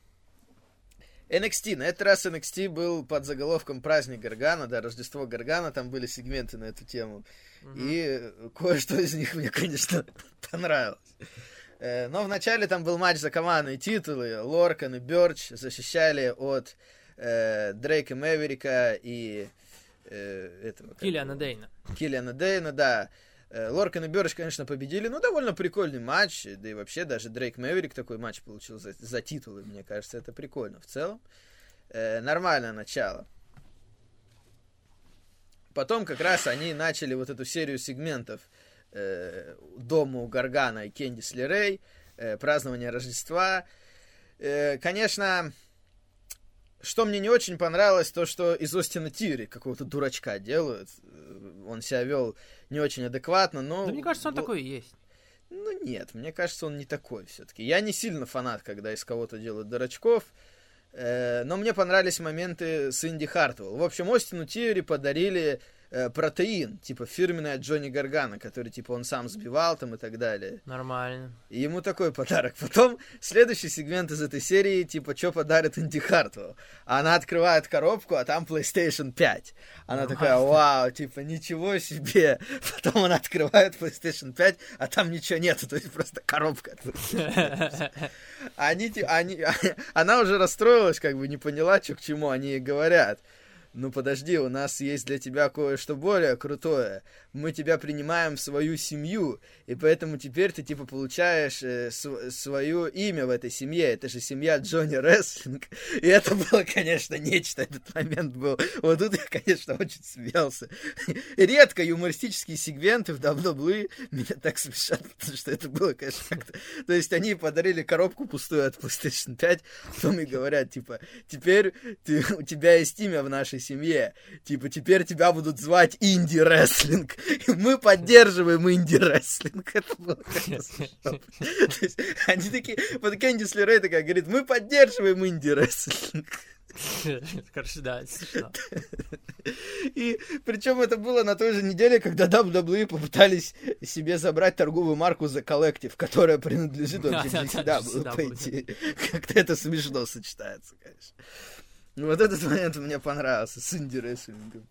C: NXT. На этот раз NXT был под заголовком «Праздник Гаргана», да, Рождество Гаргана, там были сегменты на эту тему. И кое-что из них мне, конечно, понравилось. Но вначале там был матч за командные титулы. Лоркан и Бёрч защищали от Дрейка Мэверика и этого...
A: Киллиана Дейна.
C: Киллиана Дейна, да. Лоркан и Бёрч, конечно, победили. Ну, довольно прикольный матч. Да и вообще даже Дрейк Мэверик такой матч получил за титулы. Мне кажется, это прикольно в целом. Нормальное начало. Потом как раз они начали вот эту серию сегментов Дому Гаргана и Кэндис Лерей, празднование Рождества. Конечно, что мне не очень понравилось, то, что из Остина Тири какого-то дурачка делают. Он себя вел не очень адекватно, но...
A: Да мне кажется, он такой и есть.
C: Ну нет, мне кажется, он не такой все-таки. Я не сильно фанат, когда из кого-то делают дурачков. Но мне понравились моменты с Инди Хартвелл. В общем, Остину Тири подарили протеин, типа фирменный от Джонни Гаргана, который типа он сам сбивал там и так далее.
A: Нормально.
C: И ему такой подарок. Потом следующий сегмент из этой серии, типа, что подарит Инди Хартвелл. Она открывает коробку, а там PlayStation 5. Она такая, вау, типа, ничего себе. Потом она открывает PlayStation 5, а там ничего нету, то есть просто коробка. Она уже расстроилась, как бы не поняла, что к чему они ей говорят. Ну подожди, у нас есть для тебя кое-что более крутое. Мы тебя принимаем в свою семью, и поэтому теперь ты типа получаешь свое имя в этой семье. Это же семья Джонни Рестлинг. И это было, конечно, нечто. Этот момент был. Вот тут я, конечно, очень смеялся. Редко юмористические сегменты в WWE меня так смешат, потому что это было, конечно, как-то... То есть они подарили коробку пустую от PlayStation 5, потом и говорят, типа, теперь у тебя есть имя в нашей семье. Типа, теперь тебя будут звать Инди Рестлинг. И мы поддерживаем Инди Рестлинг. Это было как-то смешно. То есть они такие... Вот Кэндис Лерей такая говорит, мы поддерживаем Инди Рестлинг.
A: Короче, да, смешно.
C: И причем это было на той же неделе, когда WWE попытались себе забрать торговую марку The Collective, которая принадлежит вообще GCW, по идее. Как-то это смешно сочетается, конечно. Ну, вот этот момент мне понравился с инди-рестлингом.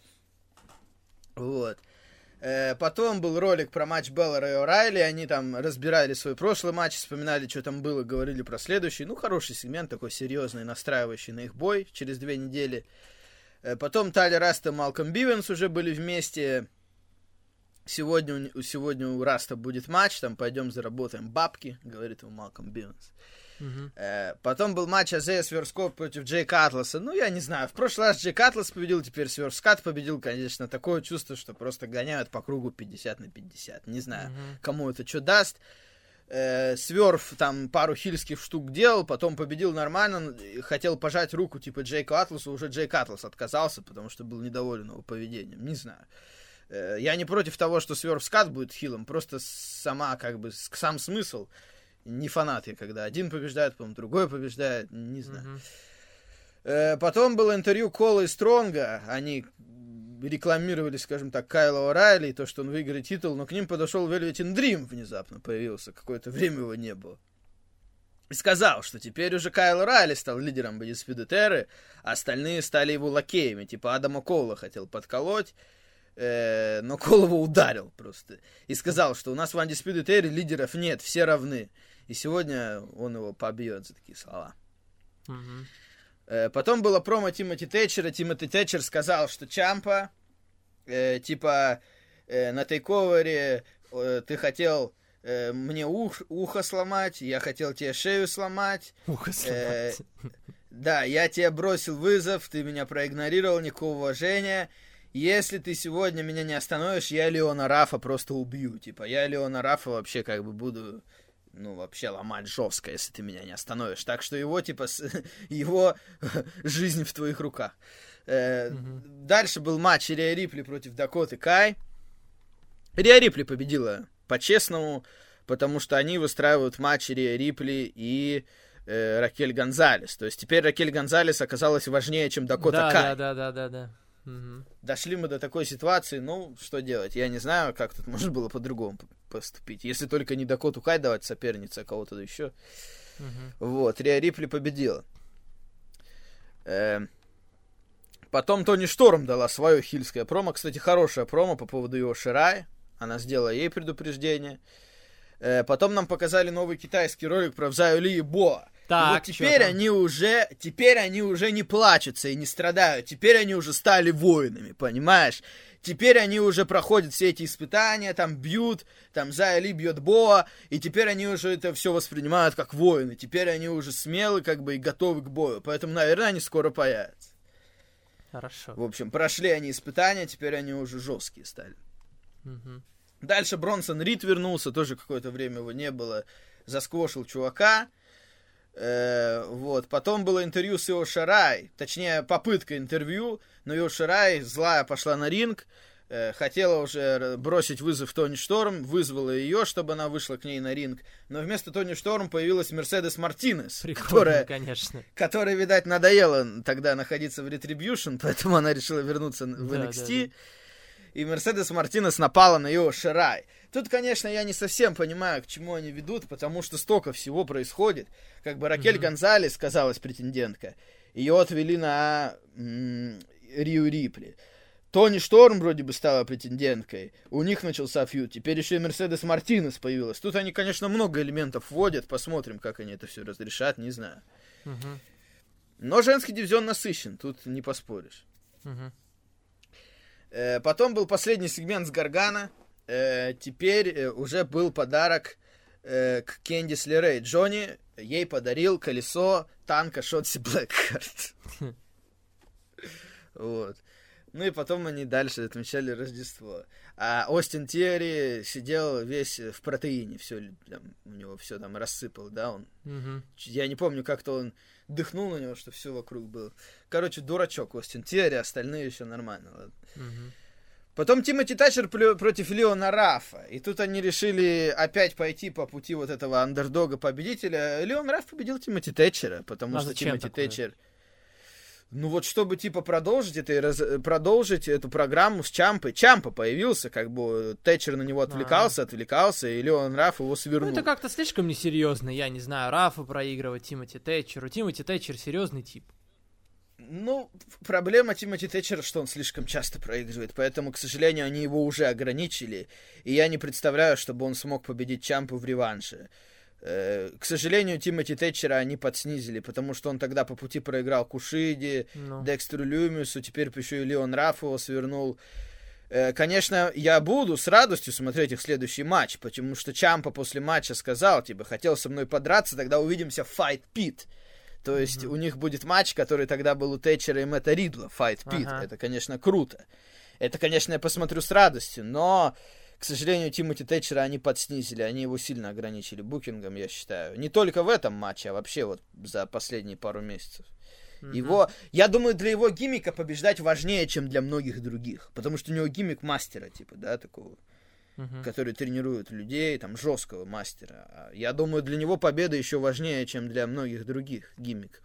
C: Вот. Потом был ролик про матч Беллера и О'Райли. Они там разбирали свой прошлый матч, вспоминали, что там было, говорили про следующий. Ну, хороший сегмент, такой серьезный, настраивающий на их бой через 2 недели. Потом Тайлер Раст и Малком Бивенс уже были вместе. Сегодня у Раста будет матч, там пойдем заработаем бабки, говорит ему Малком Бивенс. Потом был матч Азея Сверскот против Джейка Атласа. Ну, я не знаю, в прошлый раз Джейк Атлас победил, теперь Сверскат победил. Конечно, такое чувство, что просто гоняют по кругу 50/50. Не знаю, кому это что даст. Сверф там пару хильских штук делал, потом победил нормально, хотел пожать руку типа Джейку Атласу, уже Джейк Атлас отказался, потому что был недоволен его поведением. Не знаю. Я не против того, что Сверфскат будет хилом, просто сам смысл. Не фанат я, когда один побеждает, потом другой побеждает, не знаю. Потом было интервью Кола и Стронга, они рекламировали, скажем так, Кайла О'Райли, и то, что он выиграет титул, но к ним подошел Velveteen Dream внезапно появился, какое-то время его не было. И сказал, что теперь уже Кайл О'Райли стал лидером Undisputed Era, а остальные стали его лакеями, типа Адама Коула хотел подколоть, но Кол его ударил просто. И сказал, что у нас в Undisputed Era лидеров нет, все равны. И сегодня он его побьет за такие слова. Потом было промо Тимоти Тэтчера. Тимоти Тэтчер сказал, что Чампа, на тейковере ты хотел мне ухо сломать, я хотел тебе шею сломать.
A: Ухо сломать.
C: Да, я тебе бросил вызов, ты меня проигнорировал, никакого уважения. Если ты сегодня меня не остановишь, я Леона Рафа просто убью. Типа, я Леона Рафа вообще как бы буду... вообще ломать жестко, если ты меня не остановишь. Так что его, его жизнь в твоих руках. Дальше был матч Риа Рипли против Дакоты Кай. Риа Рипли победила по-честному, потому что они выстраивают матч Риа Рипли и Ракель Гонзалес. То есть теперь Ракель Гонзалес оказалась важнее, чем Дакота Кай.
A: Да.
C: Дошли мы до такой ситуации, что делать? Я не знаю, как тут можно было по-другому поступить. Если только не Дакоту Кай давать сопернице, а кого-то еще. Вот, Риа Рипли победила. Потом Тони Шторм дала свое хильское промо. Кстати, хорошее промо по поводу Ио Ширай. Она сделала ей предупреждение. Потом нам показали новый китайский ролик про Взаю Ли и Боа. Так, и вот теперь они уже не плачутся и не страдают. Теперь они уже стали воинами, понимаешь? Теперь они уже проходят все эти испытания, там бьют, там Зая Ли бьет Боа, и теперь они уже это все воспринимают как воины. Теперь они уже смелы, и готовы к бою. Поэтому, наверное, они скоро появятся.
A: Хорошо.
C: В общем, прошли они испытания, теперь они уже жесткие стали. Дальше Бронсон Рид вернулся, тоже какое-то время его не было, засквошил чувака. Вот. Потом было интервью с Ио Ширай, точнее, попытка интервью, но Ио Ширай злая пошла на ринг, хотела уже бросить вызов Тони Шторм, вызвала ее, чтобы она вышла к ней на ринг, но вместо Тони Шторм появилась Мерседес Мартинес, которая, видать, надоело тогда находиться в Retribution, поэтому она решила вернуться в NXT. И Мерседес Мартинес напала на Ио Ширай. Тут, конечно, я не совсем понимаю, к чему они ведут, потому что столько всего происходит. Ракель Гонзалес, казалась претендентка, ее отвели на Риу Рипли. Тони Шторм вроде бы стала претенденткой, у них начался фьюд, теперь еще и Мерседес Мартинес появилась. Тут они, конечно, много элементов вводят, посмотрим, как они это все разрешат, не знаю. Но женский дивизион насыщен, тут не поспоришь. Потом был последний сегмент с Гаргана. Теперь уже был подарок к Кэндис Лерей. Джонни ей подарил колесо танка Шотси Блэкхарт. Вот. Ну и потом они дальше отмечали Рождество. А Остин Тиери сидел весь в протеине. Все, у него все там рассыпал, да, он. Я не помню, как-то он дыхнул на него, что все вокруг было. Короче, дурачок Остин Тиери, остальные еще нормально. Ладно. Потом Тимоти Тэтчер против Леона Рафа. И тут они решили опять пойти по пути вот этого андердога-победителя. Леон Раф победил Тимоти Тэтчера, потому что Тимоти Тэтчер... Ну вот, чтобы, типа, продолжить эту программу с Чампой. Чампа появился, как бы Тэтчер на него отвлекался, и Леон Раф его свернул.
A: Ну, это как-то слишком несерьезно, я не знаю, Рафа проигрывать Тимоти Тэтчеру. Тимоти Тэтчер серьезный тип.
C: Ну, проблема Тимоти Тэтчера, что он слишком часто проигрывает, поэтому, к сожалению, они его уже ограничили, и я не представляю, чтобы он смог победить Чампу в реванше. К сожалению, Тимоти Тэтчера они подснизили, потому что он тогда по пути проиграл Кушиде, Декстеру Люмису, теперь еще и Леон Раф его свернул. Конечно, я буду с радостью смотреть их следующий матч, потому что Чампа после матча сказал, типа, хотел со мной подраться, тогда увидимся в Fight Pit. То есть у них будет матч, который тогда был у Тэтчера и Мэтта Ридла, Fight Pit. Это, конечно, круто. Это, конечно, я посмотрю с радостью, но... К сожалению, Тимоти Тэтчера они подснизили, они его сильно ограничили букингом, я считаю. Не только в этом матче, а вообще вот за последние пару месяцев. Я думаю, для его гиммика побеждать важнее, чем для многих других. Потому что у него гиммик мастера, типа, да, такого, который тренирует людей, там, жесткого мастера. Я думаю, для него победа еще важнее, чем для многих других гиммиков.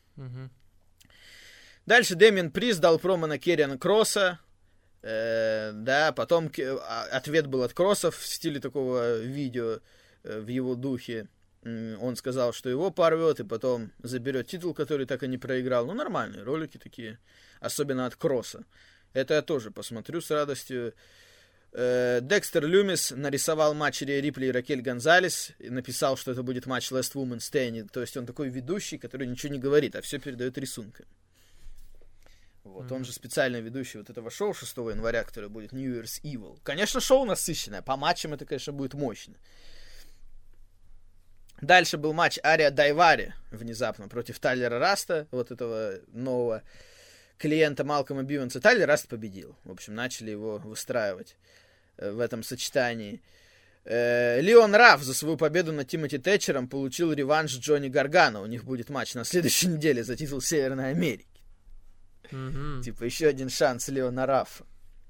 C: Дальше Дэмиан Прист дал промо на Керриана Кросса. Да, потом ответ был от Кроссов в стиле такого видео в его духе. Он сказал, что его порвет и потом заберет титул, который так и не проиграл. Ну, нормальные ролики такие, особенно от Кросса. Это я тоже посмотрю с радостью. Декстер Люмис нарисовал матч Рия Рипли и Ракель Гонзалес и написал, что это будет матч Last Woman Standing. То есть он такой ведущий, который ничего не говорит, а все передает рисунками. Вот, он же специальный ведущий вот этого шоу 6 января, которое будет New Year's Evil. Конечно, шоу насыщенное. По матчам это, конечно, будет мощно. Дальше был матч Ария Дайвари внезапно против Тайлера Раста, вот этого нового клиента Малкома Бивенса. Тайлер Раст победил. В общем, начали его выстраивать в этом сочетании. Леон Раф за свою победу над Тимоти Тэтчером получил реванш Джонни Гаргано. У них будет матч на следующей неделе за титул Северной Америки. Типа еще один шанс Леона Рафа.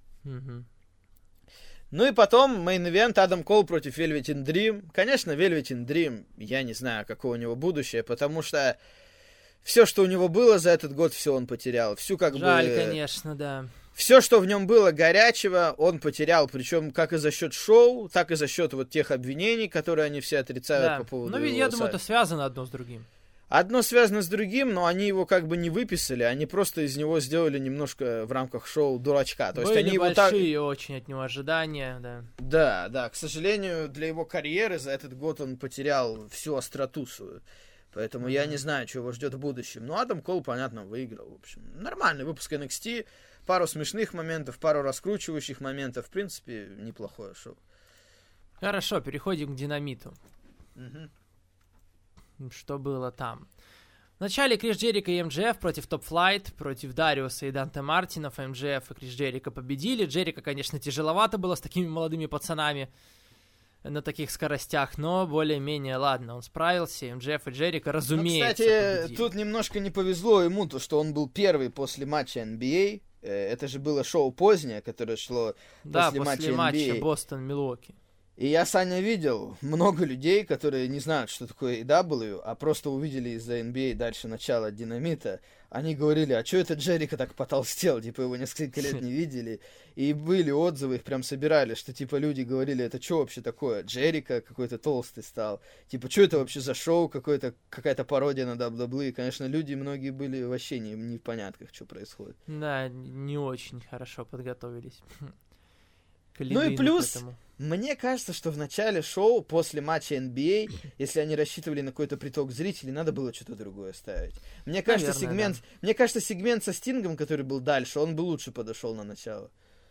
C: Ну и потом мейн-ивент Адам Кол против Velveteen Dream. Конечно, Velveteen Dream, я не знаю, какое у него будущее, потому что все, что у него было за этот год, все он потерял. Всю как
A: Жаль,
C: бы...
A: конечно, да.
C: Все, что в нем было горячего, он потерял, причем как и за счет шоу, так и за счет вот тех обвинений, которые они все отрицают по поводу
A: его. Ну, я думаю, это связано одно с другим.
C: Одно связано с другим, но они его как бы не выписали, они просто из него сделали немножко в рамках шоу дурачка. То
A: были
C: есть они
A: большие
C: его
A: очень от него ожидания, да.
C: Да, к сожалению, для его карьеры за этот год он потерял всю остроту свою. Поэтому я не знаю, что его ждет в будущем. Но Адам Кол, понятно, выиграл. В общем, нормальный выпуск NXT, пару смешных моментов, пару раскручивающих моментов. В принципе, неплохое шоу.
A: Хорошо, переходим к Динамиту. Что было там? Вначале Крис Джерико и МJF против Top Flight, против Дариуса и Данте Мартинов. МJF и Крис Джерико победили. Джерико, конечно, тяжеловато было с такими молодыми пацанами на таких скоростях, но более-менее ладно, он справился. МJF и Джерико, разумеется,
C: кстати,
A: победили.
C: тут немножко не повезло ему, то, что он был первый после матча NBA. Это же было шоу позднее, которое шло после матча NBA.
A: Бостон-Милуоки.
C: И я, Саня, видел много людей, которые не знают, что такое AEW, а просто увидели из-за NBA дальше начала Динамита. Они говорили, а что это Джерико так потолстел? Типа его несколько лет не видели. И были отзывы, их прям собирали, что типа люди говорили, это что вообще такое? Джерико какой-то толстый стал. Типа, что это вообще за шоу? Какая-то пародия на WWE. И, конечно, люди многие были вообще не в понятках, что происходит.
A: Да, не очень хорошо подготовились.
C: Ну и плюс, мне кажется, что в начале шоу, после матча NBA, если они рассчитывали на какой-то приток зрителей, надо было что-то другое ставить. Мне кажется, сегмент со Стингом, который был дальше, он бы лучше подошел на начало.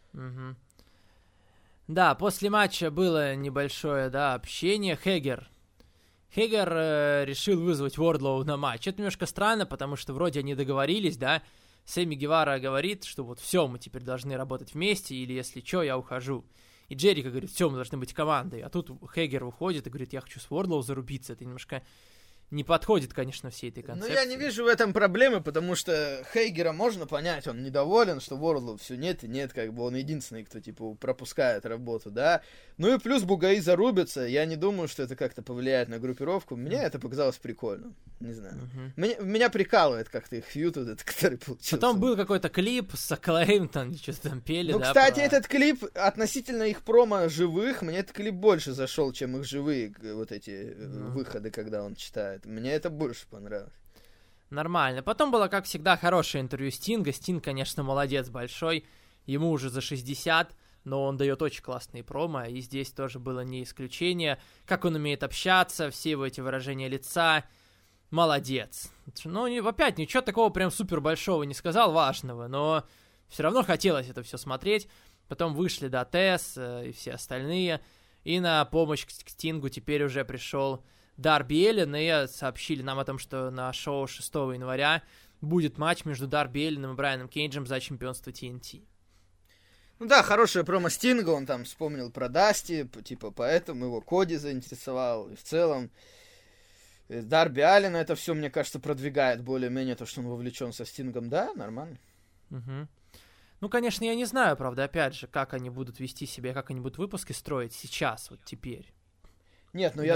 A: Да, после матча было небольшое, общение. Хегер решил вызвать Уордлоу на матч. Это немножко странно, потому что вроде они договорились, да. Сэмми Гевара говорит, что вот все, мы теперь должны работать вместе, или если что, я ухожу. И Джерико говорит, все, мы должны быть командой. А тут Хегер выходит и говорит, я хочу с Уордлоу зарубиться. Это немножко не подходит, конечно, всей этой
C: Но
A: концепции.
C: я не вижу в этом проблемы, потому что Хейгера можно понять, он недоволен, что Ворлду все нет и нет, как бы он единственный, кто, типа, пропускает работу, да. Ну и плюс бугаи зарубятся, я не думаю, что это как-то повлияет на группировку, мне это показалось прикольно, не знаю. Меня прикалывает как-то их фьюд вот этот, который получился.
A: Потом был какой-то клип с Acclaim, там что-то там пели,
C: ну,
A: да.
C: Кстати, этот клип, относительно их промо живых, мне этот клип больше зашел, чем их живые вот эти выходы, когда он читает. Мне это больше понравилось.
A: Нормально. Потом было, как всегда, хорошее интервью Стинга. Стинг, конечно, молодец большой. Ему уже за 60, но он дает очень классные промо, и здесь тоже было не исключение. Как он умеет общаться, все его эти выражения лица. Молодец. Ну, опять ничего такого прям супер большого не сказал, важного, но все равно хотелось это все смотреть. Потом вышли, да, Тесс и все остальные. И на помощь к Стингу теперь уже пришел Дарби Эллин, и сообщили нам о том, что на шоу 6 января будет матч между Дарби Эллином и Брайаном Кейджем за чемпионство TNT.
C: Ну да, хорошая промо Стинга, он там вспомнил про Дасти, типа, поэтому его Коди заинтересовал, и в целом Дарби Аллен это все, мне кажется, продвигает более-менее то, что он вовлечен со Стингом, да, нормально.
A: Угу. Ну, конечно, я не знаю, правда, опять же, как они будут вести себя, как они будут выпуски строить сейчас, вот теперь.
C: Нет, ну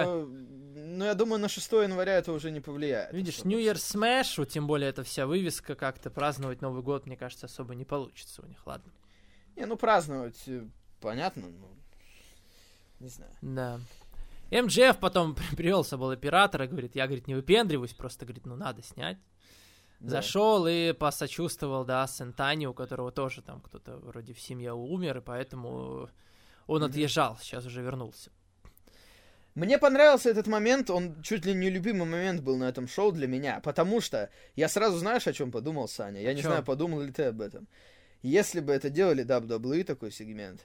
C: я думаю, на 6 января это уже не повлияет.
A: Видишь, New Year's Smash, вот тем более эта вся вывеска, как-то праздновать Новый год, мне кажется, особо не получится у них, ладно.
C: Не, ну праздновать, понятно, но не знаю.
A: Да. МДФ потом привел с собой оператора, говорит, я, говорит, не выпендриваюсь, просто, говорит, ну надо снять. Да. Зашел и посочувствовал, да, Сантани, у которого тоже там кто-то вроде в семье умер, и поэтому он отъезжал, сейчас уже вернулся.
C: Мне понравился этот момент, он чуть ли не любимый момент был на этом шоу для меня, потому что я сразу, знаешь, о чем подумал, Саня? Я не знаю, подумал ли ты об этом. Если бы это делали WWE, такой сегмент,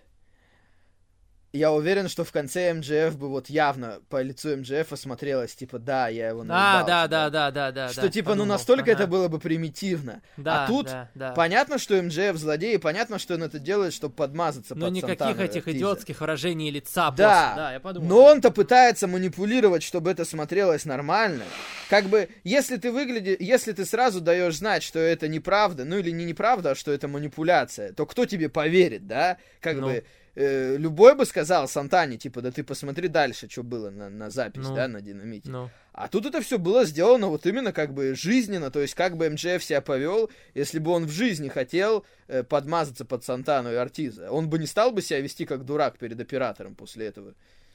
C: я уверен, что в конце МДФ бы вот явно по лицу МДФ смотрелось, типа, да, я его наебал.
A: Да.
C: Что, типа, подумал, ну настолько это было бы примитивно.
A: Да,
C: а тут понятно, что МДФ злодей, и понятно, что он это делает, чтобы подмазаться под Сантану.
A: Ну, никаких этих идиотских выражений лица.
C: Да,
A: я подумал.
C: Но он-то пытается манипулировать, чтобы это смотрелось нормально. Как бы, если ты сразу даешь знать, что это неправда, ну или не неправда, а что это манипуляция, то кто тебе поверит, да? Как бы... любой бы сказал Сантане, типа, да ты посмотри дальше, что было на запись, да, на Динамите. А тут это все было сделано вот именно как бы жизненно, то есть как бы МДФ себя повел, если бы он в жизни хотел подмазаться под Сантану и Ортиза. Он бы не стал бы себя вести как дурак перед оператором после этого.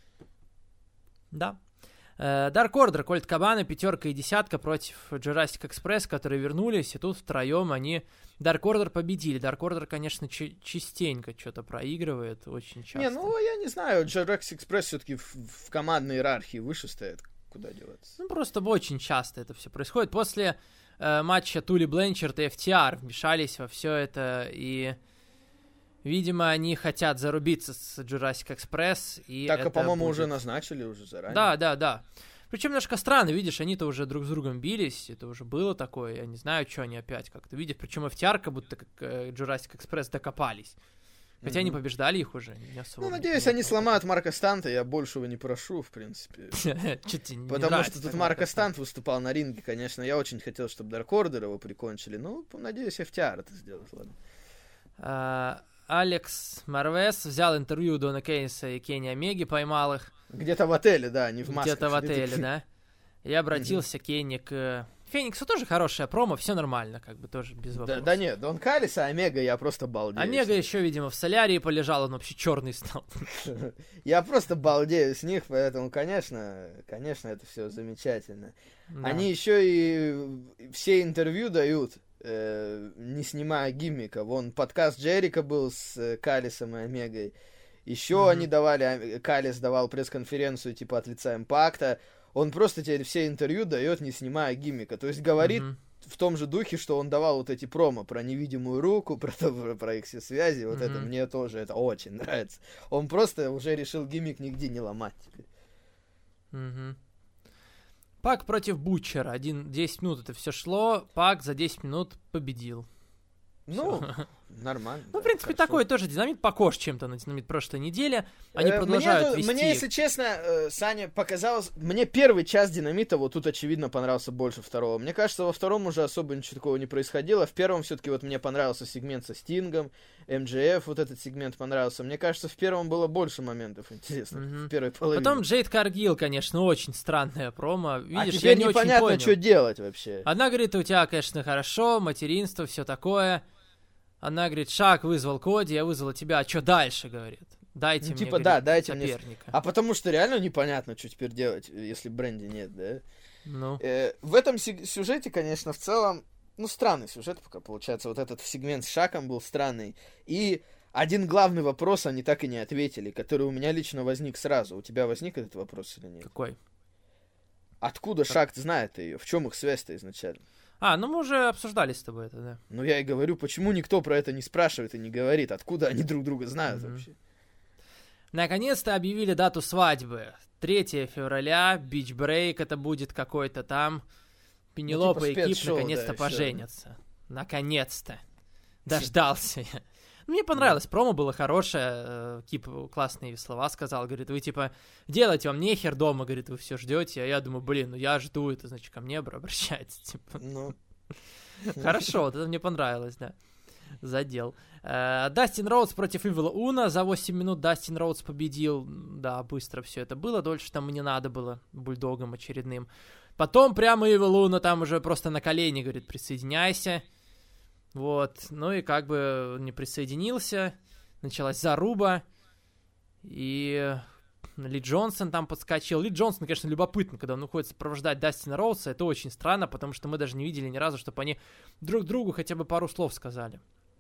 A: Да. Dark Order, Кольт Кабана, 5 и 10 против Jurassic Express, которые вернулись, и тут втроем они Dark Order победили. Dark Order, конечно, частенько что-то проигрывает, очень часто.
C: Не, ну, я не знаю, Jurassic Express все-таки в командной иерархии выше стоит, куда деваться.
A: Ну, просто очень часто это все происходит. После матча Тули Бленчард и FTR вмешались во все это, и... Видимо, они хотят зарубиться с Jurassic Express. И
C: так,
A: это
C: по-моему,
A: будет...
C: уже назначили уже заранее.
A: Да. Причем немножко странно, видишь, они-то уже друг с другом бились, это уже было такое, я не знаю, что они опять как-то видят. Причем FTR как будто как Jurassic Express докопались. Хотя они побеждали их уже, не особо.
C: Ну, надеюсь, они сломают Марка Станта, я большего не прошу, в принципе. Потому что тут Марка Стант выступал на ринге, конечно, я очень хотел, чтобы Dark Order его прикончили, ну, надеюсь, FTR это сделает, ладно.
A: Алекс Марвес взял интервью у Дона Кейнса и Кенни Омеги, поймал их.
C: Где-то в отеле, да, не в масках.
A: Где-то в отеле, да. И обратился Кенни к... Фениксу тоже хорошая промо, все нормально, как бы тоже без вопросов.
C: Да нет, Дон Каллис, а Омега я просто балдею.
A: Омега еще, видимо, в солярии полежал, он вообще черный стал.
C: Я просто балдею с них, поэтому, конечно, это все замечательно. Они еще и все интервью дают, не снимая гиммика. Вон подкаст Джерика был с Каллисом и Омегой. Еще они давали, Каллис давал пресс-конференцию типа от лица Импакта. Он просто теперь все интервью дает, не снимая гиммика. То есть говорит в том же духе, что он давал вот эти промо про невидимую руку, про их все связи. Вот это мне тоже это очень нравится. Он просто уже решил гиммик нигде не ломать теперь.
A: Пак против Бутчера. 10 минут это все шло. Пак за 10 минут победил.
C: Ну, нормально.
A: Ну, в принципе, такой тоже Динамит похож чем-то на Динамит прошлой недели. Они продолжают вести...
C: Мне, если честно, Саня, показалось... Мне первый час Динамита вот тут, очевидно, понравился больше второго. Мне кажется, во втором уже особо ничего такого не происходило. В первом все-таки вот мне понравился сегмент со Стингом, МДФ, вот этот сегмент понравился. Мне кажется, в первом было больше моментов интересных, в первой половине.
A: Потом Джейд Каргил, конечно, очень странная промо. Видишь,
C: теперь
A: я не
C: непонятно,
A: очень понял.
C: что делать вообще.
A: Одна говорит, у тебя, конечно, хорошо, материнство, все такое. Она говорит, Шак вызвал Коди, я вызвала тебя, а что дальше, говорит? Дайте мне,
C: типа,
A: говорит,
C: да, дайте
A: соперника.
C: мне... А потому что реально непонятно, что теперь делать, если Бренди нет, да?
A: Ну.
C: В этом сюжете, конечно, в целом, ну, странный сюжет пока получается. Вот этот сегмент с Шаком был странный. И один главный вопрос они так и не ответили, который у меня лично возник сразу. У тебя возник этот вопрос или нет?
A: Какой?
C: Откуда Шак знает ее? В чем их связь-то изначально?
A: Ну мы уже обсуждали с тобой это, да.
C: Ну я и говорю, почему никто про это не спрашивает и не говорит? Откуда они друг друга знают вообще?
A: Наконец-то объявили дату свадьбы. 3 февраля, бич-брейк это будет какой-то там. Пенелопа и Кип наконец-то поженятся. Наконец-то. Дождался я. Мне понравилось, промо было хорошее, Кип классные слова сказал, говорит, вы типа делать вам нехер дома, говорит, вы все ждете, а я думаю, блин, ну я жду, это значит ко мне обращается, типа.
C: Ну.
A: Хорошо, вот это мне понравилось, да. Задел. Дастин Роудс против Ивила Уна. За 8 минут Дастин Роудс победил. Да, быстро все это было. Дольше там не надо было бульдогом очередным. Потом прямо Ивил Уна там уже просто на колени говорит, присоединяйся. Вот. Ну и как бы не присоединился. Началась заруба. И Ли Джонсон там подскочил. Ли Джонсон, конечно, любопытно, когда он уходит сопровождать Дастина Роудса. Это очень странно, потому что мы даже не видели ни разу, чтобы они друг другу хотя бы пару слов сказали.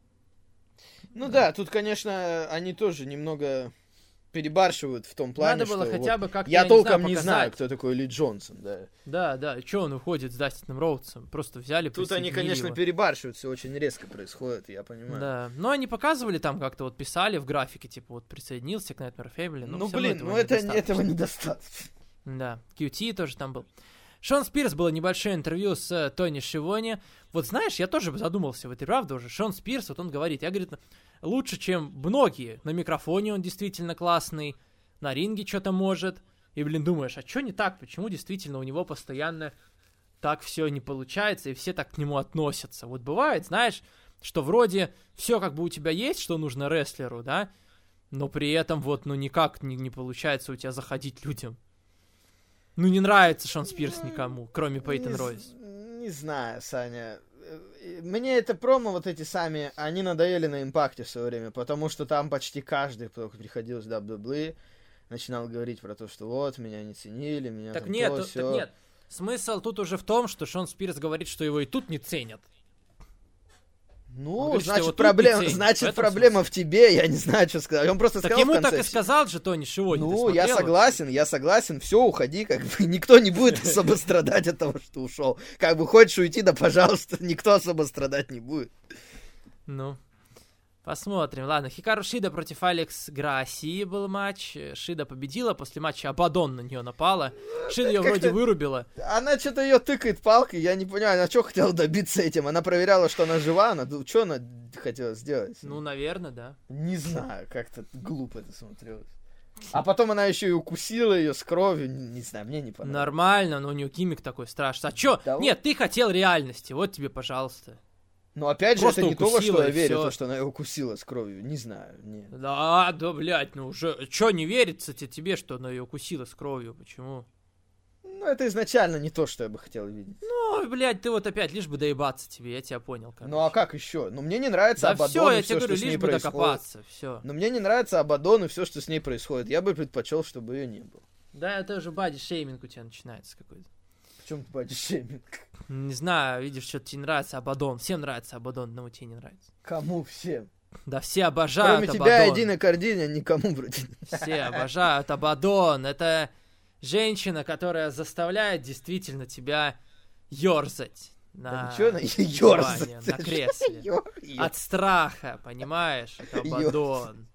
C: Ну да, тут, конечно, они тоже немного перебарщивают в том плане,
A: надо было
C: что
A: хотя
C: вот
A: бы как-то,
C: я толком
A: не
C: не знаю, кто такой Ли Джонсон, да.
A: Да, что он уходит с Дастином Роудсом? Просто взяли,
C: тут они, конечно,
A: его.
C: Перебарщивают, все очень резко происходит, я понимаю.
A: Да, но они показывали там как-то вот писали в графике, типа вот присоединился к Nightmare Family.
C: Ну блин, ну этого недостаточно.
A: Да, QT тоже там был. Шон Спирс было небольшое интервью с Тони Шивони. Вот знаешь, я тоже задумался, вот и правда уже, Шон Спирс, вот он говорит, я, говорит, лучше, чем многие. На микрофоне он действительно классный, на ринге что-то может. И, блин, думаешь, а что не так? Почему действительно у него постоянно так все не получается, и все так к нему относятся? Вот бывает, знаешь, что вроде все как бы у тебя есть, что нужно рестлеру, да, но при этом вот, ну, никак не получается у тебя заходить людям. Ну, не нравится Шон Спирс никому, кроме Пейтон Ройс.
C: Не знаю, Саня. Мне это промо вот эти сами, они надоели на Импакте в свое время, потому что там почти каждый, кто приходил с WWE, начинал говорить про то, что вот, меня не ценили, меня
A: так
C: там
A: нет,
C: то,
A: так нет. Смысл тут уже в том, что Шон Спирс говорит, что его и тут не ценят.
C: Ну,
A: говорит,
C: значит, проблема в тебе, я не знаю, что сказать. Он просто
A: так
C: сказал
A: ему
C: в конце,
A: так и сказал же Тони Шивони.
C: Ну, я согласен, все, уходи, как бы никто не будет особо страдать от того, что ушел. Как бы хочешь уйти, да пожалуйста, никто особо страдать не будет.
A: Ну, посмотрим. Ладно, Хикару Шида против Алекс Грасси был матч. Шида победила, после матча Абадон на нее напала. Шида ее вроде вырубила.
C: Она что-то ее тыкает палкой, я не понимаю, она что хотела добиться этим? Она проверяла, что она жива, что она хотела сделать?
A: Ну, наверное, да.
C: Не знаю, как-то глупо это смотрелось. А потом она еще и укусила ее с кровью, не знаю, мне не понравилось.
A: Нормально, но у нее гиммик такой страшный. А чё? Да нет, ты хотел реальности, вот тебе, пожалуйста.
C: Но опять же,
A: просто
C: это не то, во что я верю,
A: всё.
C: то, что она его укусила с кровью. Не знаю, нет.
A: Да, блядь, ну уже... Чё не верится тебе, что она ее укусила с кровью? Почему?
C: Ну, это изначально не то, что я бы хотел видеть.
A: Ну, блядь, ты вот опять лишь бы доебаться тебе, я тебя понял. Короче.
C: Ну, а как еще? Ну, мне не нравится
A: да
C: Абадон
A: всё,
C: и
A: я
C: все,
A: тебе говорю,
C: что с ней
A: лишь бы
C: происходит.
A: докопаться, все.
C: Но мне не нравится Абадон и все, что с ней происходит. Я бы предпочел, чтобы ее не было.
A: Да, это уже бади-шейминг у тебя начинается какой-то.
C: В чем бади-шейминг?
A: Не знаю, видишь, что-то тебе нравится Абадон. Всем нравится Абадон, но тебе не нравится.
C: Кому всем?
A: Да все обожают
C: Кроме
A: Абадон.
C: тебя и Дины Кардиня никому вроде.
A: Все обожают Абадон. Это женщина, которая заставляет действительно тебя ёрзать.
C: Да ничего она ёрзать.
A: На кресле. От страха, понимаешь? Это Абадон.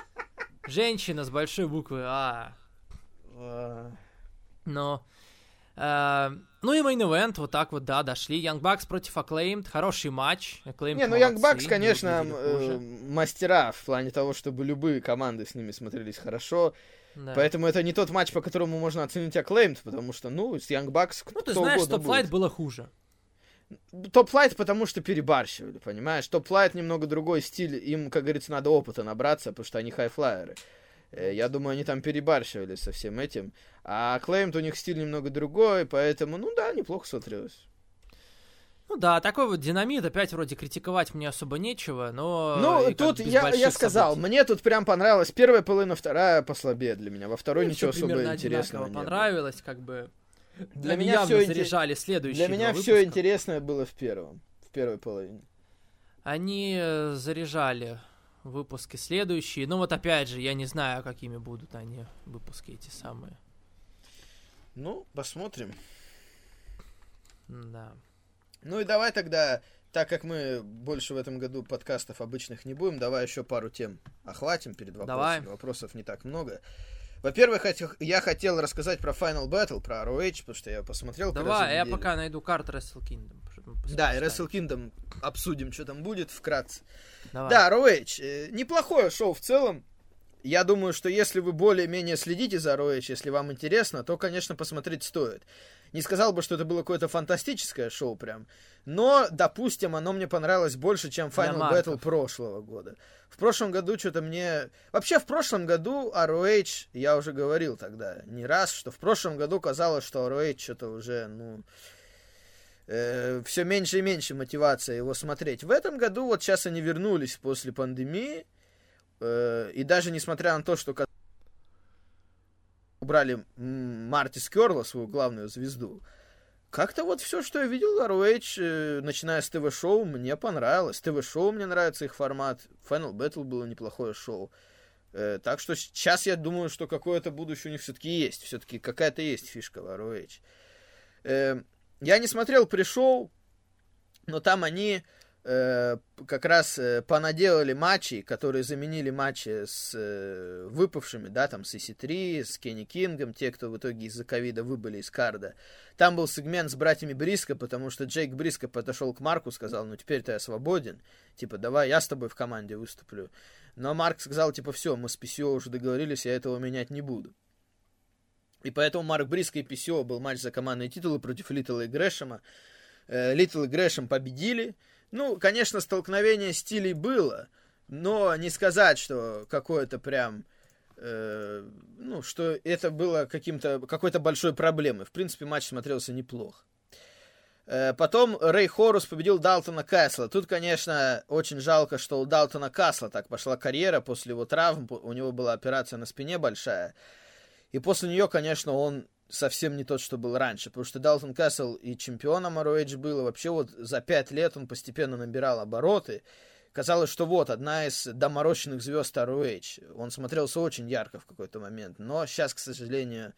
A: Женщина с большой буквы А. Но... Ну и мейн-эвент, вот так вот, да, дошли. Young Bucks против Acclaimed, хороший матч. Acclaimed
C: не, ну Young Bucks, конечно, мастера в плане того, чтобы любые команды с ними смотрелись хорошо. Да. Поэтому это не тот матч, по которому можно оценить Acclaimed, потому что, ну, с Young Bucks кто
A: ты знаешь, Top Flight было хуже.
C: Top Flight, потому что перебарщивали, понимаешь? Top Flight немного другой стиль, им, как говорится, надо опыта набраться, потому что они хайфлайеры. Я думаю, они там перебарщивали со всем этим. А Acclaimed у них стиль немного другой, поэтому, ну да, неплохо смотрелось.
A: Ну да, такой вот динамит, опять вроде критиковать мне особо нечего, но...
C: Ну, тут я сказал, мне тут прям понравилась первая половина, вторая послабее для меня. Во второй ничего особо интересного не было.
A: Понравилось, как бы... Для меня все заряжали следующие.
C: Для меня все интересное было в первой половине.
A: Они заряжали выпуски следующие. Ну вот опять же, я не знаю, какими будут они выпуски эти самые.
C: Ну, посмотрим.
A: Да.
C: Ну и давай тогда, так как мы больше в этом году подкастов обычных не будем, давай еще пару тем охватим перед вопросом.
A: Давай.
C: Вопросов не так много. Во-первых, я хотел рассказать про Final Battle, про ROH, потому что я посмотрел.
A: Давай, я пока найду карту Wrestle Kingdom.
C: Да, и Wrestle Kingdom обсудим, что там будет вкратце.
A: Давай.
C: Да, ROH. Неплохое шоу в целом. Я думаю, что если вы более-менее следите за ROH, если вам интересно, то, конечно, посмотреть стоит. Не сказал бы, что это было какое-то фантастическое шоу прям, но, допустим, оно мне понравилось больше, чем Final Battle прошлого года. В прошлом году что-то мне... Вообще, в прошлом году ROH, я уже говорил тогда не раз, что в прошлом году казалось, что ROH что-то уже, все меньше и меньше мотивация его смотреть. В этом году вот сейчас они вернулись после пандемии, и даже несмотря на то, что убрали Марти Скёрла, свою главную звезду, как-то вот все, что я видел в ROH, начиная с ТВ-шоу, мне понравилось. ТВ-шоу мне нравится их формат. Final Battle было неплохое шоу. Так что сейчас я думаю, что какое-то будущее у них все-таки есть. Все-таки какая-то есть фишка в ROH. Я не смотрел пришоу, но там они как раз понаделали матчи, которые заменили матчи с выпавшими, да, там с EC3, с Кенни Кингом, те, кто в итоге из-за ковида выбыли из карда. Там был сегмент с братьями Бриско, потому что Джейк Бриско подошел к Марку, сказал, ну теперь-то я свободен, типа, давай я с тобой в команде выступлю. Но Марк сказал, типа, все, мы с PCO уже договорились, я этого менять не буду. И поэтому Марк Бриско и PCO был матч за командные титулы против Литтла и Грэшема. Литтл и Грэшем победили. Ну, конечно, столкновение стилей было, но не сказать, что какое-то прям, что это было какой-то большой проблемой. В принципе, матч смотрелся неплохо. Потом Рэй Хорус победил Далтона Касла. Тут, конечно, очень жалко, что у Далтона Касла так пошла карьера после его травм. У него была операция на спине большая. И после нее, конечно, он совсем не тот, что был раньше, потому что Далтон Касл и чемпионом ROH был, и вообще вот за 5 лет он постепенно набирал обороты. Казалось, что вот одна из доморощенных звезд ROH. Он смотрелся очень ярко в какой-то момент, но сейчас, к сожалению,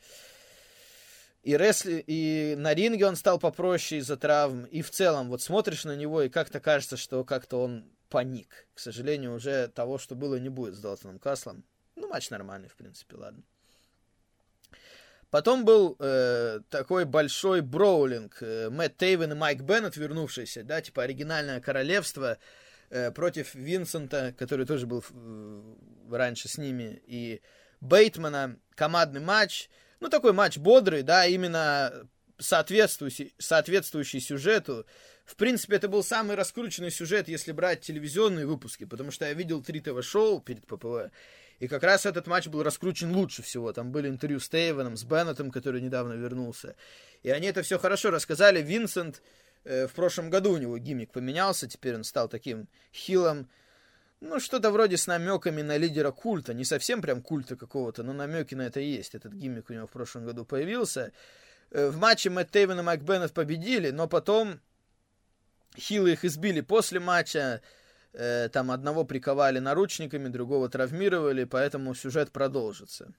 C: и на ринге он стал попроще из-за травм, и в целом вот смотришь на него, и как-то кажется, что как-то он паник. К сожалению, уже того, что было, не будет с Далтоном Каслом. Ну, матч нормальный, в принципе, ладно. Потом был такой большой броулинг. Мэтт Тейвен и Майк Беннет, вернувшиеся, да, типа оригинальное королевство, против Винсента, который тоже был раньше с ними, и Бейтмана. Командный матч. Ну, такой матч бодрый, да, именно соответствующий сюжету. В принципе, это был самый раскрученный сюжет, если брать телевизионные выпуски, потому что я видел 3 ТВ-шоу перед ППВ, и как раз этот матч был раскручен лучше всего. Там были интервью с Тейвеном, с Беннетом, который недавно вернулся. И они это все хорошо рассказали. Винсент, в прошлом году у него гиммик поменялся, теперь он стал таким хилом. Ну, что-то вроде с намеками на лидера культа. Не совсем прям культа какого-то, но намеки на это есть. Этот гиммик у него в прошлом году появился. В матче Мэтт Тейвен и Майк Беннет победили, но потом хилы их избили после матча. Там одного приковали наручниками, другого травмировали, поэтому сюжет продолжится.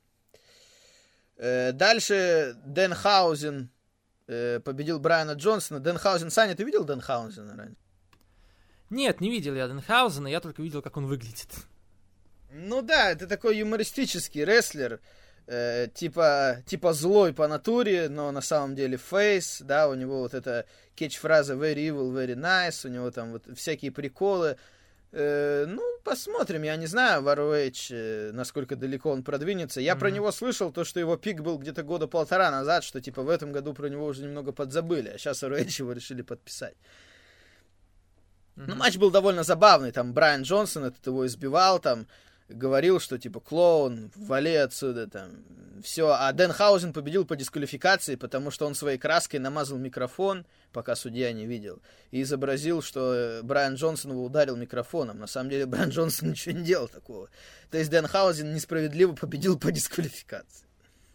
C: Дальше Денхаузен победил Брайана Джонсона. Денхаузен, Саня, ты видел Денхаузена раньше?
A: Нет, не видел я Денхаузена, я только видел, как он выглядит.
C: Ну да, это такой юмористический рестлер. типа злой по натуре, но на самом деле фейс, да, у него вот эта кетч-фраза very evil, very nice, у него там вот всякие приколы. Ну, посмотрим, я не знаю, в ROH, насколько далеко он продвинется. Я про него слышал, то, что его пик был где-то года 1.5 назад, что, типа, в этом году про него уже немного подзабыли, а сейчас ROH его решили подписать. Ну, матч был довольно забавный, там, Брайан Джонсон этот его избивал, там, говорил, что, типа, клоун, вали отсюда, там, все. А Денхаузен победил по дисквалификации, потому что он своей краской намазал микрофон, пока судья не видел, и изобразил, что Брайан Джонсон его ударил микрофоном. На самом деле, Брайан Джонсон ничего не делал такого. То есть Денхаузен несправедливо победил по дисквалификации.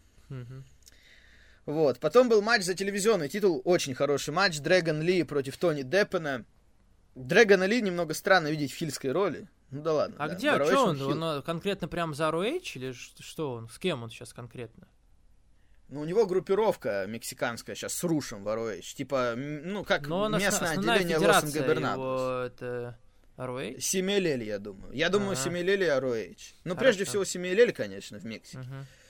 C: Вот. Потом был матч за телевизионный титул, очень хороший матч, Дрэгон Ли против Тони Деппена. Дрэгона Ли немного странно видеть в хильской роли. Ну да ладно.
A: А
C: да.
A: где? Что он? Он конкретно прям за ROH или что он? С кем он сейчас конкретно?
C: Ну, у него группировка мексиканская сейчас с Рушем в ROH. Типа, ну, как местное отделение Лос-Ингобернаблес.
A: Это ROH?
C: Семилель, я думаю. Я думаю, Семилель и ROH. Ну, прежде всего, Семилель, конечно, в Мексике.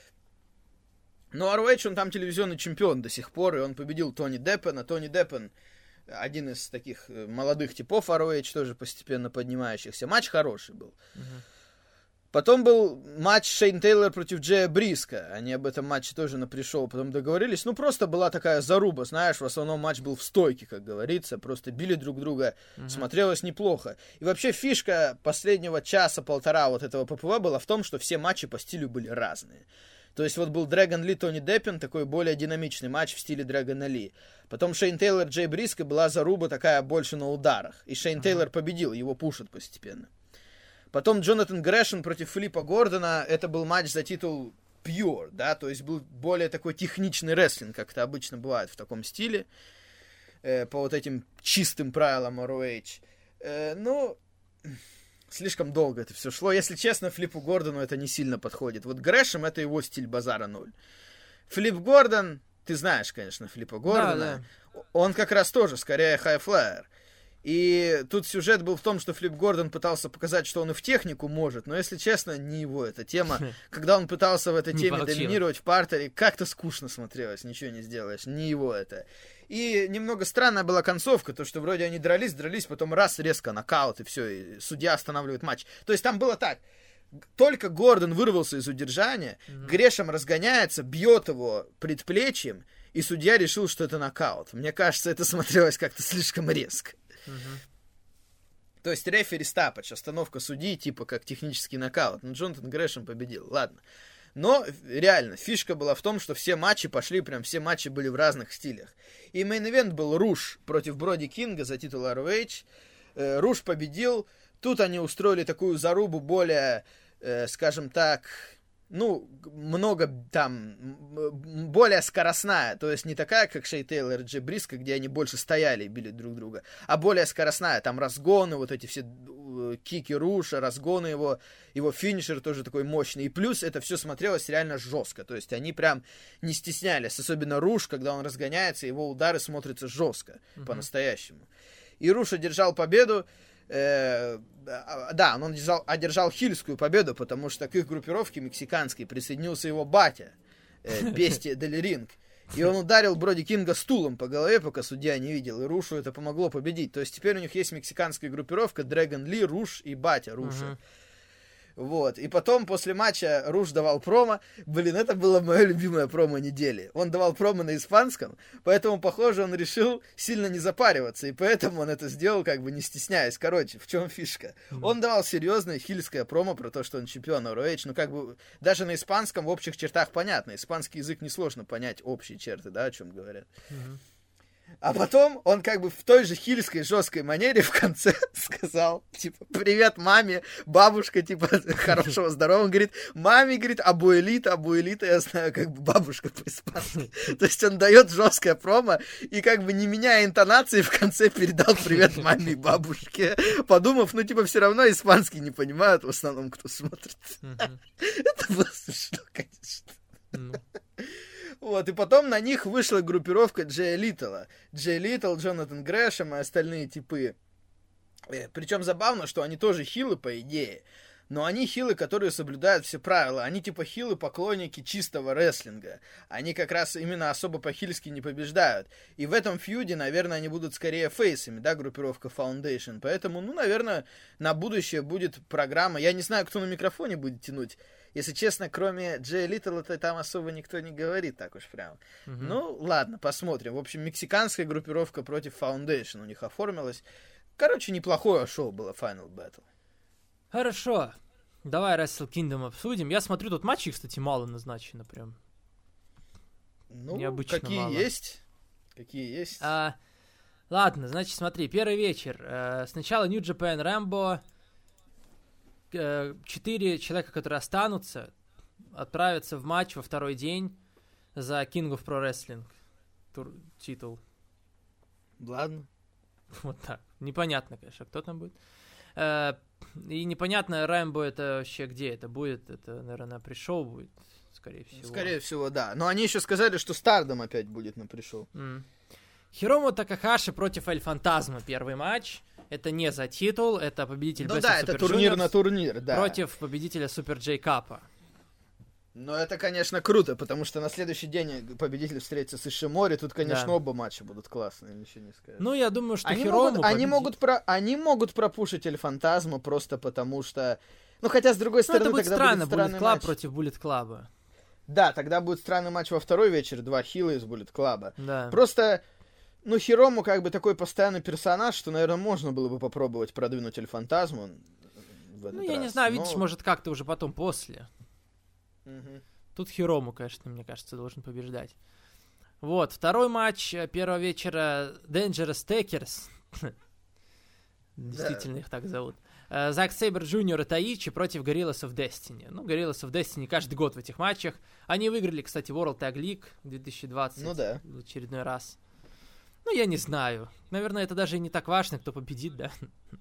C: Но ROH, он там телевизионный чемпион до сих пор, и он победил Тони Деппена. Тони Деппен один из таких молодых типов ROH, тоже постепенно поднимающихся. Матч хороший был. Потом был матч Шейн Тейлор против Джея Бриска. Они об этом матче тоже на пришоу потом договорились. Ну, просто была такая заруба, знаешь, в основном матч был в стойке, как говорится. Просто били друг друга, смотрелось неплохо. И вообще фишка последнего часа-полтора вот этого ППВ была в том, что все матчи по стилю были разные. То есть вот был Дрэгон Ли, Тони Деппен, такой более динамичный матч в стиле Дрэгона Ли. Потом Шейн Тейлор, Джей Бриско, была заруба такая больше на ударах. И Шейн Тейлор победил, его пушат постепенно. Потом Джонатан Грэшем против Филиппа Гордона. Это был матч за титул Pure, да, то есть был более такой техничный рестлинг, как это обычно бывает в таком стиле. По вот этим чистым правилам ROH. Ну... Слишком долго это все шло. Если честно, Флиппу Гордону это не сильно подходит. Вот Грэшем — это его стиль базара 0. Флип Гордон, ты знаешь, конечно, Флиппа Гордона. Да. Он как раз тоже скорее хайфлайер. И тут сюжет был в том, что Флип Гордон пытался показать, что он и в технику может, но, если честно, не его эта тема. Когда он пытался в этой теме доминировать в партере, как-то скучно смотрелось, ничего не сделаешь, не его это. И немного странная была концовка, то, что вроде они дрались, потом раз, резко нокаут, и все, и судья останавливает матч. То есть там было так, только Гордон вырвался из удержания, Грэшем разгоняется, бьет его предплечьем, и судья решил, что это нокаут. Мне кажется, это смотрелось как-то слишком резко. То есть рефери стапач, остановка судьи, типа как технический нокаут. Но Джонатан Грэшем победил, ладно. Но реально, фишка была в том, что все матчи пошли, прям все матчи были в разных стилях. И мейн-ивент был Руш против Броди Кинга за титул ROH. Руш победил. Тут они устроили такую зарубу более, скажем так... Ну, много там, более скоростная, то есть не такая, как Шей Тейлор и Джей Бриско, где они больше стояли и били друг друга, а более скоростная, там разгоны, вот эти все кики Руша, разгоны его финишер тоже такой мощный, и плюс это все смотрелось реально жестко, то есть они прям не стеснялись, особенно Руш, когда он разгоняется, его удары смотрятся жестко, по-настоящему. И Руш одержал победу. Да, он одержал хильскую победу, потому что к их группировке мексиканской присоединился его батя, Бестия Дель Ринг. И он ударил Броди Кинга стулом по голове, пока судья не видел, и Рушу это помогло победить. То есть теперь у них есть мексиканская группировка Дрэгон Ли, Руш и батя Руша. Вот. И потом, после матча, Руш давал промо. Блин, это было мое любимое промо недели. Он давал промо на испанском, поэтому, похоже, он решил сильно не запариваться, и поэтому он это сделал, как бы не стесняясь. Короче, в чем фишка? Он давал серьезное хильское промо про то, что он чемпион ROH. Ну, как бы, даже на испанском в общих чертах понятно. Испанский язык несложно понять общие черты, да, о чем говорят. А потом он как бы в той же хильской жесткой манере в конце сказал, типа, привет маме, бабушка, типа, хорошего здоровья. Он говорит, маме, говорит, абуэлита, я знаю, как бы бабушка по-испански. То есть он дает жесткое промо и как бы не меняя интонации в конце передал привет маме и бабушке, подумав, ну, типа, все равно испанский не понимают в основном, кто смотрит. Это было смешно, конечно. Вот, и потом на них вышла группировка Джея Литтла. Джей Литтл, Джонатан Грэшем и остальные типы. Причем забавно, что они тоже хилы, по идее. но они хилы, которые соблюдают все правила. Они типа хилы-поклонники чистого рестлинга. Они как раз именно особо по-хильски не побеждают. И в этом фьюде, наверное, они будут скорее фейсами, да, группировка Foundation. Поэтому, ну, наверное, на будущее будет программа. Я не знаю, кто на микрофоне будет тянуть. Если честно, кроме Джей Литтла, то там особо никто не говорит так уж прям. Ну, ладно, посмотрим. В общем, мексиканская группировка против Foundation у них оформилась. Короче, неплохое шоу было Final Battle.
A: Хорошо. Давай Wrestle Kingdom обсудим. Я смотрю, тут матчей, кстати, мало назначено прям.
C: Ну,
A: необычно
C: какие
A: мало.
C: есть. Какие есть.
A: Ладно, значит, смотри, первый вечер. Сначала New Japan Rambo. 4 человека, которые останутся, отправятся в матч во второй день за King of Pro Wrestling титул.
C: Ладно.
A: Вот так. Непонятно, конечно, кто там будет. И непонятно, Рэмбо это вообще где это будет. Это, наверное, на пришоу будет, скорее всего.
C: Скорее всего, да. Но они еще сказали, что Стардом опять будет на пришоу.
A: Хирому Такахаши против Эль Фантазма первый матч. Это не за титул, это победитель Best of
C: да,
A: Super
C: это турнир
A: Juniors
C: на турнир, да.
A: против победителя Супер Джей Капа.
C: Но это, конечно, круто, потому что на следующий день победитель встретится с Ишимори. Тут, конечно,
A: Да.
C: оба матча будут классные, ничего не скажешь.
A: Ну, я думаю, что
C: Они
A: Хирому
C: они могут пропушить Эль Фантазму просто потому что... Ну, хотя, с другой стороны,
A: это будет
C: тогда
A: странно,
C: будет странный
A: Bullet Club
C: матч.
A: против Bullet Club.
C: Да, тогда будет странный матч во второй вечер, 2 хила из Bullet Club.
A: Да.
C: Просто, ну, Хирому как бы такой постоянный персонаж, что, наверное, можно было бы попробовать продвинуть Эль Фантазму в этот
A: Ну, я
C: раз.
A: не знаю,
C: Но-
A: видишь, может, как-то уже потом после.
C: Мгм.
A: Тут Хирому, конечно, мне кажется, должен побеждать. Вот, второй матч первого вечера Dangerous Takers. Действительно их так зовут. Зак Сейбер Джуниор и Таичи против Gorillas of Destiny. Ну, Gorillas of Destiny каждый год в этих матчах. Они выиграли, кстати, World Tag League 2020
C: Ну да.
A: в очередной раз. Ну, я не знаю. Наверное, это даже и не так важно, кто победит, да?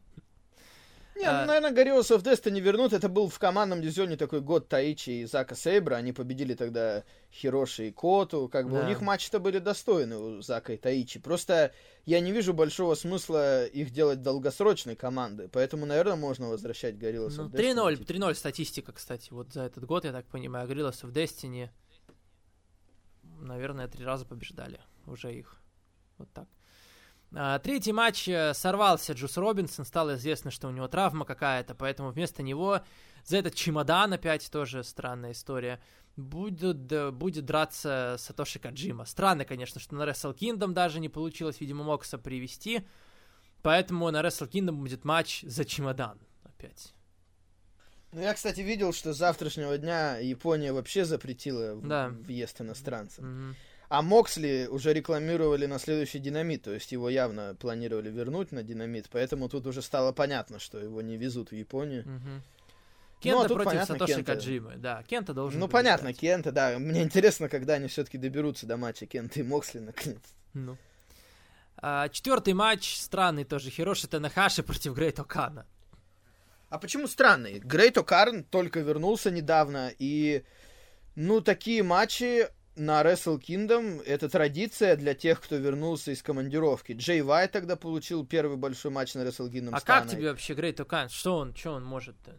C: Не, ну, наверное, Gorillas of Destiny вернут. Это был в командном дивизионе такой год Таичи и Зака Сейбра. Они победили тогда Хироши и Коту. Как бы
A: Да.
C: у них матчи-то были достойны у Зака и Таичи. Просто я не вижу большого смысла их делать долгосрочной командой. Поэтому, наверное, можно возвращать Gorillas
A: Ну,
C: of Destiny.
A: 3-0 статистика, кстати, вот за этот год, я так понимаю. Gorillas of Destiny, наверное, 3 раза побеждали уже их. Вот так. Третий матч сорвался Джус Робинсон, стало известно, что у него травма какая-то, поэтому вместо него за этот чемодан, опять тоже странная история, будет драться Сатоши Каджима. Странно, конечно, что на Wrestle Kingdom даже не получилось, видимо, Мокса привести, поэтому на Wrestle Kingdom будет матч за чемодан опять.
C: Ну, я, кстати, видел, что с завтрашнего дня Япония вообще запретила
A: Да.
C: въезд иностранцам.
A: Мгм.
C: А Моксли уже рекламировали на следующий Динамит, то есть его явно планировали вернуть на Динамит, поэтому тут уже стало понятно, что его не везут в Японию.
A: Мгм.
C: Ну,
A: Кента
C: а тут
A: против
C: понятно,
A: Сатоши
C: Кента.
A: Каджимы. Да, Кента должен
C: Ну,
A: побеждать.
C: понятно, Кента, да. Мне интересно, когда они все-таки доберутся до матча Кента и Моксли, наконец.
A: Ну. Четвертый матч, странный тоже, Хироши Танахаши против Грейт Окана.
C: А почему странный? Грейт О'Карн только вернулся недавно, и, ну, такие матчи на Wrestle Kingdom — это традиция для тех, кто вернулся из командировки. Джей Вайт тогда получил первый большой матч на Wrestle Kingdom
A: А
C: с
A: как
C: Таной.
A: тебе вообще Грейт Окан? Что он может-то?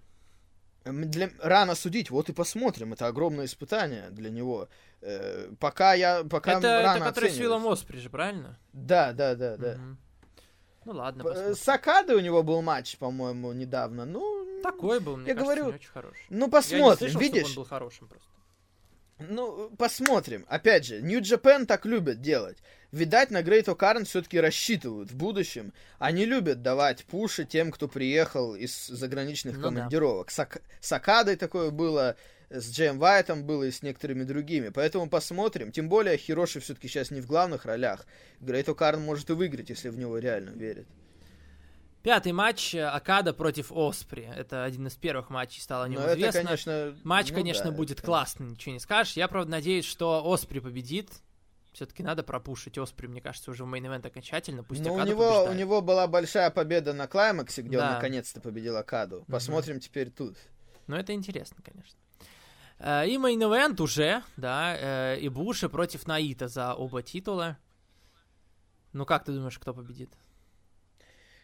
C: Рано судить, вот и посмотрим. Это огромное испытание для него. Пока
A: Это
C: рано
A: который с
C: оценивать.
A: Виллом Оспри же, правильно?
C: Да.
A: Мгм. Ну ладно, посмотрим.
C: С Акадой у него был матч, по-моему, недавно. Ну,
A: Такой был, мне
C: я
A: кажется,
C: говорю,
A: не очень хороший.
C: ну
A: Я не
C: посмотрим,
A: слышал,
C: видишь?
A: чтобы он был хорошим просто.
C: Ну, посмотрим. Опять же, New Japan так любят делать. Видать, на Great O'Karn все-таки рассчитывают в будущем. Они любят давать пуши тем, кто приехал из заграничных
A: Ну
C: командировок. С Акадой такое было, с Джейм Вайтом было и с некоторыми другими. Поэтому посмотрим. Тем более, Хироши все-таки сейчас не в главных ролях. Great O'Karn может и выиграть, если в него реально верят.
A: Пятый матч Акада против Оспри. Это один из первых матчей, стало о нем
C: Но это,
A: известно.
C: конечно...
A: Матч,
C: ну
A: конечно,
C: да,
A: будет
C: это-
A: классный, ничего не скажешь. Я, правда, надеюсь, что Оспри победит. Все-таки надо пропушить Оспри, мне кажется, уже в мейн-эвент окончательно. Пусть
C: Ну, у
A: Акада
C: него
A: побеждает.
C: была большая победа на Клаймаксе, где он
A: Да.
C: наконец-то победил Акаду. Посмотрим теперь тут.
A: Ну, это интересно, конечно. И мейн-эвент уже, да, и Буши против Наита за оба титула. Ну, как ты думаешь, кто победит?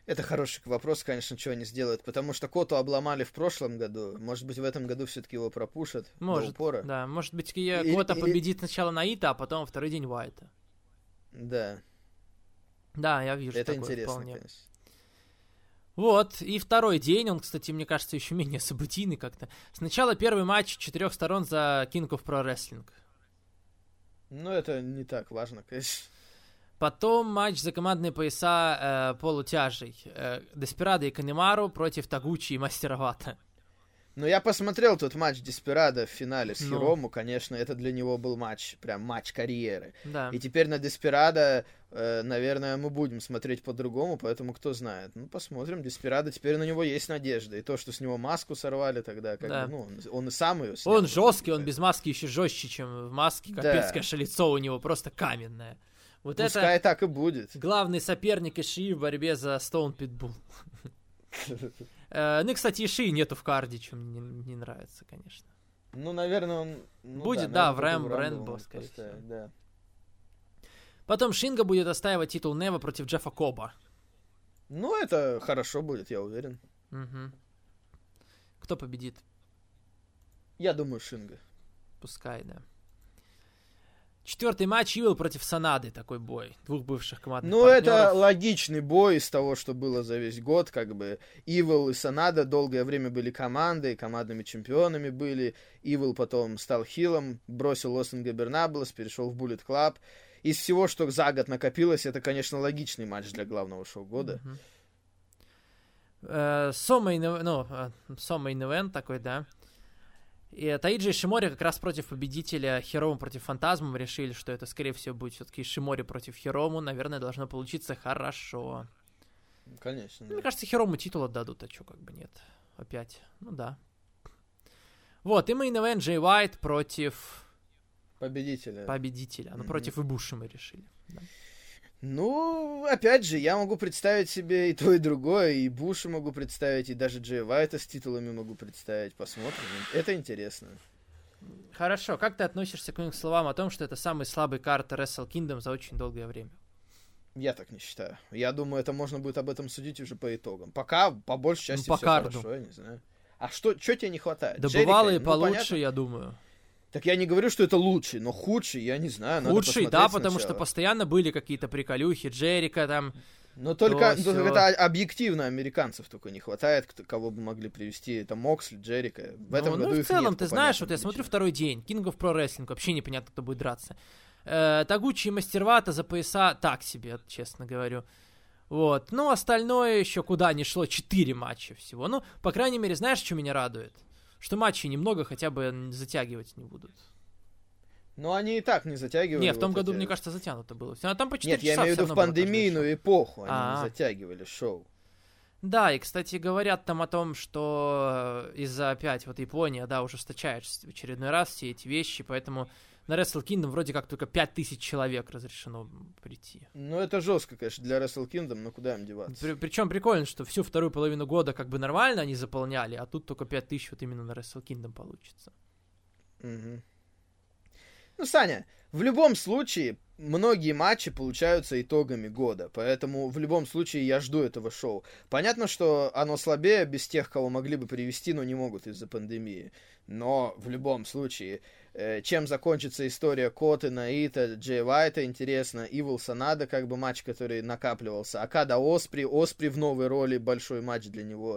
C: Это хороший вопрос, конечно, что они сделают, потому что Коту обломали в прошлом году. Может быть, в этом году все-таки его пропушат до упора.
A: Да. Может быть, Кота победит сначала Наита, а потом второй день Уайта.
C: Да.
A: Да, я вижу
C: это
A: такое
C: интересно,
A: вполне.
C: конечно.
A: Вот, и второй день, он, кстати, мне кажется, еще менее событийный как-то. Сначала первый матч 4 сторон за King of Pro Wrestling.
C: Ну, это не так важно, конечно.
A: Потом матч за командные пояса полутяжей. Деспирадо и Канемару против Тагучи и Мастера Вата.
C: Ну, я посмотрел тот матч Деспирадо в финале с Хирому, конечно, это для него был матч, прям матч карьеры.
A: Да.
C: И теперь на Деспирадо, наверное, мы будем смотреть по-другому, поэтому кто знает. Ну, посмотрим, Деспирадо, теперь на него есть надежда. И то, что с него маску сорвали тогда, как бы, ну, он и сам ее снял.
A: Он жесткий, он без маски еще жестче, чем в маске. Капец, конечно, лицо у него просто каменное. Вот
C: пускай
A: это
C: так и будет.
A: Главный соперник Ишии в борьбе за Stone Pitbull. Ну и, кстати, Ишии нету в карде, чем мне не нравится, конечно.
C: Ну, наверное, он...
A: Будет, да, в Рэмбо, скорее всего.
C: Да.
A: Потом Шинга будет отстаивать титул Нева против Джеффа Коба.
C: Ну, это хорошо будет, я уверен.
A: Угу. Кто победит?
C: Я думаю, Шинга.
A: Пускай, да. 4-й матч Evil против Санады, такой бой. Двух бывших командных партнеров.
C: Это логичный бой из того, что было за весь год, как бы. Evil и Санада долгое время были командой, командными чемпионами были. Evil потом стал хилом, бросил Лос Ингобернаблес, перешел в Bullet Club. Из всего, что за год накопилось, это, конечно, логичный матч для главного шоу года.
A: Со-мейн ивент такой, да. И Таиджи и Шимори как раз против победителя Хирому против Фантазма. Мы решили, что это, скорее всего, будет все-таки Шимори против Хирому. Наверное, должно получиться хорошо.
C: Конечно.
A: Мне кажется, Хирому титул отдадут, а что, как бы нет. Опять. Ну да. Вот, и мейн-эвент Джей Уайт против...
C: Победителя.
A: Ну, против Ибуши мы решили. Да.
C: Ну, опять же, я могу представить себе и то, и другое, и Буши могу представить, и даже Джей Уайта с титулами могу представить. Посмотрим. Это интересно.
A: Хорошо. Как ты относишься к моим словам о том, что это самый слабый карт Wrestle Kingdom за очень долгое время?
C: Я так не считаю. Я думаю, это можно будет об этом судить уже по итогам. Пока, по большей части,
A: по
C: все
A: карду.
C: Хорошо, я не знаю. А что тебе не хватает?
A: Да бывало и получше,
C: понятно.
A: я думаю.
C: Так я не говорю, что это лучший, но худший, я не знаю.
A: Худший, да, потому что постоянно были какие-то приколюхи, Джерика там.
C: Но только это объективно американцев только не хватает, кого бы могли привести. Это Моксли, Джерика. В этом году их
A: в целом,
C: нет,
A: ты знаешь, вот я смотрю второй день, King of Pro Wrestling, вообще непонятно, кто будет драться. Тагучи и Мастер Вата за пояса так себе, честно говорю. Вот. Ну, остальное еще куда ни шло, 4 матча всего. Ну, по крайней мере, знаешь, что меня радует? Что матчей немного хотя бы затягивать не будут.
C: Ну, они и так не затягивали.
A: Нет, в том году, мне кажется, затянуто было. А там по 4
C: Нет,
A: часа
C: я имею в виду в пандемийную эпоху они не затягивали шоу.
A: Да, и, кстати, говорят там о том, что из-за опять вот Япония, да, ужесточает в очередной раз все эти вещи, поэтому на Wrestle Kingdom вроде как только 5000 человек разрешено прийти.
C: Ну, это жестко, конечно, для Wrestle Kingdom, но куда им деваться?
A: Причем прикольно, что всю вторую половину года как бы нормально они заполняли, а тут только 5000 вот именно на Wrestle Kingdom получится.
C: Угу. Ну, Саня, в любом случае, многие матчи получаются итогами года, поэтому в любом случае я жду этого шоу. Понятно, что оно слабее без тех, кого могли бы привести, но не могут из-за пандемии. Но в любом случае, чем закончится история Коты, Наита, Джей Уайта, интересно. Evil Санада, как бы матч, который накапливался. Акада Оспри в новой роли, большой матч для него.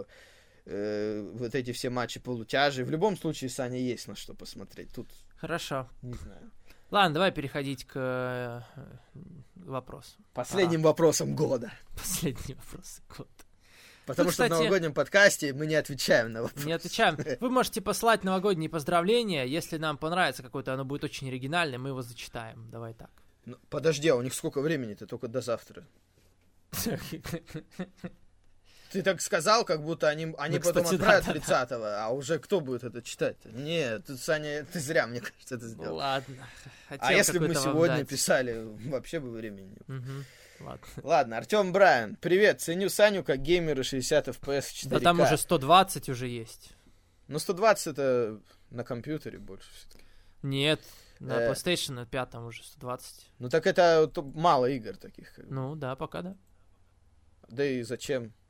C: Вот эти все матчи полутяжей. В любом случае, Саня, есть на что посмотреть. Тут...
A: Хорошо.
C: Не знаю.
A: Ладно, давай переходить к вопросу.
C: Последним вопросом года.
A: Последний вопрос года.
C: Потому что в новогоднем подкасте мы не отвечаем на вопросы.
A: Не отвечаем. Вы можете послать новогодние поздравления. Если нам понравится какое-то, оно будет очень оригинальное, мы его зачитаем. Давай так.
C: Ну, подожди, а у них сколько времени-то? Только до завтра. Ты так сказал, как будто они потом отправят 30-го, а уже кто будет это читать-то? Нет, тут, Саня, ты зря, мне кажется, это сделал.
A: Ладно.
C: А если бы мы сегодня писали, вообще бы времени не было.
A: Ладно.
C: Ладно, Артем Брайан, привет, ценю Саню как геймера 60 FPS 4K.
A: Да там уже 120 уже есть.
C: Ну 120 это на компьютере больше все-таки.
A: Нет, на PlayStation на 5 уже 120.
C: Ну так это мало игр таких.
A: Ну да, пока да.
C: Да и зачем?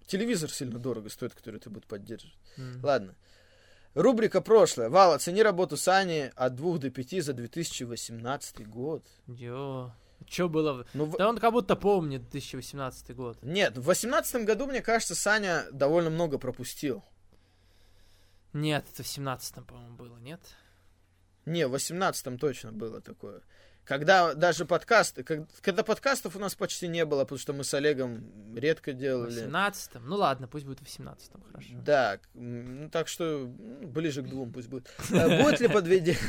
C: телевизор сильно дорого стоит, который это будет поддерживать. Ладно. Рубрика «Прошлое». Вал, оцени работу Сани от 2 до 5 за 2018 год.
A: Что было? Да он как будто помнит 2018 год.
C: Нет, в 2018 году, мне кажется, Саня довольно много пропустил.
A: Нет, это в 17-м, по-моему, было, нет?
C: Не, в 18-м точно было такое. Когда даже подкасты... Когда подкастов у нас почти не было, потому что мы с Олегом редко делали.
A: В 18-м? Ну ладно, пусть будет в 18-м, хорошо.
C: Да, так что ближе к 2 пусть будет. Будет ли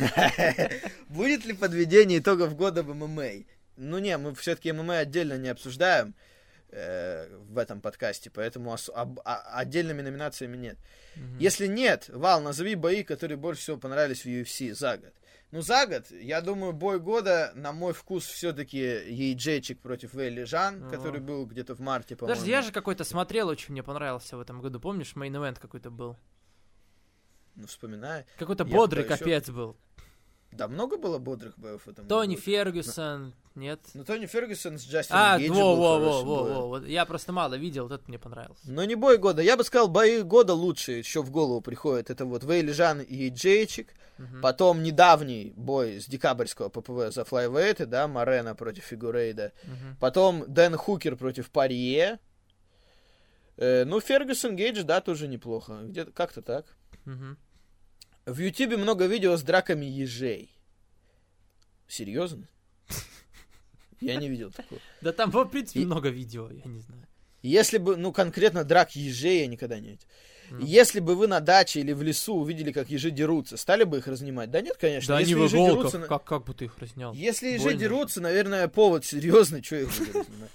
C: подведение итогов года в ММА? Ну не, мы все-таки ММА отдельно не обсуждаем в этом подкасте, поэтому отдельными номинациями нет. Если нет, Вал, назови бои, которые больше всего понравились в UFC за год. Ну, за год, я думаю, бой года, на мой вкус, все-таки Ейджейчик против Вейли Жан, который был где-то в марте, по-моему.
A: Подожди, я же какой-то смотрел, очень мне понравился в этом году. Помнишь, мейн-эвент какой-то был?
C: Ну, вспоминай.
A: Какой-то бодрый капец был.
C: Да, много было бодрых боев в этом
A: Тони Фергюсон, нет?
C: Ну, Тони Фергюсон с Джастином Гейджем был
A: вот. Я просто мало видел, вот это мне понравилось.
C: Но не бой года. Я бы сказал, бои года лучшие, еще в голову приходят. Это вот Вейли Жан и Ейджейчик. Потом недавний бой с декабрьского ППВ за флайвейты, да, Морено против Фигурейда. Потом Дэн Хукер против Парье. Ну, Фергюсон Гейдж, да, тоже неплохо. Где-то как-то так. В Ютубе много видео с драками ежей. Серьезно? Я не видел такого.
A: Да там, в принципе, много видео, я не знаю.
C: Если бы, ну, конкретно драк ежей я никогда не видел. Если бы вы на даче или в лесу увидели, как ежи дерутся, стали бы их разнимать? Да нет, конечно.
A: Да они в иголках, как бы ты их разнял?
C: Если ежи дерутся, наверное, повод серьезный, что их буду разнимать?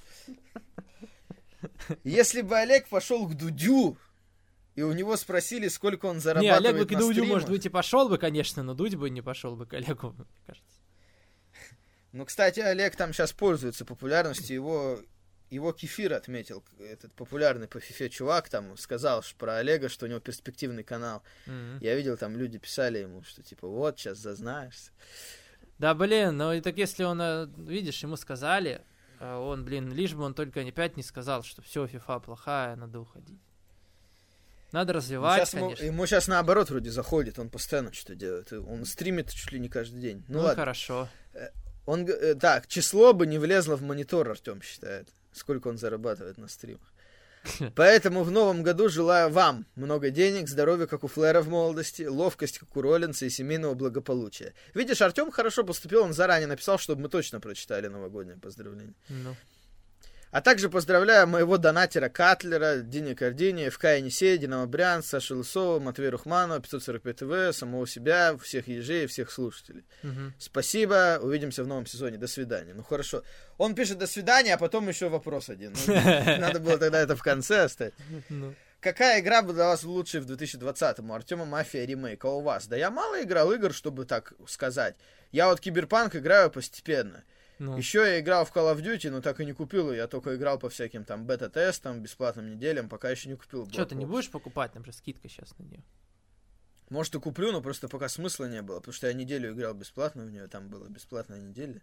C: Если бы Олег пошел к Дудю, и у него спросили, сколько он зарабатывает на стримах.
A: Не, Олег бы к Дудю, может быть, и пошел бы, конечно, но Дудь бы не пошел бы к Олегу, мне кажется.
C: Ну, кстати, Олег там сейчас пользуется популярностью, его Кефир отметил, этот популярный по фифе чувак, там сказал про Олега, что у него перспективный канал. Я видел, там люди писали ему, что типа вот, сейчас зазнаешься.
A: Да, блин, ну и так если он, видишь, ему сказали, он, блин, лишь бы он только опять не сказал, что все, фифа плохая, надо уходить. Надо развивать, конечно.
C: Ему сейчас наоборот вроде заходит, он постоянно что-то делает. Он стримит чуть ли не каждый день. Ну ладно.
A: Хорошо.
C: Так, число бы не влезло в монитор, Артем считает. Сколько он зарабатывает на стримах. Поэтому в новом году желаю вам много денег, здоровья, как у Флэра в молодости, ловкость, как у Роллинса, и семейного благополучия. Видишь, Артем хорошо поступил, он заранее написал, чтобы мы точно прочитали новогоднее поздравление. А также поздравляю моего донатера Катлера, Дини Кардини, ФК Енисей, Динамо Брянск, Сашу Лысова, Матвея Рухманова, 545 ТВ, самого себя, всех ежей, всех слушателей. Спасибо, увидимся в новом сезоне. До свидания. Ну хорошо. Он пишет до свидания, а потом еще вопрос один. Надо было тогда это в конце оставить. Какая игра была для вас лучшей в 2020-м? У Артема Мафия ремейк, а у вас? Да я мало играл игр, чтобы так сказать. Я вот Киберпанк играю постепенно. Еще я играл в Call of Duty, но так и не купил. Я только играл по всяким там бета-тестам, бесплатным неделям, пока еще не купил.
A: Что, ты не будешь покупать? Например, скидка сейчас на нее.
C: Может, и куплю, но просто пока смысла не было. Потому что я неделю играл бесплатно в нее, там была бесплатная неделя.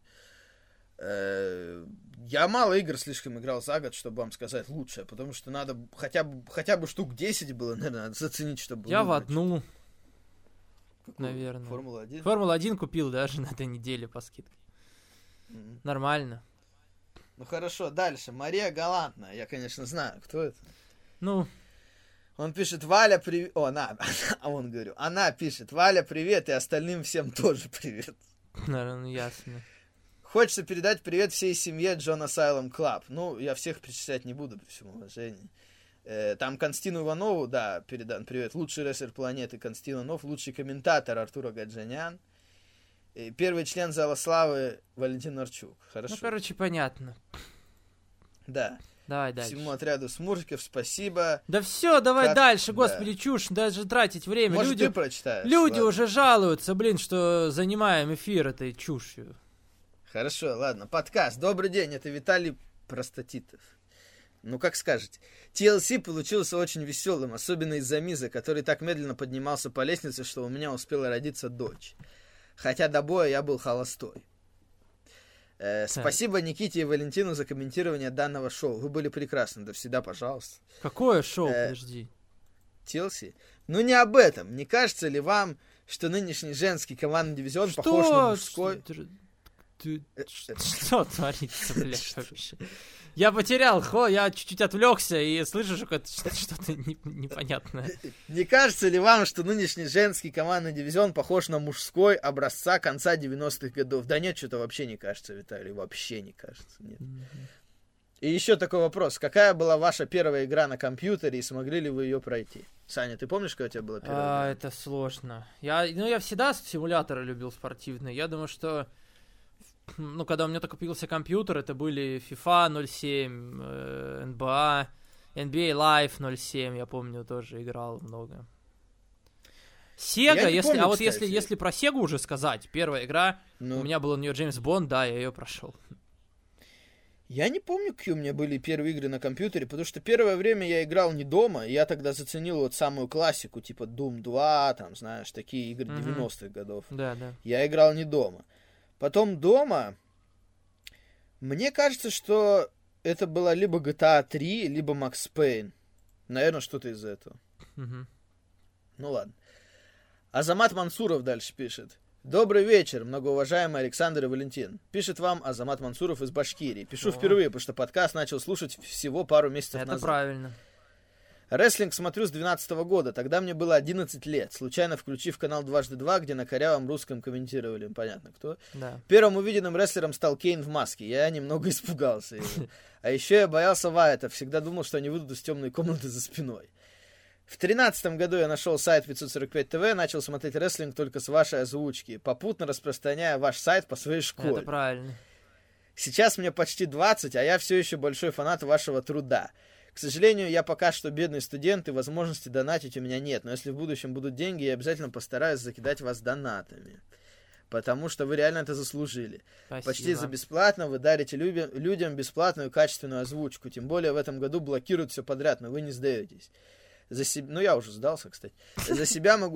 C: Я мало игр слишком играл за год, чтобы вам сказать лучшее. Потому что надо хотя бы штук 10 было, наверное, надо заценить, чтобы...
A: Я в одну, наверное.
C: Формула-1?
A: Формула-1 купил даже на этой неделе по скидке. Нормально.
C: Ну хорошо, дальше. Мария Галантная. Я, конечно, знаю, кто это.
A: Ну.
C: Он пишет, Валя, привет. Он говорю. Она пишет, Валя, привет, и остальным всем тоже привет.
A: Наверное, ясно.
C: Хочется передать привет всей семье John Asylum Club. Ну, я всех перечислять не буду, при всем уважении. Там Константину Иванову, да, передан привет. Лучший рестлер планеты Константин Иванов, лучший комментатор Артур Гаджанян. Первый член Зала Славы Валентин Нарчук. Хорошо.
A: Ну, короче, понятно.
C: Да.
A: Давай дальше.
C: Всему отряду Смурфиков спасибо.
A: Да все, давай дальше, господи, чушь, даже тратить время.
C: Может, ты прочитаешь?
A: Люди уже жалуются, блин, что занимаем эфир этой чушью.
C: Хорошо, ладно. Подкаст. Добрый день, это Виталий Простатитов. Ну, как скажете. TLC получился очень веселым, особенно из-за Миза, который так медленно поднимался по лестнице, что у меня успела родиться дочь. Хотя до боя я был холостой. Спасибо Никите и Валентину за комментирование данного шоу. Вы были прекрасны. Да всегда, пожалуйста.
A: Какое шоу? Подожди.
C: Челси? Ну не об этом. Не кажется ли вам, что нынешний женский командный дивизион похож на мужской?
A: Что творится, блядь, вообще? Я потерял, я чуть-чуть отвлекся и слышу, что это что-то непонятное.
C: Не кажется ли вам, что нынешний женский командный дивизион похож на мужской образца конца 90-х годов? Да нет, что-то вообще не кажется, Виталий, вообще не кажется, нет. И еще такой вопрос. Какая была ваша первая игра на компьютере и смогли ли вы ее пройти? Саня, ты помнишь, какая у тебя была первая игра?
A: Это сложно. Я всегда симуляторы любил спортивные. Я думаю, что когда у меня только появился компьютер, это были FIFA 07, NBA Live 07, я помню, тоже играл много. Sega, если про Sega уже сказать, первая игра, у меня был у нее Джеймс Бонд, да, я ее прошел.
C: Я не помню, какие у меня были первые игры на компьютере, потому что первое время я играл не дома, и я тогда заценил вот самую классику, типа Doom 2, там, знаешь, такие игры 90-х годов.
A: Да, да.
C: Я играл не дома. Потом дома, мне кажется, что это была либо GTA 3, либо Max Payne. Наверное, что-то из этого. Ну ладно. Азамат Мансуров дальше пишет. Добрый вечер, многоуважаемый Александр и Валентин. Пишет вам Азамат Мансуров из Башкирии. Пишу впервые, потому что подкаст начал слушать всего пару месяцев назад.
A: Это правильно.
C: Рестлинг смотрю с 2012 года, тогда мне было 11 лет, случайно включив канал 2x2, где на корявом русском комментировали, понятно кто.
A: Да.
C: Первым увиденным рестлером стал Кейн в маске, я немного испугался его. А еще я боялся Вайта, всегда думал, что они выйдут из темной комнаты за спиной. В 2013 году я нашел сайт 545 ТВ, начал смотреть рестлинг только с вашей озвучки, попутно распространяя ваш сайт по своей школе.
A: Это правильно.
C: Сейчас мне почти 20, а я все еще большой фанат вашего труда. К сожалению, я пока что бедный студент, и возможности донатить у меня нет. Но если в будущем будут деньги, я обязательно постараюсь закидать вас донатами. Потому что вы реально это заслужили.
A: Спасибо.
C: Почти за бесплатно вы дарите людям бесплатную качественную озвучку. Тем более в этом году блокируют все подряд, но вы не сдаетесь. Ну, я уже сдался, кстати. За себя могу...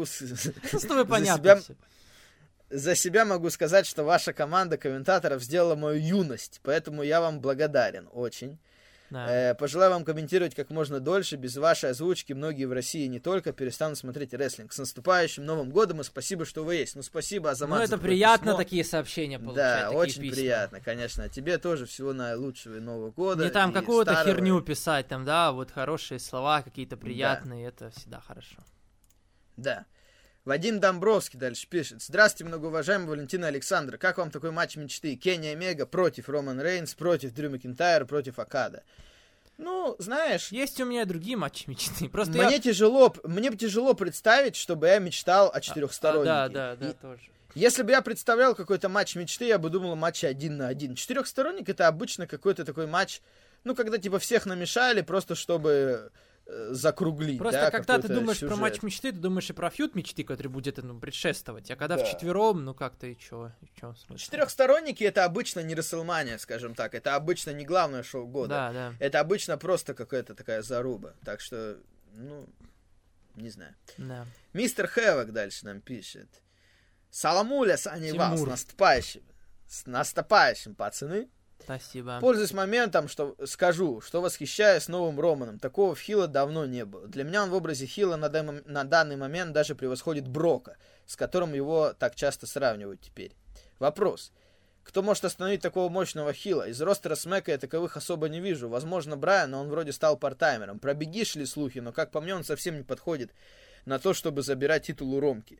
C: За себя могу сказать, что ваша команда комментаторов сделала мою юность. Поэтому я вам благодарен очень. Да. Пожелаю вам комментировать как можно дольше. Без вашей озвучки многие в России не только перестанут смотреть рестлинг. С наступающим Новым годом и спасибо, что вы есть. Ну, спасибо, Азамат.
A: Ну, это приятно, письмо. Такие сообщения получать.
C: Да, очень письма. Приятно, конечно. А тебе тоже всего наилучшего Нового года.
A: Не там какую-то херню писать, там, да, вот хорошие слова, какие-то приятные, да. Это всегда хорошо.
C: Да. Вадим Домбровский дальше пишет. Здравствуйте, многоуважаемый Валентин и Александр. Как вам такой матч мечты? Kenny Омега против Роман Рейнс, против Дрю Макинтайр, против Окада. Ну, знаешь...
A: Есть у меня другие матчи мечты. Просто
C: мне тяжело представить, чтобы я мечтал о четырехстороннике.
A: Да, тоже.
C: Если бы я представлял какой-то матч мечты, я бы думал о матче 1 на 1. Четырехсторонник — это обычно какой-то такой матч, ну, когда типа всех намешали, просто чтобы... закруглить.
A: Просто
C: да,
A: когда ты думаешь
C: сюжет.
A: Про матч мечты, ты думаешь и про фьюд мечты, который будет предшествовать. А когда вчетвером, ну как-то и чё
C: Четырехсторонники — это обычно не Расселмания, скажем так. Это обычно не главное шоу года.
A: Да.
C: Это обычно просто какая-то такая заруба. Так что, ну, не знаю.
A: Да.
C: Мистер Хэвок дальше нам пишет. Саламуля, Саня и вас, с наступающим, пацаны.
A: Спасибо.
C: Пользуясь моментом, что скажу, что восхищаюсь новым Романом. Такого в Хила давно не было. Для меня он в образе Хила на данный момент даже превосходит Брока, с которым его так часто сравнивают теперь. Вопрос. Кто может остановить такого мощного Хила? Из ростера Смэка я таковых особо не вижу. Возможно, Брайан, но он вроде стал партаймером. Про Бигги шли слухи, но, как по мне, он совсем не подходит на то, чтобы забирать титул у Ромки.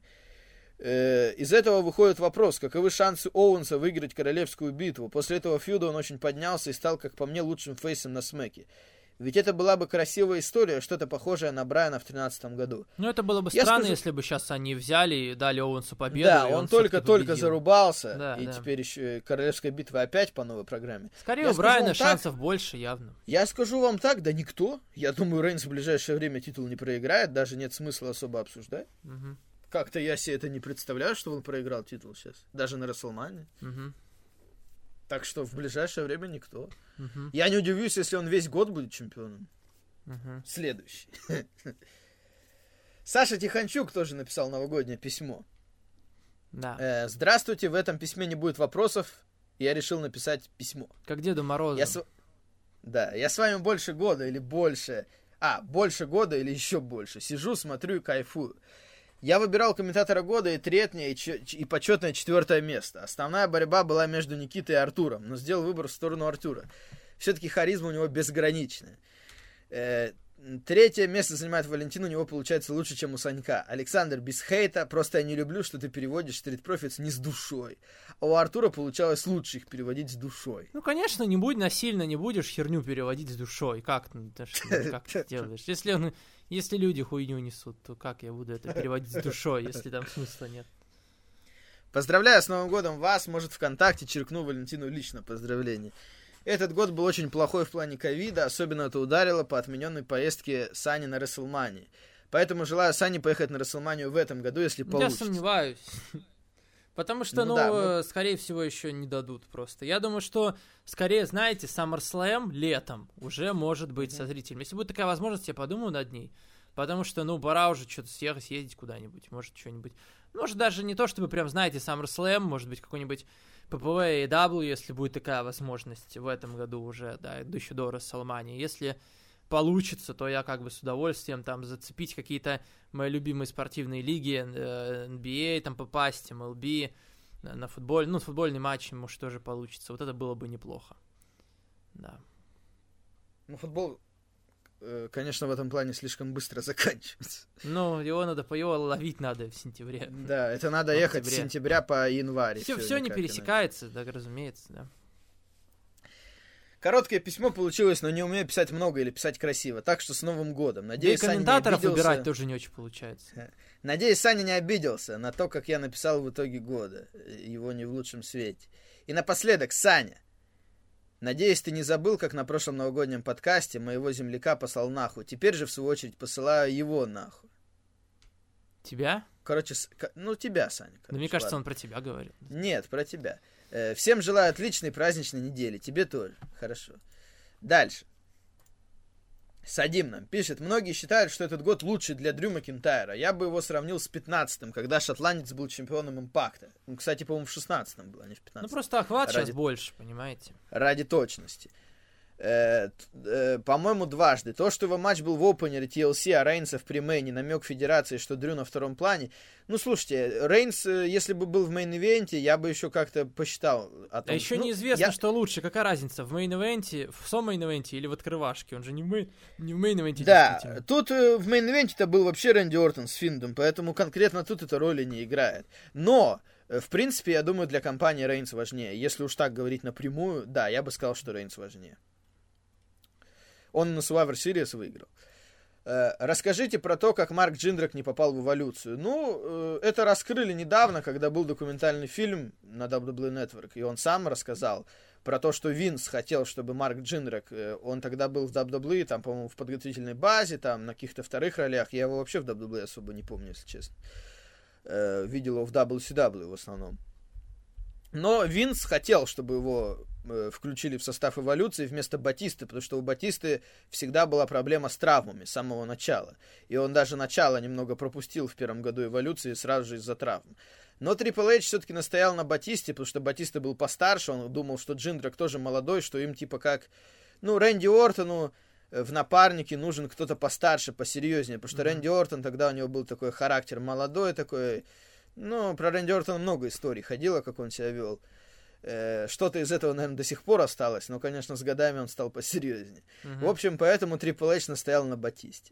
C: Из этого выходит вопрос, каковы шансы Оуэнса выиграть королевскую битву. После этого фьюда он очень поднялся и стал, как по мне, лучшим фейсом на Смэке. Ведь это была бы красивая история, что-то похожее на Брайана в 2013 году.
A: Ну, это было бы странно, если бы сейчас они взяли и дали Оуэнсу победу.
C: Да, он только зарубался, и теперь еще королевская битва опять по новой программе.
A: Скорее, у Брайана шансов больше, явно.
C: Я скажу вам так, да никто. Я думаю, Рейнс в ближайшее время титул не проиграет, даже нет смысла особо обсуждать.
A: Угу.
C: Как-то я себе это не представляю, что он проиграл титул сейчас. Даже на Расселмане.
A: Угу.
C: Так что в ближайшее время никто.
A: Угу.
C: Я не удивлюсь, если он весь год будет чемпионом.
A: Угу.
C: Следующий. Саша Тихончук тоже написал новогоднее письмо.
A: Да.
C: Здравствуйте, в этом письме не будет вопросов, я решил написать письмо.
A: Как Деду Морозу.
C: Да, я с вами больше года или больше... больше года или еще больше. Сижу, смотрю и кайфую. Я выбирал комментатора года и третье, и почетное 4 место. Основная борьба была между Никитой и Артуром, но сделал выбор в сторону Артура. Все-таки харизма у него безграничная. 3 место занимает Валентин, у него получается лучше, чем у Санька. Александр, без хейта, просто я не люблю, что ты переводишь Street Profits не с душой. А у Артура получалось лучше их переводить с душой.
A: Ну, конечно, не будь насильно, не будешь херню переводить с душой. Как ты делаешь? Если люди хуйню несут, то как я буду это переводить с душой, если там смысла нет?
C: Поздравляю с Новым годом вас, может, ВКонтакте черкну Валентину лично поздравления. Этот год был очень плохой в плане ковида, особенно это ударило по отмененной поездке Сани на Рестлмании. Поэтому желаю Сане поехать на Рестлманию в этом году, если получится.
A: Я сомневаюсь. Потому что, скорее всего, еще не дадут просто. Я думаю, что, скорее, знаете, SummerSlam летом уже может быть со зрителями. Если будет такая возможность, я подумаю над ней. Потому что, пора уже что-то съездить куда-нибудь, может, что-нибудь. Может, даже не то, чтобы прям, знаете, SummerSlam, может быть, какой-нибудь PPV и AEW, если будет такая возможность в этом году уже, да, еще до WrestleMania. Если получится, то я как бы с удовольствием там зацепить какие-то мои любимые спортивные лиги, NBA, там попасть, MLB, на футбольный матч, может, тоже получится. Вот это было бы неплохо. Да.
C: Футбол, конечно, в этом плане слишком быстро заканчивается.
A: Его ловить надо в сентябре.
C: Да, это надо ехать с сентября по январь.
A: Все не пересекается, так разумеется, да.
C: Короткое письмо получилось, но не умею писать много или писать красиво. Так что с Новым годом. Надеюсь,
A: да и комментаторов выбирать тоже не очень получается.
C: Надеюсь, Саня не обиделся на то, как я написал в итоге года. Его не в лучшем свете. И напоследок, Саня. Надеюсь, ты не забыл, как на прошлом новогоднем подкасте моего земляка послал нахуй. Теперь же, в свою очередь, посылаю его нахуй.
A: Тебя?
C: Короче, тебя, Саня.
A: Но мне кажется, он про тебя говорил.
C: Нет, про тебя. Всем желаю отличной праздничной недели. Тебе тоже. Хорошо. Дальше. Садим нам пишет. Многие считают, что этот год лучший для Дрю Макинтайра. Я бы его сравнил с 15-м, когда шотландец был чемпионом Импакта. Кстати, по-моему, в 16-м был, а не в 15-м.
A: Просто охват сейчас больше, понимаете?
C: Ради точности. По-моему, дважды. То, что его матч был в опенере TLC, а Рейнса в премейне, намек Федерации, что Дрю на втором плане. Слушайте, Рейнс, если бы был в мейн-ивенте, я бы еще как-то посчитал о том.
A: А еще неизвестно, что лучше. Какая разница, в мейн-ивенте, в сом-мейн-ивенте или в открывашке? Он же не в мейн-ивенте.
C: Да, тут в мейн-ивенте-то был вообще Рэнди Ортон с Финдом, поэтому конкретно тут эта роли не играет. Но, в принципе, я думаю, для компании Рейнс важнее. Если уж так говорить напрямую, да, я бы сказал, что Рейнс важнее. Он на Survivor Series выиграл. Расскажите про то, как Марк Джиндрак не попал в эволюцию. Это раскрыли недавно, когда был документальный фильм на WWE Network, и он сам рассказал про то, что Винс хотел, чтобы Марк Джиндрак, он тогда был в WWE, там, по-моему, в подготовительной базе, там, на каких-то вторых ролях, я его вообще в WWE особо не помню, если честно. Видел его в WCW в основном. Но Винс хотел, чтобы его включили в состав эволюции вместо Батисты, потому что у Батисты всегда была проблема с травмами с самого начала. И он даже начало немного пропустил в первом году эволюции сразу же из-за травм. Но Triple H все-таки настоял на Батисте, потому что Батиста был постарше, он думал, что Джиндрак тоже молодой, что им типа как... Рэнди Ортону в напарнике нужен кто-то постарше, посерьезнее, потому что Рэнди Ортон тогда у него был такой характер молодой, такой... про Рэнди Ортона много историй ходило, как он себя вел. Что-то из этого, наверное, до сих пор осталось, но, конечно, с годами он стал посерьезнее. В общем, поэтому Triple H настоял на Батисте.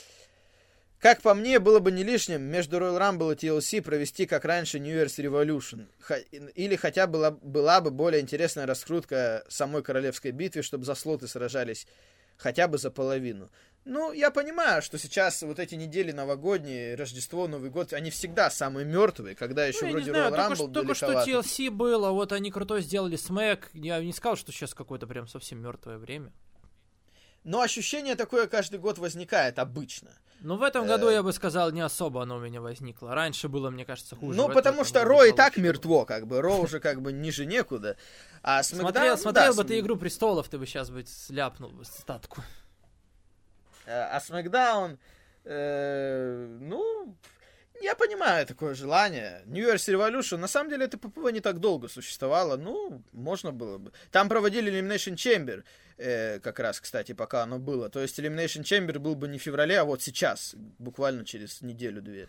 C: Как по мне, было бы не лишним между Royal Rumble и TLC провести, как раньше, New Year's Revolution. Или хотя бы была бы более интересная раскрутка самой королевской битвы, чтобы за слоты сражались хотя бы за половину. Я понимаю, что сейчас вот эти недели новогодние, Рождество, Новый год, они всегда самые мертвые, когда еще вроде Royal Rumble
A: только что TLC было, вот они крутой сделали Smack, я не сказал, что сейчас какое-то прям совсем мертвое время.
C: Но ощущение такое каждый год возникает обычно.
A: В этом году, я бы сказал, не особо оно у меня возникло. Раньше было, мне кажется, хуже.
C: Потому что Ро и так мертво, как бы. Ро уже как бы ниже некуда. А
A: смотрел бы ты «Игру престолов», ты бы сейчас бы сляпнул бы статку.
C: А Смэкдаун, Я понимаю такое желание. New Year's Revolution, на самом деле, это ППВ не так долго существовало. Ну, можно было бы. Там проводили Elimination Chamber, как раз, кстати, пока оно было. То есть Elimination Chamber был бы не в феврале, а вот сейчас, буквально через неделю-две.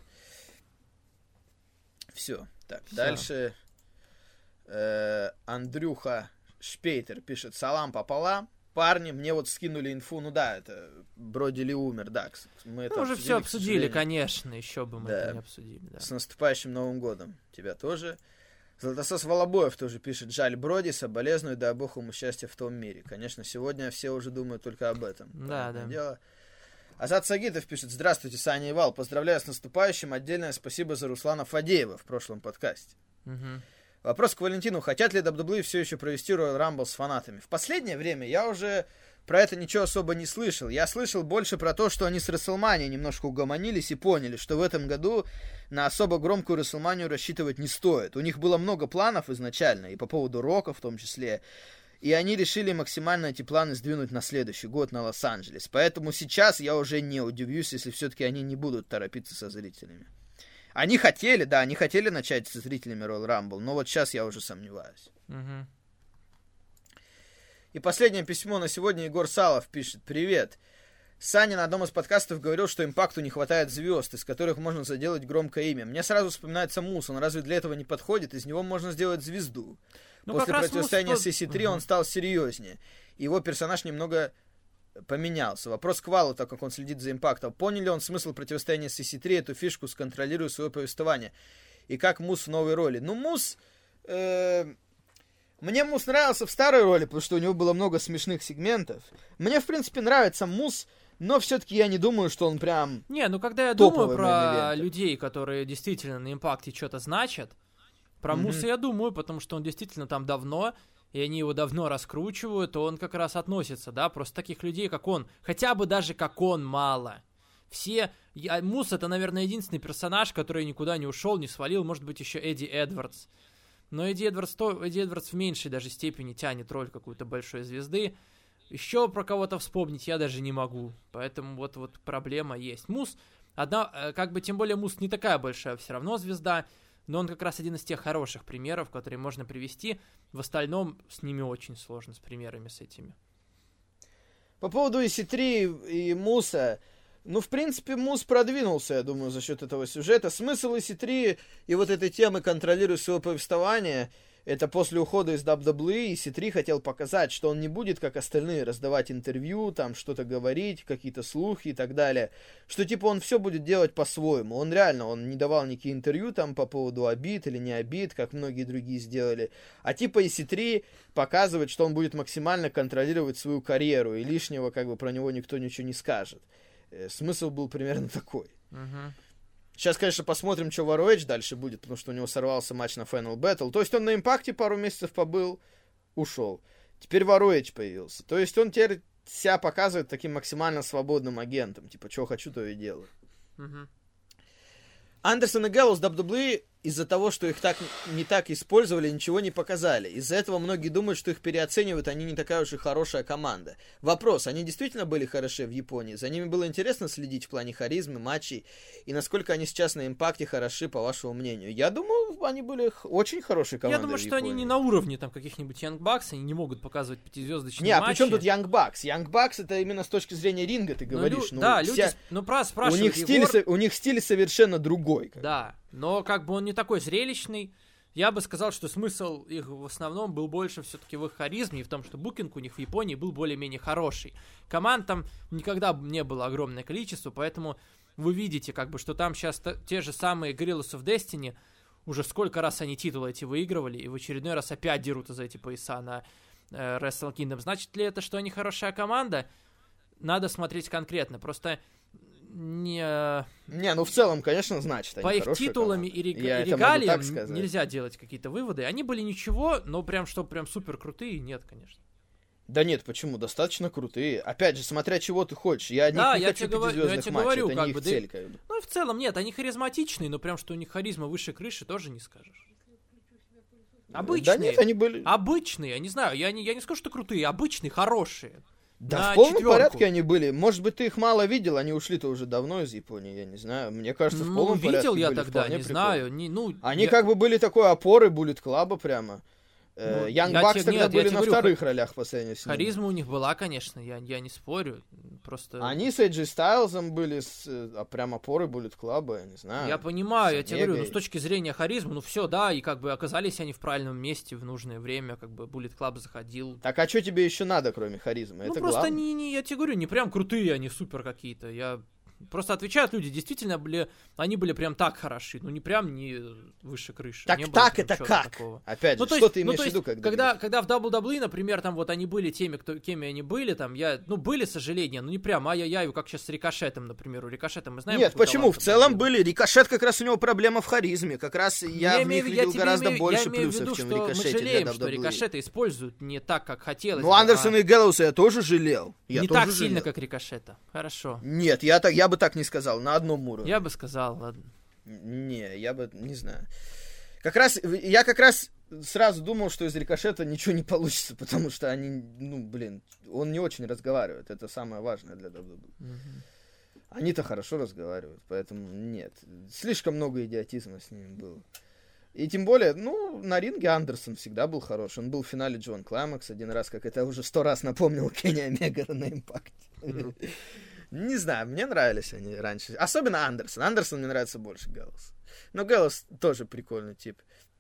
C: Все. Так, всё. Дальше Андрюха Шпейтер пишет: салам пополам. Парни, мне вот скинули инфу, ну да, это Броди Ли умер, да. Мы это
A: уже все обсудили, конечно, еще бы мы это не обсудили. Да.
C: С наступающим Новым годом. Тебя тоже. Златосос Волобоев тоже пишет: жаль Броди, соболезную, дай бог ему счастья в том мире. Конечно, сегодня все уже думают только об этом.
A: Да.
C: Дело. Азат Сагитов пишет: здравствуйте, Саня и Вал, поздравляю с наступающим, отдельное спасибо за Руслана Фадеева в прошлом подкасте.
A: Угу.
C: Вопрос к Валентину. Хотят ли WWE все еще провести Royal Rumble с фанатами? В последнее время я уже про это ничего особо не слышал. Я слышал больше про то, что они с WrestleMania немножко угомонились и поняли, что в этом году на особо громкую WrestleMania рассчитывать не стоит. У них было много планов изначально, и по поводу Рока в том числе. И они решили максимально эти планы сдвинуть на следующий год на Лос-Анджелес. Поэтому сейчас я уже не удивлюсь, если все-таки они не будут торопиться со зрителями. Они хотели начать со зрителями Royal Rumble, но вот сейчас я уже сомневаюсь.
A: Угу.
C: И последнее письмо на сегодня. Егор Салов пишет: привет. Саня на одном из подкастов говорил, что Импакту не хватает звезд, из которых можно заделать громкое имя. Мне сразу вспоминается Мус, он разве для этого не подходит? Из него можно сделать звезду. После противостояния с EC3 он стал серьезнее. Его персонаж немного поменялся. Вопрос к Валу, так как он следит за Импактом. Понял ли он смысл противостояния с EC3, эту фишку «сконтролируя свое повествование»? И как Мус в новой роли? Ну, Мус... Мне Мус нравился в старой роли, потому что у него было много смешных сегментов. Мне, в принципе, нравится Мус, но все-таки я не думаю, что он прям...
A: Не, ну когда я думаю про людей, которые действительно на Импакте что-то значат, про Муса я думаю, потому что он действительно там давно... и они его давно раскручивают, то он как раз относится, да, просто таких людей, как он, хотя бы даже как он, мало. Мус это, наверное, единственный персонаж, который никуда не ушел, не свалил, может быть, еще Эдди Эдвардс. Но Эдди Эдвардс в меньшей даже степени тянет роль какой-то большой звезды. Еще про кого-то вспомнить я даже не могу, поэтому вот проблема есть. Мус, тем более Мус не такая большая все равно звезда, но он как раз один из тех хороших примеров, которые можно привести. В остальном с ними очень сложно, с примерами с этими.
C: По поводу EC3 и Муса, ну, в принципе, Мус продвинулся, я думаю, за счет этого сюжета. Смысл EC3 и вот этой темы «контролируя свое повествование» это после ухода из WWE EC3 хотел показать, что он не будет, как остальные, раздавать интервью, там что-то говорить, какие-то слухи и так далее. Что типа он все будет делать по-своему. Он не давал никакие интервью там по поводу обид или не обид, как многие другие сделали. А типа EC3 показывает, что он будет максимально контролировать свою карьеру, и лишнего как бы про него никто ничего не скажет. Смысл был примерно такой. Сейчас, конечно, посмотрим, что в ROH дальше будет, потому что у него сорвался матч на Final Battle. То есть он на Импакте пару месяцев побыл, ушел. Теперь в ROH появился. То есть он теперь себя показывает таким максимально свободным агентом. Типа, что хочу, то и делаю. Андерсон и Гэллоус WWE из-за того, что их не так использовали, ничего не показали. Из-за этого многие думают, что их переоценивают, они не такая уж и хорошая команда. Вопрос, они действительно были хороши в Японии? За ними было интересно следить в плане харизмы, матчей? И насколько они сейчас на Импакте хороши, по вашему мнению? Я думаю, они были очень хорошие командой.
A: Я думаю, что они не на уровне там каких-нибудь Young Bucks, они не могут показывать пятизвездочные матчи.
C: А при чем тут Young Bucks? Young Bucks это именно с точки зрения ринга, ты говоришь.
A: Люди спрашивают.
C: У них стиль совершенно другой.
A: Да, но как бы он не такой зрелищный. Я бы сказал, что смысл их в основном был больше все-таки в их харизме и в том, что букинг у них в Японии был более-менее хороший. Команд там никогда не было огромное количество, поэтому вы видите, как бы, что там сейчас те же самые Guerrillas of Destiny, уже сколько раз они титулы эти выигрывали, и в очередной раз опять дерутся за эти пояса на Wrestle Kingdom. Значит ли это, что они хорошая команда? Надо смотреть конкретно. Просто
C: ну в целом, конечно, значит.
A: По их титулам и регалиям нельзя делать какие-то выводы. Они были ничего, но прям супер крутые, нет, конечно.
C: Да нет, почему? Достаточно крутые. Опять же, смотря чего ты хочешь. Я не хочу пятизвездных матчей, это не их цель.
A: Ну и в целом, нет, они харизматичные, но прям что у них харизма выше крыши, тоже не скажешь. Обычные.
C: Да нет, они были...
A: Обычные, я не знаю, я не скажу, что крутые, обычные, хорошие.
C: Да, в полном порядке они были. Может быть, ты их мало видел, они ушли-то уже давно из Японии, я не знаю. Мне кажется, в полном порядке
A: видел я
C: были,
A: тогда, не знаю.
C: Они как бы были такой опорой Bullet Club прямо. Young Bucks тогда были на вторых ролях по сравнению с ними.
A: Харизма у них была, конечно, я не спорю. Просто...
C: Они с AJ Styles были прям опорой Bullet Club, я не знаю.
A: Я понимаю, я тебе говорю, с точки зрения харизмы, все, да, и как бы оказались они в правильном месте в нужное время, как бы Bullet Club заходил.
C: Так а что тебе еще надо, кроме харизмы? Это
A: просто
C: главное.
A: я тебе говорю, не прям крутые они, супер какие-то, Просто отвечают люди, действительно они были прям так хороши, не прям не выше крыши.
C: Так,
A: не было
C: так это как?
A: Такого.
C: Опять же, что ты имеешь в виду,
A: когда в WWE, например, там вот они были теми, кеми они были, там были сожаления, не прям ай-яй-яй, как сейчас с Рикошетом, например, у Рикошета мы знаем.
C: Нет, почему? В целом были. Рикошет как раз у него проблема в харизме, как раз я в них видел гораздо больше плюсов, чем в Рикошете.
A: Мы жалеем, что Рикошета используют не так, как хотелось.
C: Андерсона и Гэллоуса я тоже жалел.
A: Не так сильно, как Рикошета. Хорошо.
C: Нет, я бы так не сказал. На одном уровне.
A: Я бы сказал, ладно.
C: Не, я бы не знаю. Я как раз сразу думал, что из Рикошета ничего не получится, потому что они, он не очень разговаривает. Это самое важное для WWE. Они-то хорошо разговаривают, поэтому нет. Слишком много идиотизма с ними было. И тем более, на ринге Андерсон всегда был хорош. Он был в финале Джон Клаймакс один раз, как это уже 100 раз напомнил Кенни Омега на Импакте. Не знаю, мне нравились они раньше. Особенно Андерсон. Андерсон мне нравится больше Гэллоуса. Но Гэллоус тоже прикольный тип.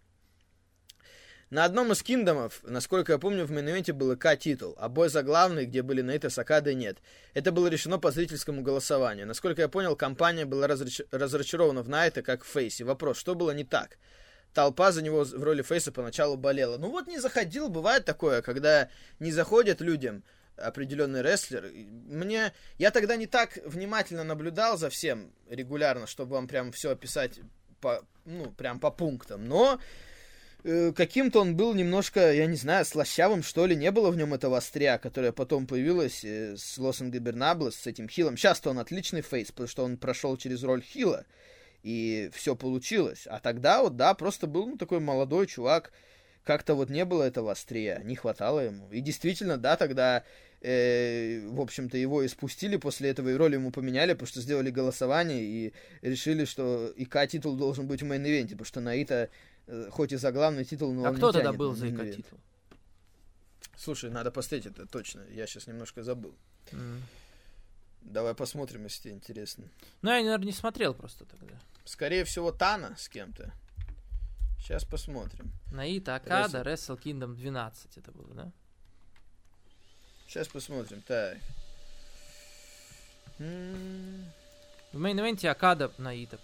C: На одном из киндомов, насколько я помню, в мейн-ивенте был ИК-титул, а бой за главный, где были Нейта с Окадой, нет. Это было решено по зрительскому голосованию. Насколько я понял, компания была разочарована в Найта как в фейсе. Вопрос, что было не так? Толпа за него в роли фейса поначалу болела. Не заходил, бывает такое, когда не заходят людям определенный рестлер. Я тогда не так внимательно наблюдал за всем регулярно, чтобы вам прям все описать прям по пунктам. Но каким-то он был немножко, я не знаю, слащавым, что ли. Не было в нем этого остря, которое потом появилось с Лос Ингобернаблес, с этим хилом. Сейчас-то он отличный фейс, потому что он прошел через роль хила, и все получилось. А тогда просто был такой молодой чувак. Как-то не было этого острия, не хватало ему. И действительно, да, тогда, в общем-то, его испустили, после этого и роль ему поменяли, потому что сделали голосование и решили, что ИК-титул должен быть в мейн-ивенте, потому что Наита, хоть и за главный титул, но он не тянет.
A: А кто тогда был за ИК-титул?
C: Слушай, надо посмотреть это точно, я сейчас немножко забыл. Давай посмотрим, если тебе интересно.
A: Я, наверное, не смотрел просто тогда.
C: Скорее всего, Тана с кем-то. Сейчас посмотрим.
A: Наита, Окада, Wrestle Kingdom 12 это было, да?
C: Сейчас посмотрим. Так.
A: В мейн-ивенте Окада, Наита.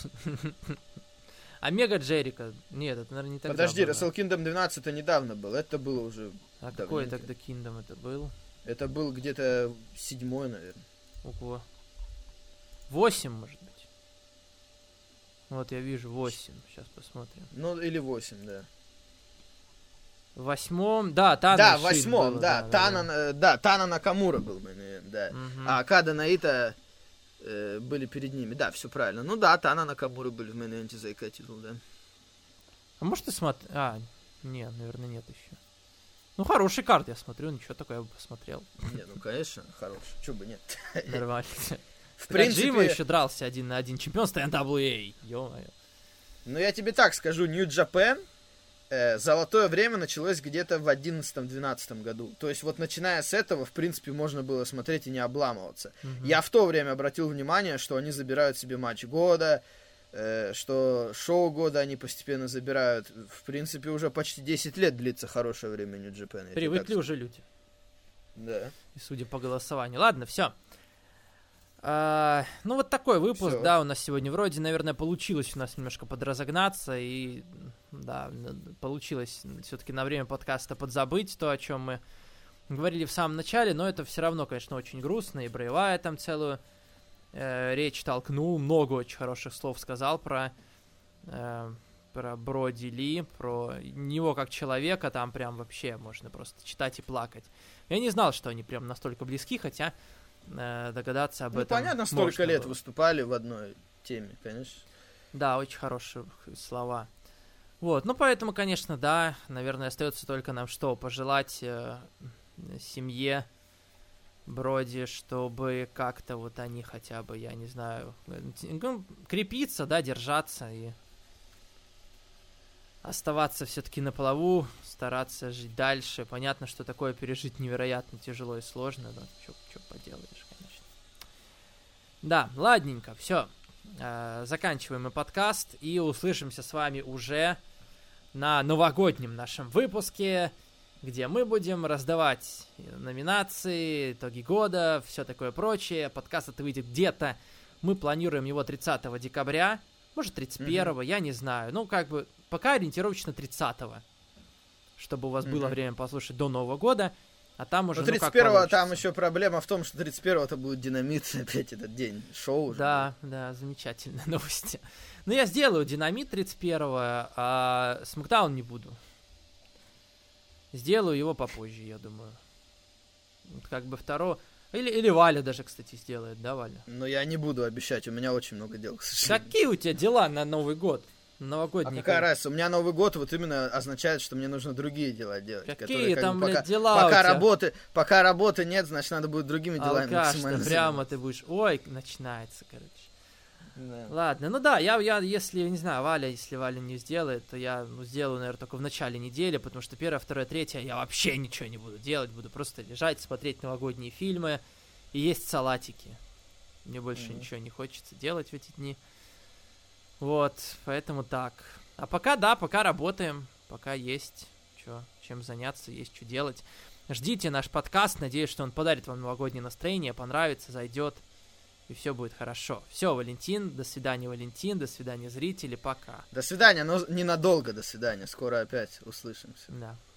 A: Омега Джерика. Нет, это, наверное, не тогда.
C: Подожди, Wrestle Kingdom 12 это недавно было. Это было уже...
A: А какой тогда Kingdom это был?
C: Это был где-то 7-й, наверное.
A: Ого. 8, может быть. Вот я вижу 8. Сейчас посмотрим.
C: Или 8, да.
A: В 8-м, да, Тана.
C: Да, в 8-м, да. Тана Накамура был, да. А Окада, Наита были перед ними. Да, все правильно. Тана Накамура были в мейн-ивенте за ИК-титул, да.
A: А может ты смотри... нет, наверное, нет еще. Хороший карт, я смотрю, ничего такое я бы посмотрел.
C: Нет, конечно, хороший. Чё бы нет.
A: Нормально.
C: В принципе...
A: Джима еще дрался 1 на 1, чемпион NWA. Ё-моё.
C: Я тебе так скажу, New Japan золотое время началось где-то в 11-12 году. То есть начиная с этого, в принципе, можно было смотреть и не обламываться. Я в то время обратил внимание, что они забирают себе матч года, что шоу года они постепенно забирают. В принципе, уже почти 10 лет длится хорошее время New Japan.
A: Привыкли уже люди.
C: Да.
A: И судя по голосованию. Ладно, все. Такой выпуск,
C: Всё.
A: да, у нас сегодня вроде, наверное, получилось у нас немножко подразогнаться, и, да, получилось все-таки на время подкаста подзабыть то, о чем мы говорили в самом начале, но это все равно, конечно, очень грустно, и Брэй там целую речь толкнул, много очень хороших слов сказал про Броди Ли, про него как человека, там прям вообще можно просто читать и плакать. Я не знал, что они прям настолько близки, хотя... догадаться об этом.
C: Понятно, столько лет выступали в одной теме, конечно.
A: Да, очень хорошие слова. Поэтому, конечно, да, наверное, остается только нам что, пожелать семье Броди, чтобы как-то вот они хотя бы, я не знаю, крепиться, да, держаться и оставаться все-таки на плаву, стараться жить дальше. Понятно, что такое пережить невероятно тяжело и сложно, но что поделаешь, конечно. Да, ладненько, все. Заканчиваем мы подкаст и услышимся с вами уже на новогоднем нашем выпуске, где мы будем раздавать номинации, итоги года, все такое прочее. Подкаст это выйдет где-то, мы планируем его 30 декабря, может 31, я не знаю. Ну, как бы, пока ориентировочно 30-го, чтобы у вас было время послушать до Нового года, а там уже,
C: 31-го там еще проблема в том, что 31-го это будет динамит опять этот день, шоу уже.
A: Да, замечательные новости. Ну, я сделаю динамит 31-го, а Смакдаун не буду. Сделаю его попозже, я думаю. Вот как бы второго... Или Валя даже, кстати, сделает, да, Валя?
C: Но я не буду обещать, у меня очень много дел, к сожалению.
A: Какие у тебя дела на Новый год? Новогодний.
C: А какая разница? У меня Новый год вот именно означает, что мне нужно другие дела делать.
A: Какие там,
C: пока,
A: дела
C: пока работы нет, значит, надо будет другими делами максимально
A: прямо ты будешь... Ой, начинается, короче. Да. Ладно, ну да, я если, не знаю, если Валя не сделает, то я сделаю, наверное, только в начале недели, потому что 1, 2, 3 я вообще ничего не буду делать, буду просто лежать, смотреть новогодние фильмы и есть салатики. Мне больше ничего не хочется делать в эти дни. Вот, поэтому так. А пока работаем, пока есть чем заняться, есть что делать. Ждите наш подкаст, надеюсь, что он подарит вам новогоднее настроение, понравится, зайдет. И все будет хорошо. Все, Валентин, до свидания, зрители, пока.
C: До свидания, но ненадолго до свидания, скоро опять услышимся.
A: Да.